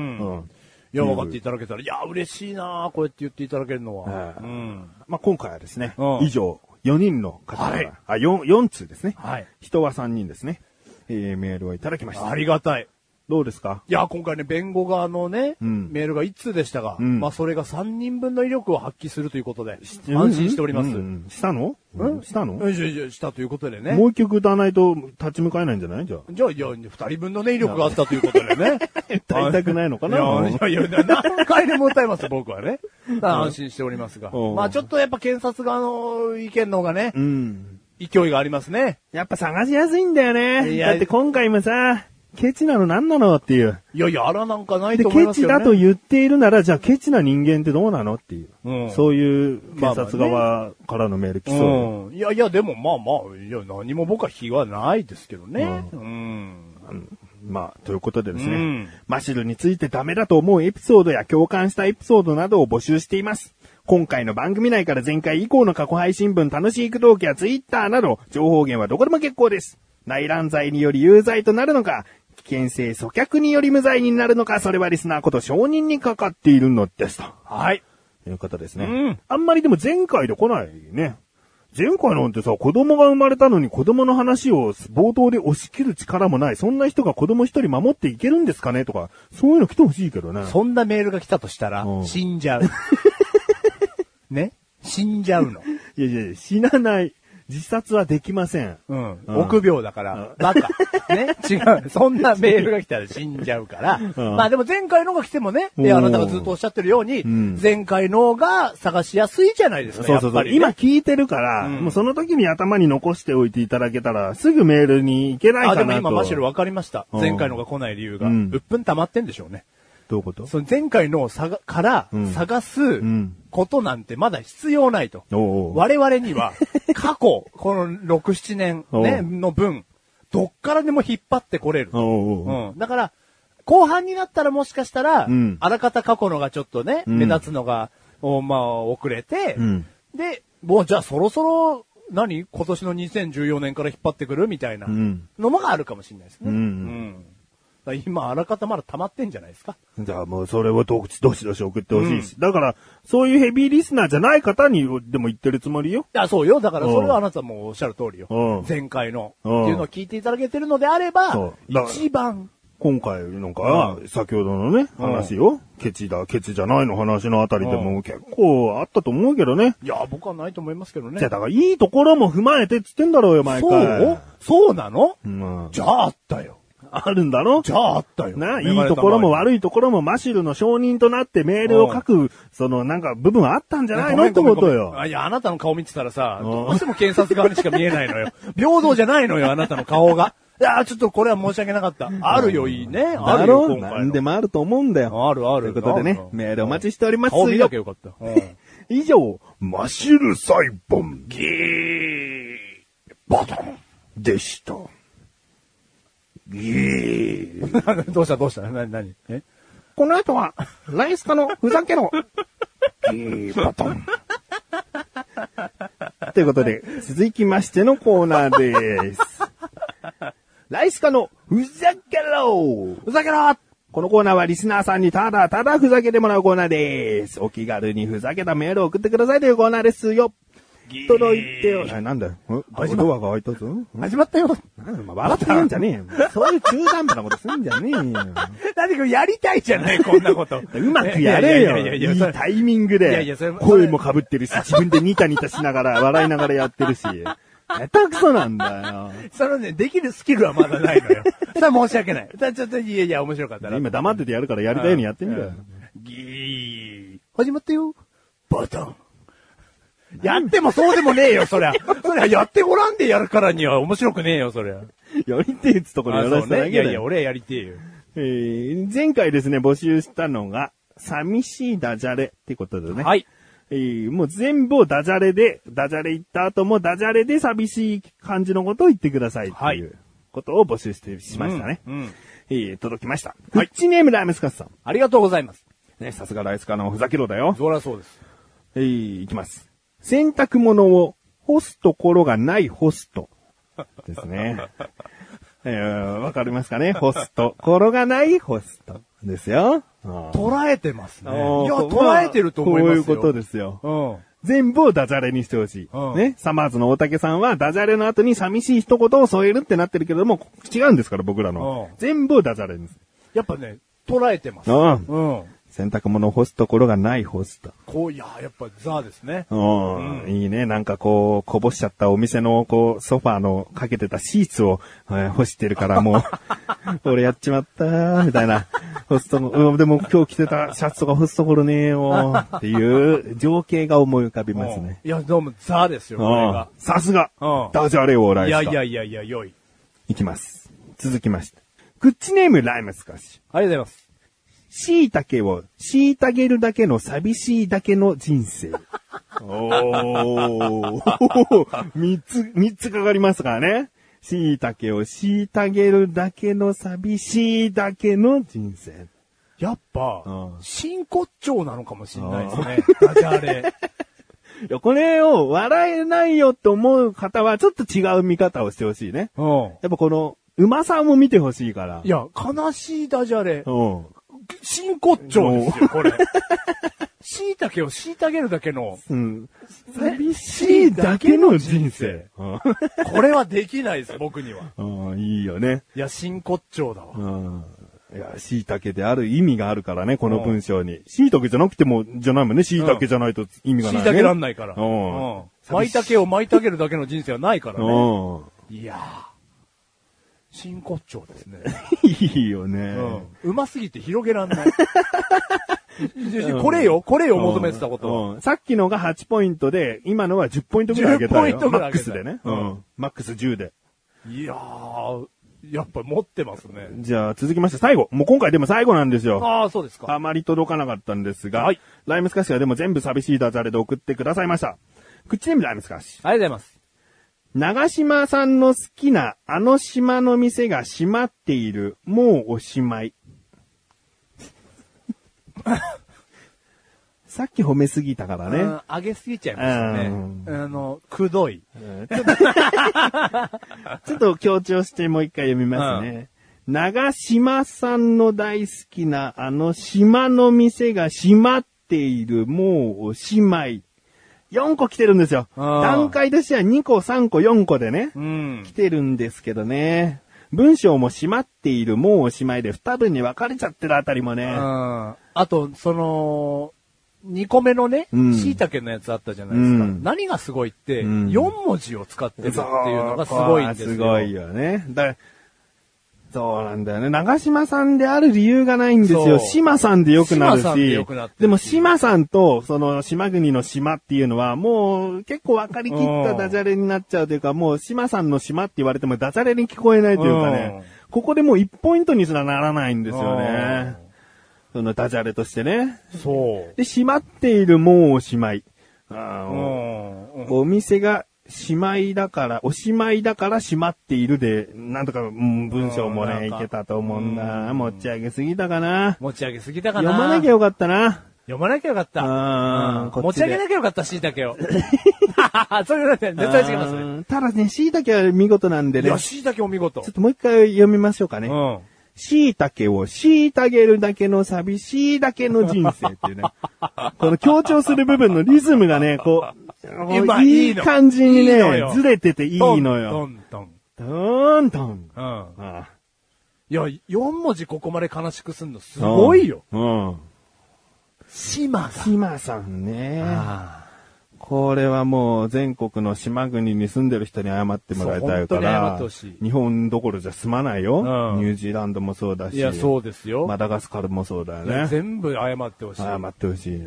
いや、分かっていただけたら、いや、嬉しいなこうやって言っていただけるのは。うん。 まあ今回はですね、以上、よにんの方から、はい、あ、よん、よん通ですね。はい。人はさんにんですね。えー、メールをいただきました。 ありがたい。 どうですか？ いや、今回ね、弁護側のね、うん、メールがいっ通でしたが、うん、まあそれがさんにんぶんの威力を発揮するということで、安心しております。うんうん、 したの？うん、したの？ いやいや、したということでね。 もう一曲歌わないと立ち向かえないんじゃない？じゃあ。 じゃあ、いや、二人分のね、威力があったということでね。 歌いたくないのかな？ いやいや、何回でも歌います、僕はね。安心しておりますが。まあちょっとやっぱ検察側の意見の方がね、うん、勢いがありますね。 やっぱ探しやすいんだよね。だって今回もさ、ケチなの何なのっていう。 いやいや、あらなんかないと思いますよね。 ケチだと言っているなら、じゃあケチな人間ってどうなのっていう。うん、そういう検察側からのメール来そう、 うん。いやいや、でもまあまあ、いや、何も僕は非はないですけどね。うん。 うんまあ、ということでですね、うん、マシルについてダメだと思うエピソードや共感したエピソードなどを募集しています。今回の番組内から前回以降の過去配信分、楽しい駆動機やツイッターなど、情報源はどこでも結構です。内乱罪により有罪となるのか、危険性阻却により無罪になるのか、それはリスナーこと承認にかかっているのですと。 はい。 ということですね。うん。あんまりでも前回で来ないね。前回なんてさ、子供が生まれたのに子供の話を冒頭で押し切る力もない。そんな人が子供一人守っていけるんですかねとか、そういうの来てほしいけどね。 そんなメールが来たとしたら、うん、死んじゃう。ね死んじゃうの。 いやいや、死なない。自殺はできません。 うん。うん、臆病だから、うん、バカ。ね違う。そんなメールが来たら死んじゃうから。うん、まあでも前回のが来てもね、いやあなたがずっとおっしゃってるように、うん、前回のが探しやすいじゃないですか。 そうそうそう。ね、今聞いてるから、うん、もうその時に頭に残しておいていただけたら、すぐメールに行けないかなと。あ、でも今マシュル分かりました。前回のが来ない理由が。うん、うっぷん溜まってんでしょうね。 どういうこと？ その前回のさがから探すことなんてまだ必要ないと。うん、我々には過去、このろく、ななねん、ね、の分、どっからでも引っ張ってこれる。うん、だから、後半になったらもしかしたら、うん、あらかた過去のがちょっとね、うん、目立つのが、まあ、遅れて、うん、で、もうじゃあそろそろ、何今年のにせんじゅうよねんから引っ張ってくるみたいなのもあるかもしれないですね。うんうん今、あらかたまだ溜まってんじゃないですか。 じゃあもうそれをどしどし送ってほしいし、うん。だから、そういうヘビーリスナーじゃない方にでも言ってるつもりよ。 いや、そうよ。だからそれはあなたもおっしゃる通りよ。うん、前回の、っていうのを聞いていただけてるのであれば、一番今回なんか、うん、先ほどのね、話よ、うん、ケチだ、ケチじゃないの話のあたりでも結構あったと思うけどね。 いや、僕はないと思いますけどね。 じゃあ、だからいいところも踏まえてって言ってんだろうよ、毎回。 そうそうなの、うん、じゃああったよ。 あるんだろ？ じゃああったよ。 な、いいところも悪いところもマシルの承認となってメールを書く、そのなんか部分あったんじゃないのってことよ。 いや、あなたの顔見てたらさ、どうしても検察側にしか見えないのよ。平等じゃないのよ、あなたの顔が。いや、ちょっとこれは申し訳なかった。あるよ、いいね。あるよ、今回の。 なんでもあると思うんだよ。 あるある。 ということでね、メールお待ちしておりますよ。 顔見なきゃよかった。 以上、マシル裁判、ギー、バトンでした。ギー。 どうしたどうしたなになにえこの後は、ライスカのふざけろ。ギー、バトン。ということで、続きましてのコーナーです。ライスカのふざけろふざけろこのコーナーはリスナーさんにただただふざけてもらうコーナーです。お気軽にふざけたメールを送ってくださいというコーナーですよ。届いてよ。なんだよ。ドアが開いたぞ。 始まったよ。 笑ってるんじゃねえよ。そういう中途半端なことすんじゃねえよ。 何かやりたいじゃない、こんなこと。 うまくやれよ。いいタイミングで。声も被ってるし、自分でニタニタしながら、笑いながらやってるし。下手くそなんだよ。 そのね、できるスキルはまだないのよ。さあ申し訳ない。さあちょっと、いやいや、面白かったな。 今黙っててやるからやりたいようにやってみろよ。 ギー。始まったよ。バタン。やってもそうでもねえよ、そりゃ。そりゃ、やってごらんでやるからには面白くねえよ、そりゃ。 やりてえっつところやらせただけだよ。 いやいや、俺はやりてえよ。 えー、前回ですね、募集したのが、寂しいダジャレってことでね。 はい。 えー、もう全部をダジャレで、ダジャレ言った後もダジャレで寂しい感じのことを言ってくださいっていうことを募集してしましたね。うんうん、えー、届きました。はい。フッチネームライムスカスさん。 ありがとうございます。 ね、さすがライスカのふざけろだよ。 そりゃそうです。 えー、いきます。洗濯物を干すところがないホストですね。えー、わかりますかね？ホスト。ころがないホストですよ。 捉えてますね。いや、捉えてると思いますよ。 こういうことですよ。 うん、 全部をダジャレにしてほしい。うん、ね。サマーズの大竹さんはダジャレの後に寂しい一言を添えるってなってるけども、違うんですから僕らの。うん、全部をダジャレに。 やっぱね、捉えてます。 うん。うん洗濯物を干すところがないホスト。 こう、いや、やっぱザですね。 うん、うん。いいね。なんかこう、こぼしちゃったお店の、こう、ソファーのかけてたシーツを、えー、干してるからもう、俺やっちまったー、みたいな。干すとこ、うん、でも今日着てたシャツとか干すところねーよー、っていう情景が思い浮かびますね。 いや、どうもザですよ、これが。 さすが。ダジャレをライスカ。 いやいやいやいや、良い。 いきます。続きまして。クッチネームライムスカシ。 ありがとうございます。 椎茸を虐げるだけの寂しいだけの人生。おー。三つ、三つかかりますからね。椎茸を虐げるだけの寂しいだけの人生。 やっぱ、真骨頂なのかもしれないですね。ダジャレ。 いや、これを笑えないよって思う方はちょっと違う見方をしてほしいね。うん、やっぱこの、うまさも見てほしいから。 いや、悲しいダジャレ。うん真骨頂ですよ、これ。椎茸を虐げるだけの、うん、 寂しいだけの人生。 これはできないです、僕には。 うん、いいよね。 いや、真骨頂だわ。うん、 いや、椎茸である意味があるからね、この文章に。椎茸じゃなくても、じゃないもんね、椎茸じゃないと意味がない、ね。 椎茸らんないから。うん。舞茸を舞茸るだけの人生はないからね。うん。いやー。真骨頂ですね。 いいよね。 うん。うますぎて広げらんない。これよ、これよ、求めてたことは、 うん。さっきのがはちポイントで、今のはじゅっポイントぐらい上げたよ。じゅっポイントぐらい上げた。マックスでね。うん。マックスじゅうで。 いやー、やっぱ持ってますね。 じゃあ続きまして最後。もう今回でも最後なんですよ。 ああ、そうですか。 あまり届かなかったんですが、はい。ライムスカッシュはでも全部寂しいダジャレで送ってくださいました。口ネームライムスカッシュ。 ありがとうございます。 長島さんの好きなあの島の店が閉まっている。もうおしまい。さっき褒めすぎたからね。 上げすぎちゃいましたね。あの、くどい。 ちょっと、ちょっと強調してもう一回読みますね。うん、長島さんの大好きなあの島の店が閉まっている。もうおしまい。よんこ来てるんですよ。段階としてはにこ、さんこ、よんこでね。うん、来てるんですけどね。 文章も閉まっている、もうおしまいで二分に分かれちゃってるあたりもね。 うん。あと、その、にこめのね、椎茸のやつあったじゃないですか。うん、何がすごいって、うん、よんもじを使ってるっていうのがすごいんですよ。 すごいよね。だそうなんだよね。長島さんである理由がないんですよ。島さんで良くなるし。島さんで良くなってるし。でも島さんと、その島国の島っていうのは、もう結構分かりきったダジャレになっちゃうというか、もう島さんの島って言われてもダジャレに聞こえないというかね。ここでもういちポイントにすらならないんですよね。そのダジャレとしてね。 そう。 で、閉まっているもうおしまい。あお店がしまいだから、おしまいだから閉まっているで、なんとか、うん、文章もね、いけたと思うんだ。持ち上げすぎたかな。 持ち上げすぎたかな。 読まなきゃよかったな。 読まなきゃよかった。 あ持ち上げなきゃよかった、椎茸を。そういうのって絶対違いますね。 ただね、椎茸は見事なんでね。 いや、椎茸お見事。 ちょっともう一回読みましょうかね。うん。椎茸を虐げるだけの寂しいだけの人生っていうね。この強調する部分のリズムがね、こう、いい感じにね、いいずれてていいのよ。 トントン。 トントン。 うん。ああいや、よんもじここまで悲しくすんのすごいよ。 うん。うん、 島さん。 島さんね。これはもう全国の島国に住んでる人に謝ってもらいたいから、日本どころじゃ済まないよ、うん。ニュージーランドもそうだし。 いや、そうですよ。 マダガスカルもそうだよね。 全部謝ってほしい。 謝ってほしい、 うん。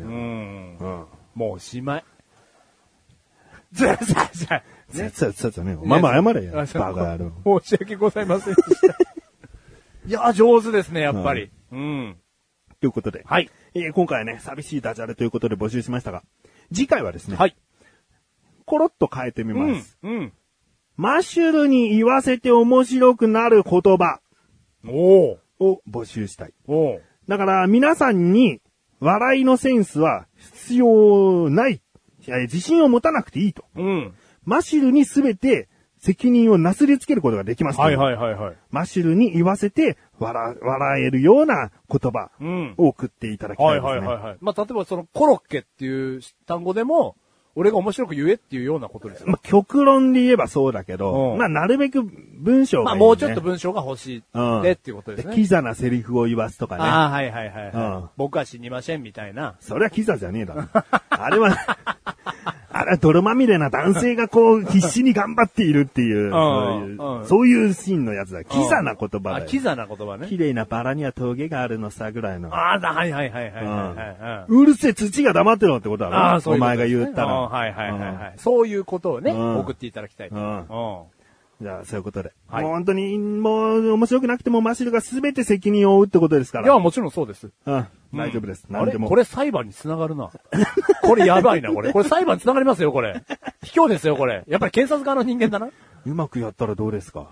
うん。もうおしまい。ずゃずゃずゃ。 ずゃずゃずゃね。まあまあ謝れよ。バカ野郎。 申し訳ございませんでした。いや、上手ですね、やっぱり。うん。うん、 ということで。 はい。 えー、今回はね、寂しいダジャレということで募集しましたが、次回はですね。 はい。 コロッと変えてみます。 うん。うん。 マッシュルに言わせて面白くなる言葉。 おー。 を募集したい。 おー。 だから皆さんに笑いのセンスは必要ない。自信を持たなくていいと。 うん。 マシルにすべて責任をなすりつけることができます。 はいはいはいはい。 マシルに言わせて笑、笑えるような言葉を送っていただきたいですね。 はいはいはいはい。まあ、例えばそのコロッケっていう単語でも、俺が面白く言えっていうようなことですよ。 まあ、極論で言えばそうだけど、うん、まあ、なるべく文章がいい、ね。 まあ、もうちょっと文章が欲しいでっていうことですね。 キザなセリフを言わすとかね。 ああ、はいはいはい、はいうん。僕は死にませんみたいな。 それはキザじゃねえだろ。あれは、あれは泥まみれな男性がこう必死に頑張っているっていう、そういう、そういうシーンのやつだ。キザな言葉だよ。 あ、キザな言葉ね。 綺麗なバラには峠があるのさぐらいの。 ああ、はいはいはいはい、はいうん。うるせえ土が黙ってろってことだろ。 ああ、そういうことお前が言ったら。 はいはいはいはい。そういうことをね、送っていただきたいと。うんじゃあ、そういうことで。はい、もう本当に、もう、面白くなくてもマシルが全て責任を負うってことですから。 いや、もちろんそうです。 うん。大丈夫です。 何でも。これ裁判に繋がるな。これやばいな、これ。これ裁判に繋がりますよ、これ。卑怯ですよ、これ。やっぱり検察側の人間だな。 うまくやったらどうですか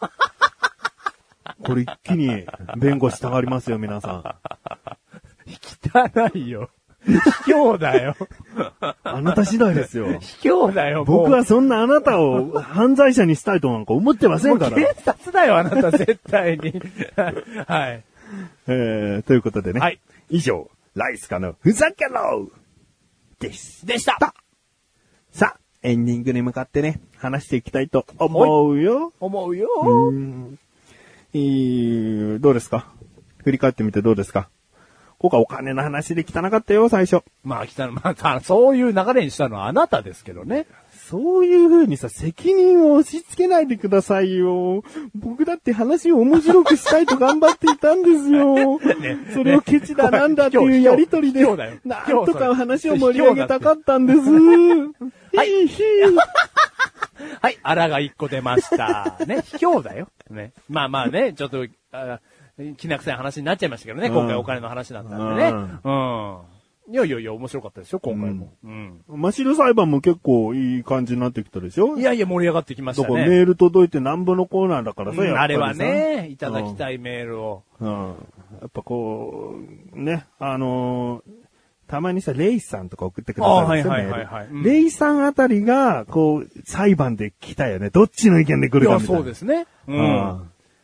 これ一気に弁護したがりますよ、皆さん。 汚いよ。卑怯だよ。 あなた次第ですよ。 卑怯だよ。 僕はそんなあなたを犯罪者にしたいとなんか思ってませんから。 警察だよ、あなた絶対に。はい。 えー、ということでね。 はい。 以上、ライスカのふざけろです。 でした。 さあ、エンディングに向かってね、話していきたいと思うよ。 思うよ。 うーん、えー、どうですか？振り返ってみてどうですか？ここはお金の話で汚かったよ、最初。 まあ、汚い。まあ、そういう流れにしたのはあなたですけどね。 そういう風にさ、責任を押し付けないでくださいよ。僕だって話を面白くしたいと頑張っていたんですよ。ね、それをケチだなんだっていうやりとりで、なんとか話を盛り上げたかったんです。 はい。はい、あらが一個出ました。ね、卑怯だよ。ね。まあまあね、ちょっと、あきな臭い話になっちゃいましたけどね、うん、今回お金の話だったんでね。うん。うんいやいやいや、面白かったですよ、今回も。うん。 うん、マシル裁判も結構いい感じになってきたでしょ？ いやいや、盛り上がってきましたね。 だからメール届いてなんぼのコーナーだからさ、うん、やっぱりさ。 あれはね、いただきたいメールを。 うん。うん、やっぱこう、ね、あのー、たまにさ、レイさんとか送ってくださるんですよ、はいはいはいはい、うん、レイさんあたりが、こう、裁判で来たよね。どっちの意見で来るかみたいな。 いや、そうですね。うん。うん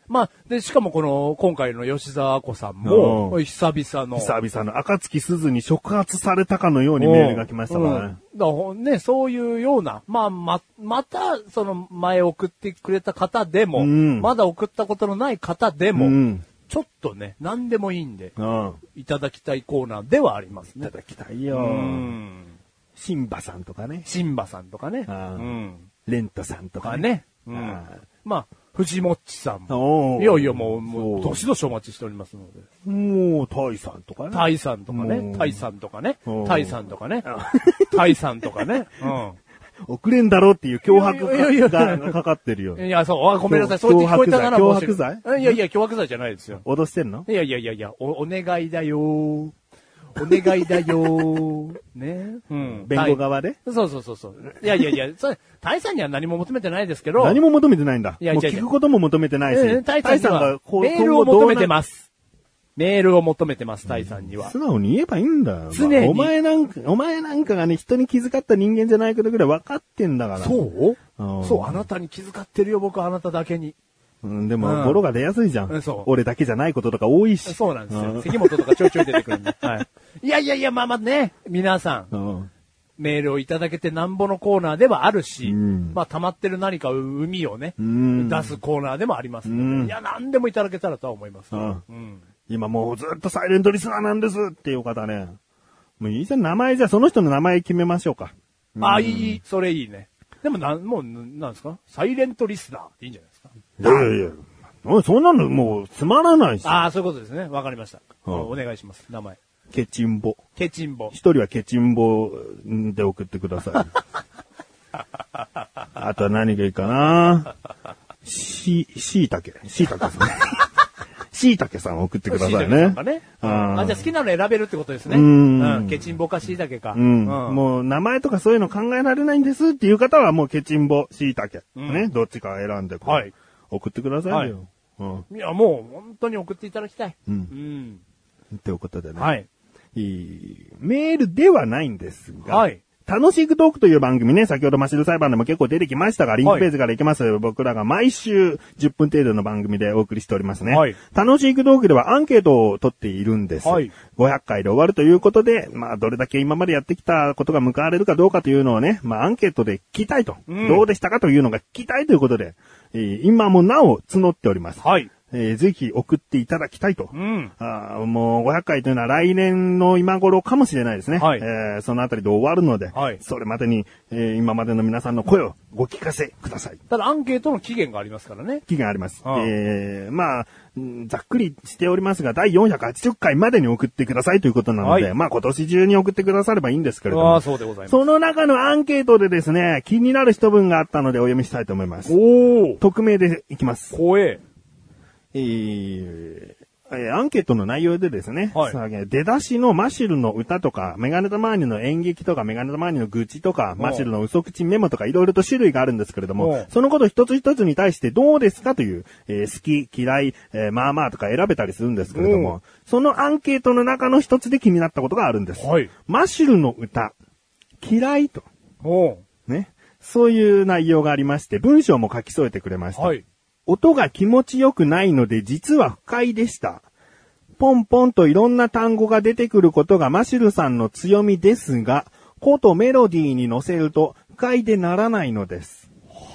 まあ、で、しかもこの、今回の吉沢亜子さんも、うん、久々の。 久々の赤月鈴に触発されたかのようにメールが来ましたからね。 うん、だね、そういうような、まあ、ま、また、その前送ってくれた方でも、うん、まだ送ったことのない方でも、うん、ちょっとね、何でもいいんで、うん、いただきたいコーナーではありますね。 いただきたいよ。うん。シンバさんとかね。 シンバさんとかね。 うん。レントさんとかね。うん。まあ、藤もっちさんも。いやいや、もう、もう、どしどしお待ちしておりますので。 もう、タイさんとかね。 タイさんとかね。タイさんとかね。タイさんとかね。タイさんとかね。うん。 送れんだろうっていう脅迫がかかってるよ。 いや、そう、ごめんなさい。そう言って聞こえたなら脅迫罪？ いやいや、脅迫罪じゃないですよ。 脅してんの？ いやいやいやいや、お、お願いだよー。お願いだよー。ね。うん。 弁護側で？ そうそうそうそう。いやいやいや、それ、タイさんには何も求めてないですけど。 何も求めてないんだ。いやいやいや。もう聞くことも求めてないし。 えー、タイさんがメールを求めてます。メールを求めてます、タイさんには。 素直に言えばいいんだよ。 常に。 お前なんか、お前なんかがね、人に気遣った人間じゃないことぐらい分かってんだから。 そうそう、あなたに気遣ってるよ、僕はあなただけに。 うん、でも、ボロが出やすいじゃん。うん、そう。俺だけじゃないこととか多いし。 そうなんですよ。うん、関本とかちょいちょい出てくるんで。はい。いやいやいや、まあまあね、皆さん。うんメールをいただけてなんぼのコーナーではあるし、うん、まあ溜まってる何か海をね、うん、出すコーナーでもありますので、うん、いや、何でもいただけたらとは思います、ねうんうん。今もうずっとサイレントリスナーなんですっていう方ね。もういいじゃん、名前じゃその人の名前決めましょうか。 ああ、いい、それいいね。でもなん、もう、なんですかサイレントリスナーっていいんじゃないですか。 いやいやいや。そんなのもうつまらないし。 ああ、そういうことですね。わかりました。うん、お願いします。名前。 ケチンボ。 ケチンボ。 一人はケチンボで送ってください。あとは何がいいかなし、しいたけ。しいたけさん。しいたけさん送ってくださいね。 ねあじゃあ好きなの選べるってことですね。うん。うん、ケチンボかしいたけか、 うんうん。もう名前とかそういうの考えられないんですっていう方はもうケチンボ、しいたけ。ね。どっちか選んでこう、はい、送ってくださいよ、 はいうん。いやもう本当に送っていただきたい。うん。うんということでね。 はい。 メールではないんですが、はい。楽しくトークという番組ね、先ほどマシル裁判でも結構出てきましたが、リンクページから行きます、はい、僕らが毎週じゅっぷん程度の番組でお送りしておりますね。はい。楽しくトークではアンケートを取っているんです。はい。ごひゃっかいで終わるということで、まあ、どれだけ今までやってきたことが報われるかどうかというのをね、まあ、アンケートで聞きたいと。うん、どうでしたかというのが聞きたいということで、えー、今もなお募っております。はい。えー、ぜひ送っていただきたいと。うん、あもうごひゃっかいというのは来年の今頃かもしれないですね。はい、えー、そのあたりで終わるので、はい、それまでに、えー、今までの皆さんの声をご聞かせください。 ただアンケートの期限がありますからね。 期限あります。ああえー、まあ、ざっくりしておりますが、だいよんひゃくはちじゅっかいまでに送ってくださいということなので、はい、まあ今年中に送ってくださればいいんですけれども。 あそうでございます。 その中のアンケートでですね、気になる一文があったのでお読みしたいと思います。 お匿名でいきます。 怖え。 えーえー、アンケートの内容でですね、はい、出だしのマシルの歌とか、メガネタマーニの演劇とか、メガネタマーニの愚痴とか、マシルの嘘口メモとか、いろいろと種類があるんですけれども、そのこと一つ一つに対してどうですかという、えー、好き、嫌い、えー、まあまあとか選べたりするんですけれども、そのアンケートの中の一つで気になったことがあるんです。はい、マシルの歌、嫌いと。ね。そういう内容がありまして、文章も書き添えてくれました。はい音が気持ちよくないので実は不快でした。ポンポンといろんな単語が出てくることがマシルさんの強みですが、ことメロディーに乗せると不快でならないのです。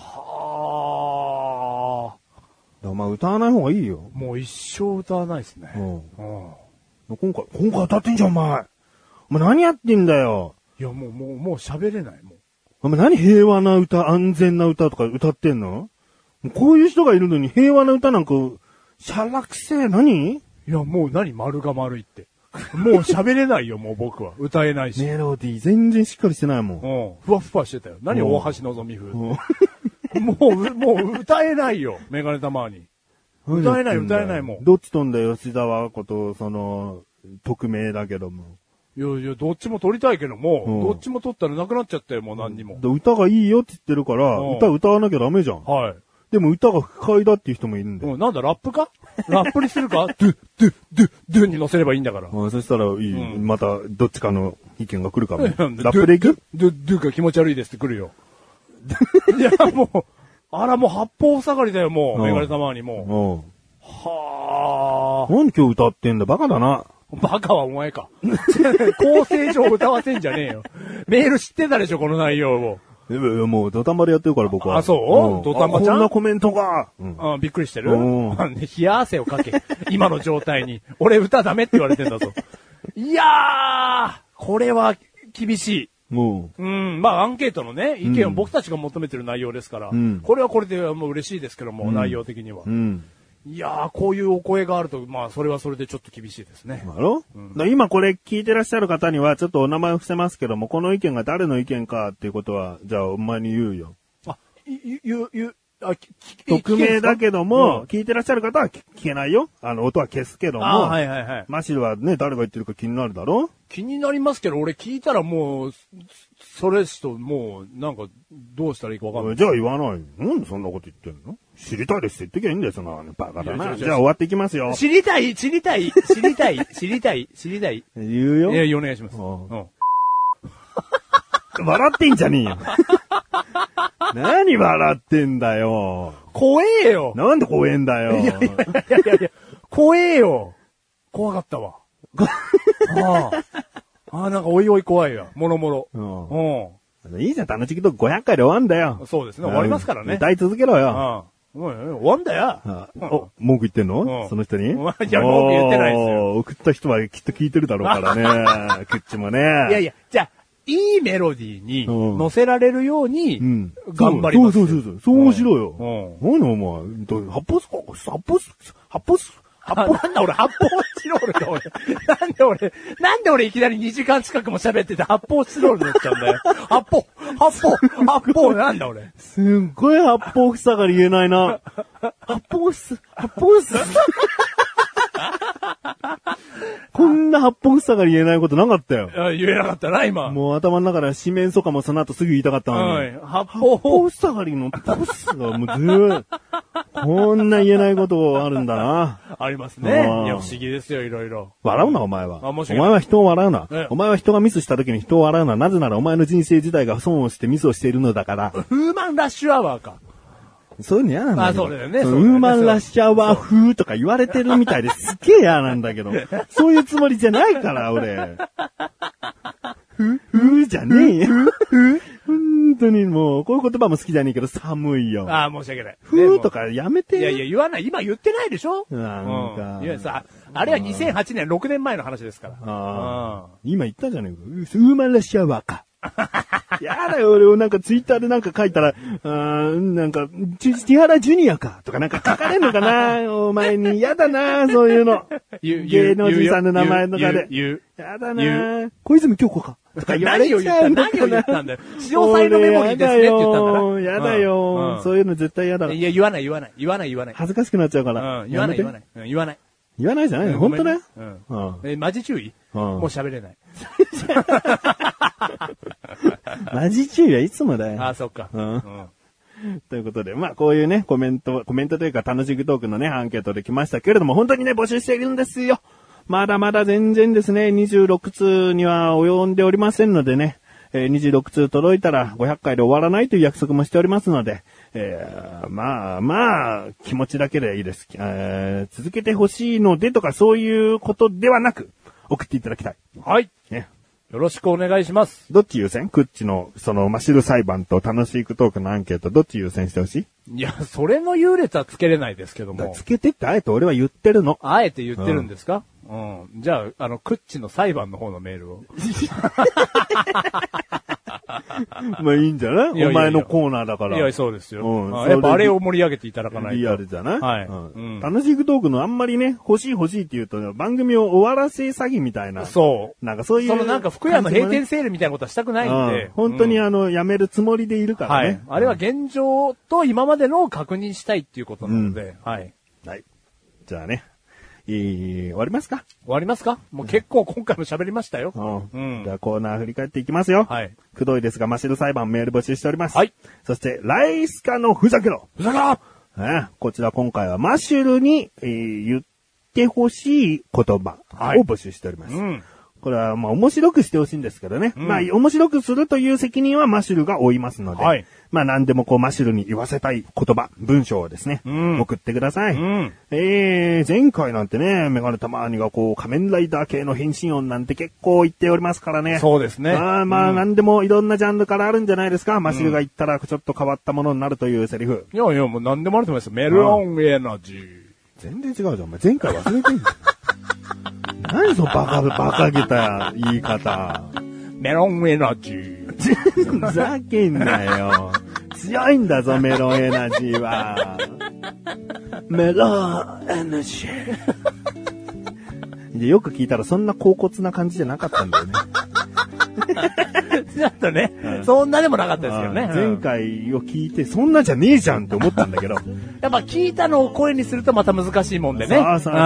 はあ。お前歌わない方がいいよ。 もう一生歌わないですね。うんうん、今回、今回歌ってんじゃんお前。お前何やってんだよ。 いやもうもうもう喋れないもう。 お前何平和な歌、安全な歌とか歌ってんの？こういう人がいるのに平和な歌なんか、しゃらくせえ、何？ いや、もう何丸が丸いって。もう喋れないよ、もう僕は。歌えないし。 メロディー全然しっかりしてないもん。 うん。ふわふわしてたよ。何大橋のぞみ風。もう、もう歌えないよ、メガネたまに。歌えない、歌えないもん。 どっち飛んだ吉沢こと、その、匿名だけども。 いやいや、どっちも撮りたいけども、うん、どっちも撮ったらなくなっちゃったよ、もう何にも。 歌がいいよって言ってるから、うん、歌歌わなきゃダメじゃん。はい。でも歌が不快だっていう人もいるんだよ。 うん、なんだ、ラップかラップにするかドゥ、ドゥ、ドゥ、ドゥに乗せればいいんだから。 あそしたらいい、うん。また、どっちかの意見が来るかも。ラップでいくドゥ、ドゥが気持ち悪いですって来るよ。いや、もう、あら、もう八方下がりだよ、もう。メガネ様にもはなんで今日歌ってんだバカだな。 バカはお前か。構成上歌わせんじゃねえよ。メール知ってたでしょ、この内容を。 いやいやもうドタンバでやってるから僕は。 あ、そう、ドタンバちゃんこんなコメントが。 うん、あびっくりしてる、うん、冷や汗をかけ。今の状態に。俺歌ダメって言われてんだぞ。いやー、これは厳しい。 うん。 うん。まあ、アンケートのね、意見を僕たちが求めてる内容ですから、うん、これはこれでもう嬉しいですけども、うん、内容的には。うん。いやー、こういうお声があると、まあ、それはそれでちょっと厳しいですね。 だろ、うん、だ今これ聞いてらっしゃる方には、ちょっとお名前を伏せますけども、この意見が誰の意見かっていうことは、じゃあお前に言うよ。 あ、言う、言う、言う。あ、 匿名だけども、うん、聞いてらっしゃる方は聞けないよ。あの、音は消すけども。 あ、はいはいはい。 マシルはね、誰が言ってるか気になるだろ？ 気になりますけど、俺聞いたらもう、それしともう、なんか、どうしたらいいかわかんない。 じゃあ言わない。なんでそんなこと言ってんの？知りたいですって言ってきゃいいんだよ、そんなバカだな。じゃあ終わっていきますよ。 知りたい、知りたい、知りたい、知りたい、知りたい。 言うよ。 いや、お願いします。うん。 笑ってんじゃねえよ。何笑ってんだよ。 怖えよ。 なんで怖えんだよ。 いやいやいやいや、怖えよ。怖かったわ。ああ、ああ、なんかおいおい怖いよ。もろもろ。 うん。うん。いいじゃん、楽しいとごひゃっかいで終わんだよ。 そうですね、終わりますからね。 歌い続けろよ。 うん。終わんだよ。 お、文句言ってんの？その人に？いや、文句言ってないですよ。 送った人はきっと聞いてるだろうからね。クッチもね。いやいや、じゃあ、いいメロディーに乗せられるように、頑張ります。 そうそうそう。そうしろよ。何お前、発泡ス、発泡ス、発泡ス、 発泡、なんだ俺、発泡スチロールか俺。なんで俺、なんで俺いきなりにじかん近くも喋ってて発泡スチロールになっちゃうんだよ。発泡、発泡、発泡なんだ俺。 すっごい八方塞がり言えないな。発泡ス、発泡ス。こんな八方塞がり言えないことなかったよ。 いや、言えなかったな、今。 もう頭の中で四面楚歌もその後すぐ言いたかったのに。はい。八方塞がりのポスがもうずーっと、こんな言えないことあるんだな。 ありますね。いや、不思議ですよ、いろいろ。 笑うな、お前は。お前は人を笑うな。お前は人がミスした時に人を笑うな。なぜならお前の人生自体が損をしてミスをしているのだから。 ウーマンラッシュアワーか。 そういうの嫌なんだけど。 あ、そうだよね。 ウーマンラッシュアワー風とか言われてるみたいですっげえ嫌なんだけど。そういうつもりじゃないから、俺。ふ、ふじゃねえよ。ふ、本当にもう、こういう言葉も好きじゃねえけど寒いよ。 ああ、申し訳ない。 ふとかやめて。 いやいや、言わない。今言ってないでしょ？ なんか。 いやさ、あれはにせんはちねん、ろくねんまえの話ですから。 ああ。今言ったじゃねえか。ウーマンラッシュアワーか。やだよ、俺、なんかツイッターでなんか書いたら、あーなんか、千原ジュニアか、とかなんか書かれんのかなお前に。やだなそういうの。芸能人さんの名前とかで。やだな小泉京子か。とか言われちゃうのかな。 何を言ったんだよ。潮騒のメモリーですねって言ったんだな。 やだよ、そういうの絶対やだ。 いや、言わない言わない。言わない言わない。 恥ずかしくなっちゃうから。 言わない言わない。言わない。 言わないじゃない本当だよ。 え、マジ注意もう喋れない。 マジ注意はいつもだよ。 あ、そっか。うん。 ということで、まあこういうね、コメント、コメントというか楽しくトークのね、アンケートで来ましたけれども、本当にね、募集しているんですよ。まだまだ全然ですね、にじゅうろくつうには及んでおりませんのでね、えー、にじゅうろくつう届いたらごひゃっかいで終わらないという約束もしておりますので、えー、まあまあ、気持ちだけでいいです。えー、続けてほしいのでとかそういうことではなく、送っていただきたい。 はい。 ね。 よろしくお願いします。 どっち優先？クッチの、その、マシル裁判と楽しいトークのアンケート、どっち優先してほしい？ いや、それの優劣はつけれないですけども。 つけてってあえて俺は言ってるの。 あえて言ってるんですか？うん。うん、じゃあ、あの、クッチの裁判の方のメールを。 まあいいんじゃない？いやいやいやお前のコーナーだから。 いや、そうですよ。うん、やっぱあれを盛り上げていただかないと。 リアルじゃない？ はい、 うんうん。楽しいトークのあんまりね、欲しい欲しいって言うと、番組を終わらせ詐欺みたいな。 そう。 なんかそういう、 そのなんか福屋の閉店セールみたいなことはしたくないんで。 うん、本当にあの、やめるつもりでいるからね。はい。 あれは現状と今までのを確認したいっていうことなので、うん、はい。 はい。じゃあね。いい、終わりますか？ 終わりますか？もう結構今回も喋りましたよ。 うん。うん、じゃあコーナー振り返っていきますよ。はい。くどいですが、マシル裁判メール募集しております。はい。そして、ライスカのふざけろ。 ふざけろ！ えこちら今回はマシュルに、えー、言ってほしい言葉を募集しております。はい、うん。 これはまあ面白くしてほしいんですけどね。うん、まあ面白くするという責任はマシュルが負いますので、はい、まあ何でもこうマシュルに言わせたい言葉、文章をですね、うん、送ってください。うん、えー、前回なんてね、メガネたまーにがこう仮面ライダー系の変身音なんて結構言っておりますからね。 そうですね。 まあまあ何でもいろんなジャンルからあるんじゃないですか。マシュルが言ったらちょっと変わったものになるというセリフ。 いやいやもう何でもあると思いますよ。メロンエナジー。 全然違うじゃん。お前前回忘れてんじゃん。何そのバカ、バカげた言い方。 メロンエナジー。 ふざけんなよ。強いんだぞ、メロンエナジーは。メロンエナジー。でよく聞いたらそんな高骨な感じじゃなかったんだよね。 ちょっとね、うん、そんなでもなかったですけどね。 前回を聞いて、そんなじゃねえじゃんって思ったんだけど。 やっぱ聞いたのを声にするとまた難しいもんでね。そうそうそう。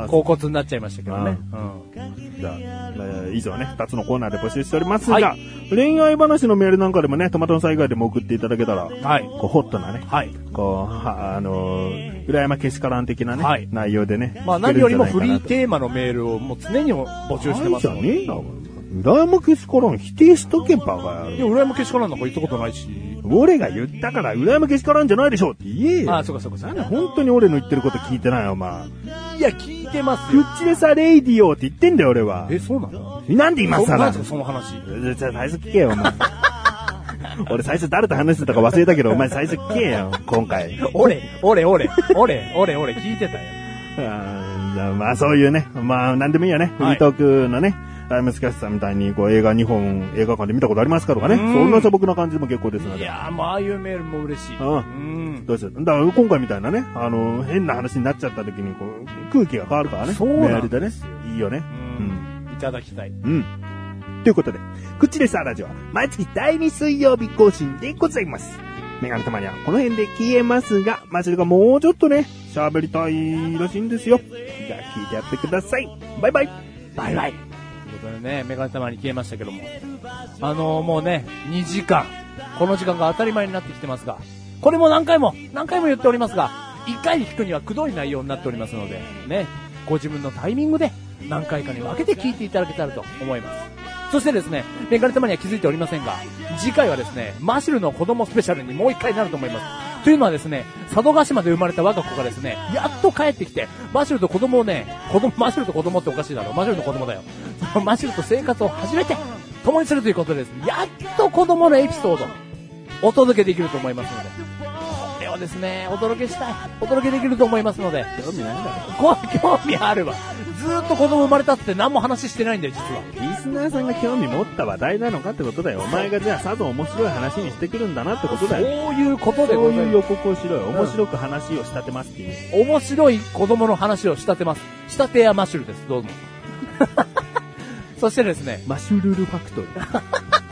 高骨になっちゃいましたけどね。 うん、じゃあ、以上ね、二つのコーナーで募集しておりますが、はい、恋愛話のメールなんかでもね、トマトの災害でも送っていただけたら、はい、こうホットなね、はい、こう、はあのー、裏山けしからん的なね、はい、内容でね。 まあ何よりもフリーテーマのメールをもう常に募集してますからね。 裏山けしからん否定しとけばがいや、裏山けしからんなんか言ったことないし。 俺が言ったから裏山けしからんじゃないでしょって言えよ。 ああ、そうかそうかそうか。 なんで本当に俺の言ってること聞いてないよ、お前。 いや、聞いてますよ。 クッチレサレイディオって言ってんだよ、俺は。 え、そうなの？ なんで今更？ なんですか、その話。 じゃあ最初聞けよ、お前。俺最初誰と話してたか忘れたけど、お前最初聞けよ、今回。 俺、俺、俺、俺、俺、俺、聞いてたよ。 あまあそういうね、まあなんでもいいよね。フリートークのね。タイムスキャスターみたいにこう映画にほん映画館で見たことありますかとかね。そんな素朴な感じでも結構ですので。 いやーもうああいうメールも嬉しい。うん。 うん。どうしよう。だから今回みたいなね、あの、変な話になっちゃった時にこう、空気が変わるからね。 そうなんですよ。 メールでね。いいよね。 うん。うん、いただきたい。 うん。ということで、クッチレスアラジオは毎月だいに水曜日更新でございます。メガネたまにはこの辺で消えますが、マジルがもうちょっとね、喋りたいらしいんですよ。じゃあ聞いてやってください。バイバイ。 バイバイ。ということでね、メガネたまに消えましたけども。あのー、もうね、にじかん。この時間が当たり前になってきてますが、これも何回も、何回も言っておりますが、いっかいに聞くにはくどい内容になっておりますので、ね、ご自分のタイミングで何回かに分けて聞いていただけたらと思います。そしてですね、メガネたまには気づいておりませんが、次回はですね、マシュルの子供スペシャルにもう一回になると思います。というのはですね、佐渡島で生まれた我が子がですね、やっと帰ってきて、マシュルと子供をね、子供、マシュルと子供っておかしいだろ、マシュルの子供だよ。マシュルと生活を始めて、共にするということでですね、やっと子供のエピソード、お届けできると思いますので、これをですね、お届けしたい、お届けできると思いますので、 興味ないんだろ。興味あるわ。ずーっと子供生まれたって何も話してないんだよ、実は。 リスナーさんが興味持った話題なのかってことだよ。お前がじゃあさぞ面白い話にしてくるんだなってことだよ。 そういうことでございます。 そういう予告をしろよ。面白く話を仕立てますっていう。 面白い子供の話を仕立てます。仕立て屋マッシュルです。どうぞ。そしてですね、 マッシュルールファクトリー。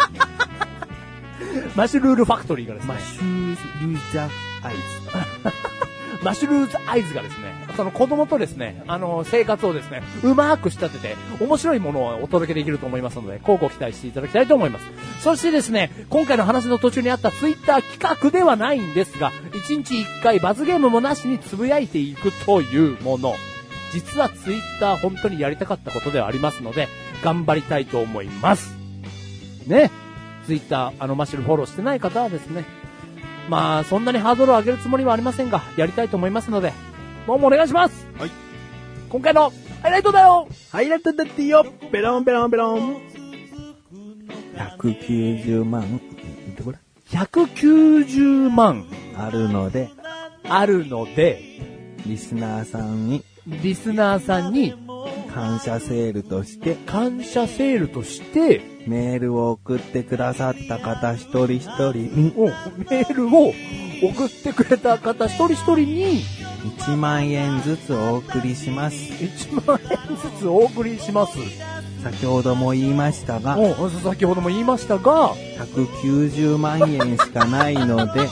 マッシュルールファクトリーがですね、 マッシュルーザアイズ。 マッシュルーズアイズがですね、その子供とですね、あの、生活をですね、うまく仕立てて、面白いものをお届けできると思いますので、こうご期待していただきたいと思います。そしてですね、今回の話の途中にあったツイッター企画ではないんですが、いちにちいっかい罰ゲームもなしにつぶやいていくというもの。実はツイッター本当にやりたかったことではありますので、頑張りたいと思います。ね。ツイッター、あの、マッシュルフォローしてない方はですね、まあ、そんなにハードルを上げるつもりはありませんが、やりたいと思いますので、どうもお願いします。 はい。 今回のハイライトだよ。 ハイライトだってよ。ベロンベロンベロン。ひゃくきゅうじゅうまん。見てこれ。 ひゃくきゅうじゅうまん。 あるので。 あるので。 リスナーさんに。 リスナーさんに。 感謝セールとして。 感謝セールとして。 メールを送ってくださった方一人一人に。メールを送ってくれた方一人一人に。 いちまんえんずつお送りします。 いちまんえんずつお送りします。 先ほども言いましたが。 先ほども言いましたが。 ひゃくきゅうじゅうまんえんしかないので。ひ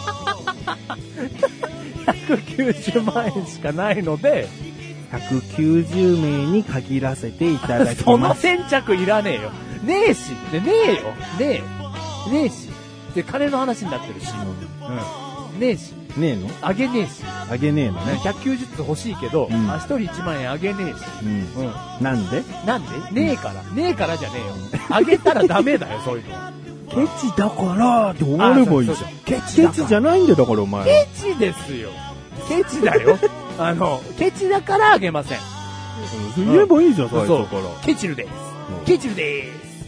ゃくきゅうじゅうまんえんしかないので。 ひゃくきゅうじゅうめいに限らせていただきます。 その先着いらねえよ。ねえし。で、ねえよ。ねえ。ねえし。で、金の話になってるし。うん。ねえし。 ねえのあげねえし。 あげねえのね。 ひゃくきゅうじゅうつつ欲しいけど、 うん、 あ、一人いちまん円あげねえし。 うん。うん。なんでなんでねえから。ねえからじゃねえよ。あげたらダメだよ、そういうのは。 ケチだからって終わればいいじゃん。 ケチだから。 ケチじゃないんだよ、だからお前。 ケチですよ。ケチだよ。あの、ケチだからあげません。 言えばいいじゃん、最初から。 ケチルです。ケチルでーす。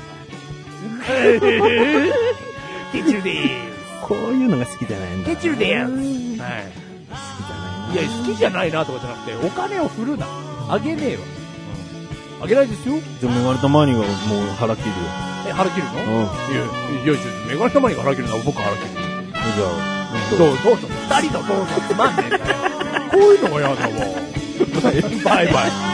ケチルでーす。 こういうのが好きじゃないんだ。 ケチルでーす。はい。 好きじゃないな。 いや、好きじゃないなとかじゃなくて、お金を振るな。あげねえわ。あげないですよ。 じゃあ、メガネたまにがもう腹切るよ。 え、腹切るの？ うん。 いや、いや、メガネたまにが腹切るのは僕腹切る。 じゃあ、 どうぞ、どうぞ。二人のどうぞつまんねえんだよ。こういうのがやだわ。バイバイ。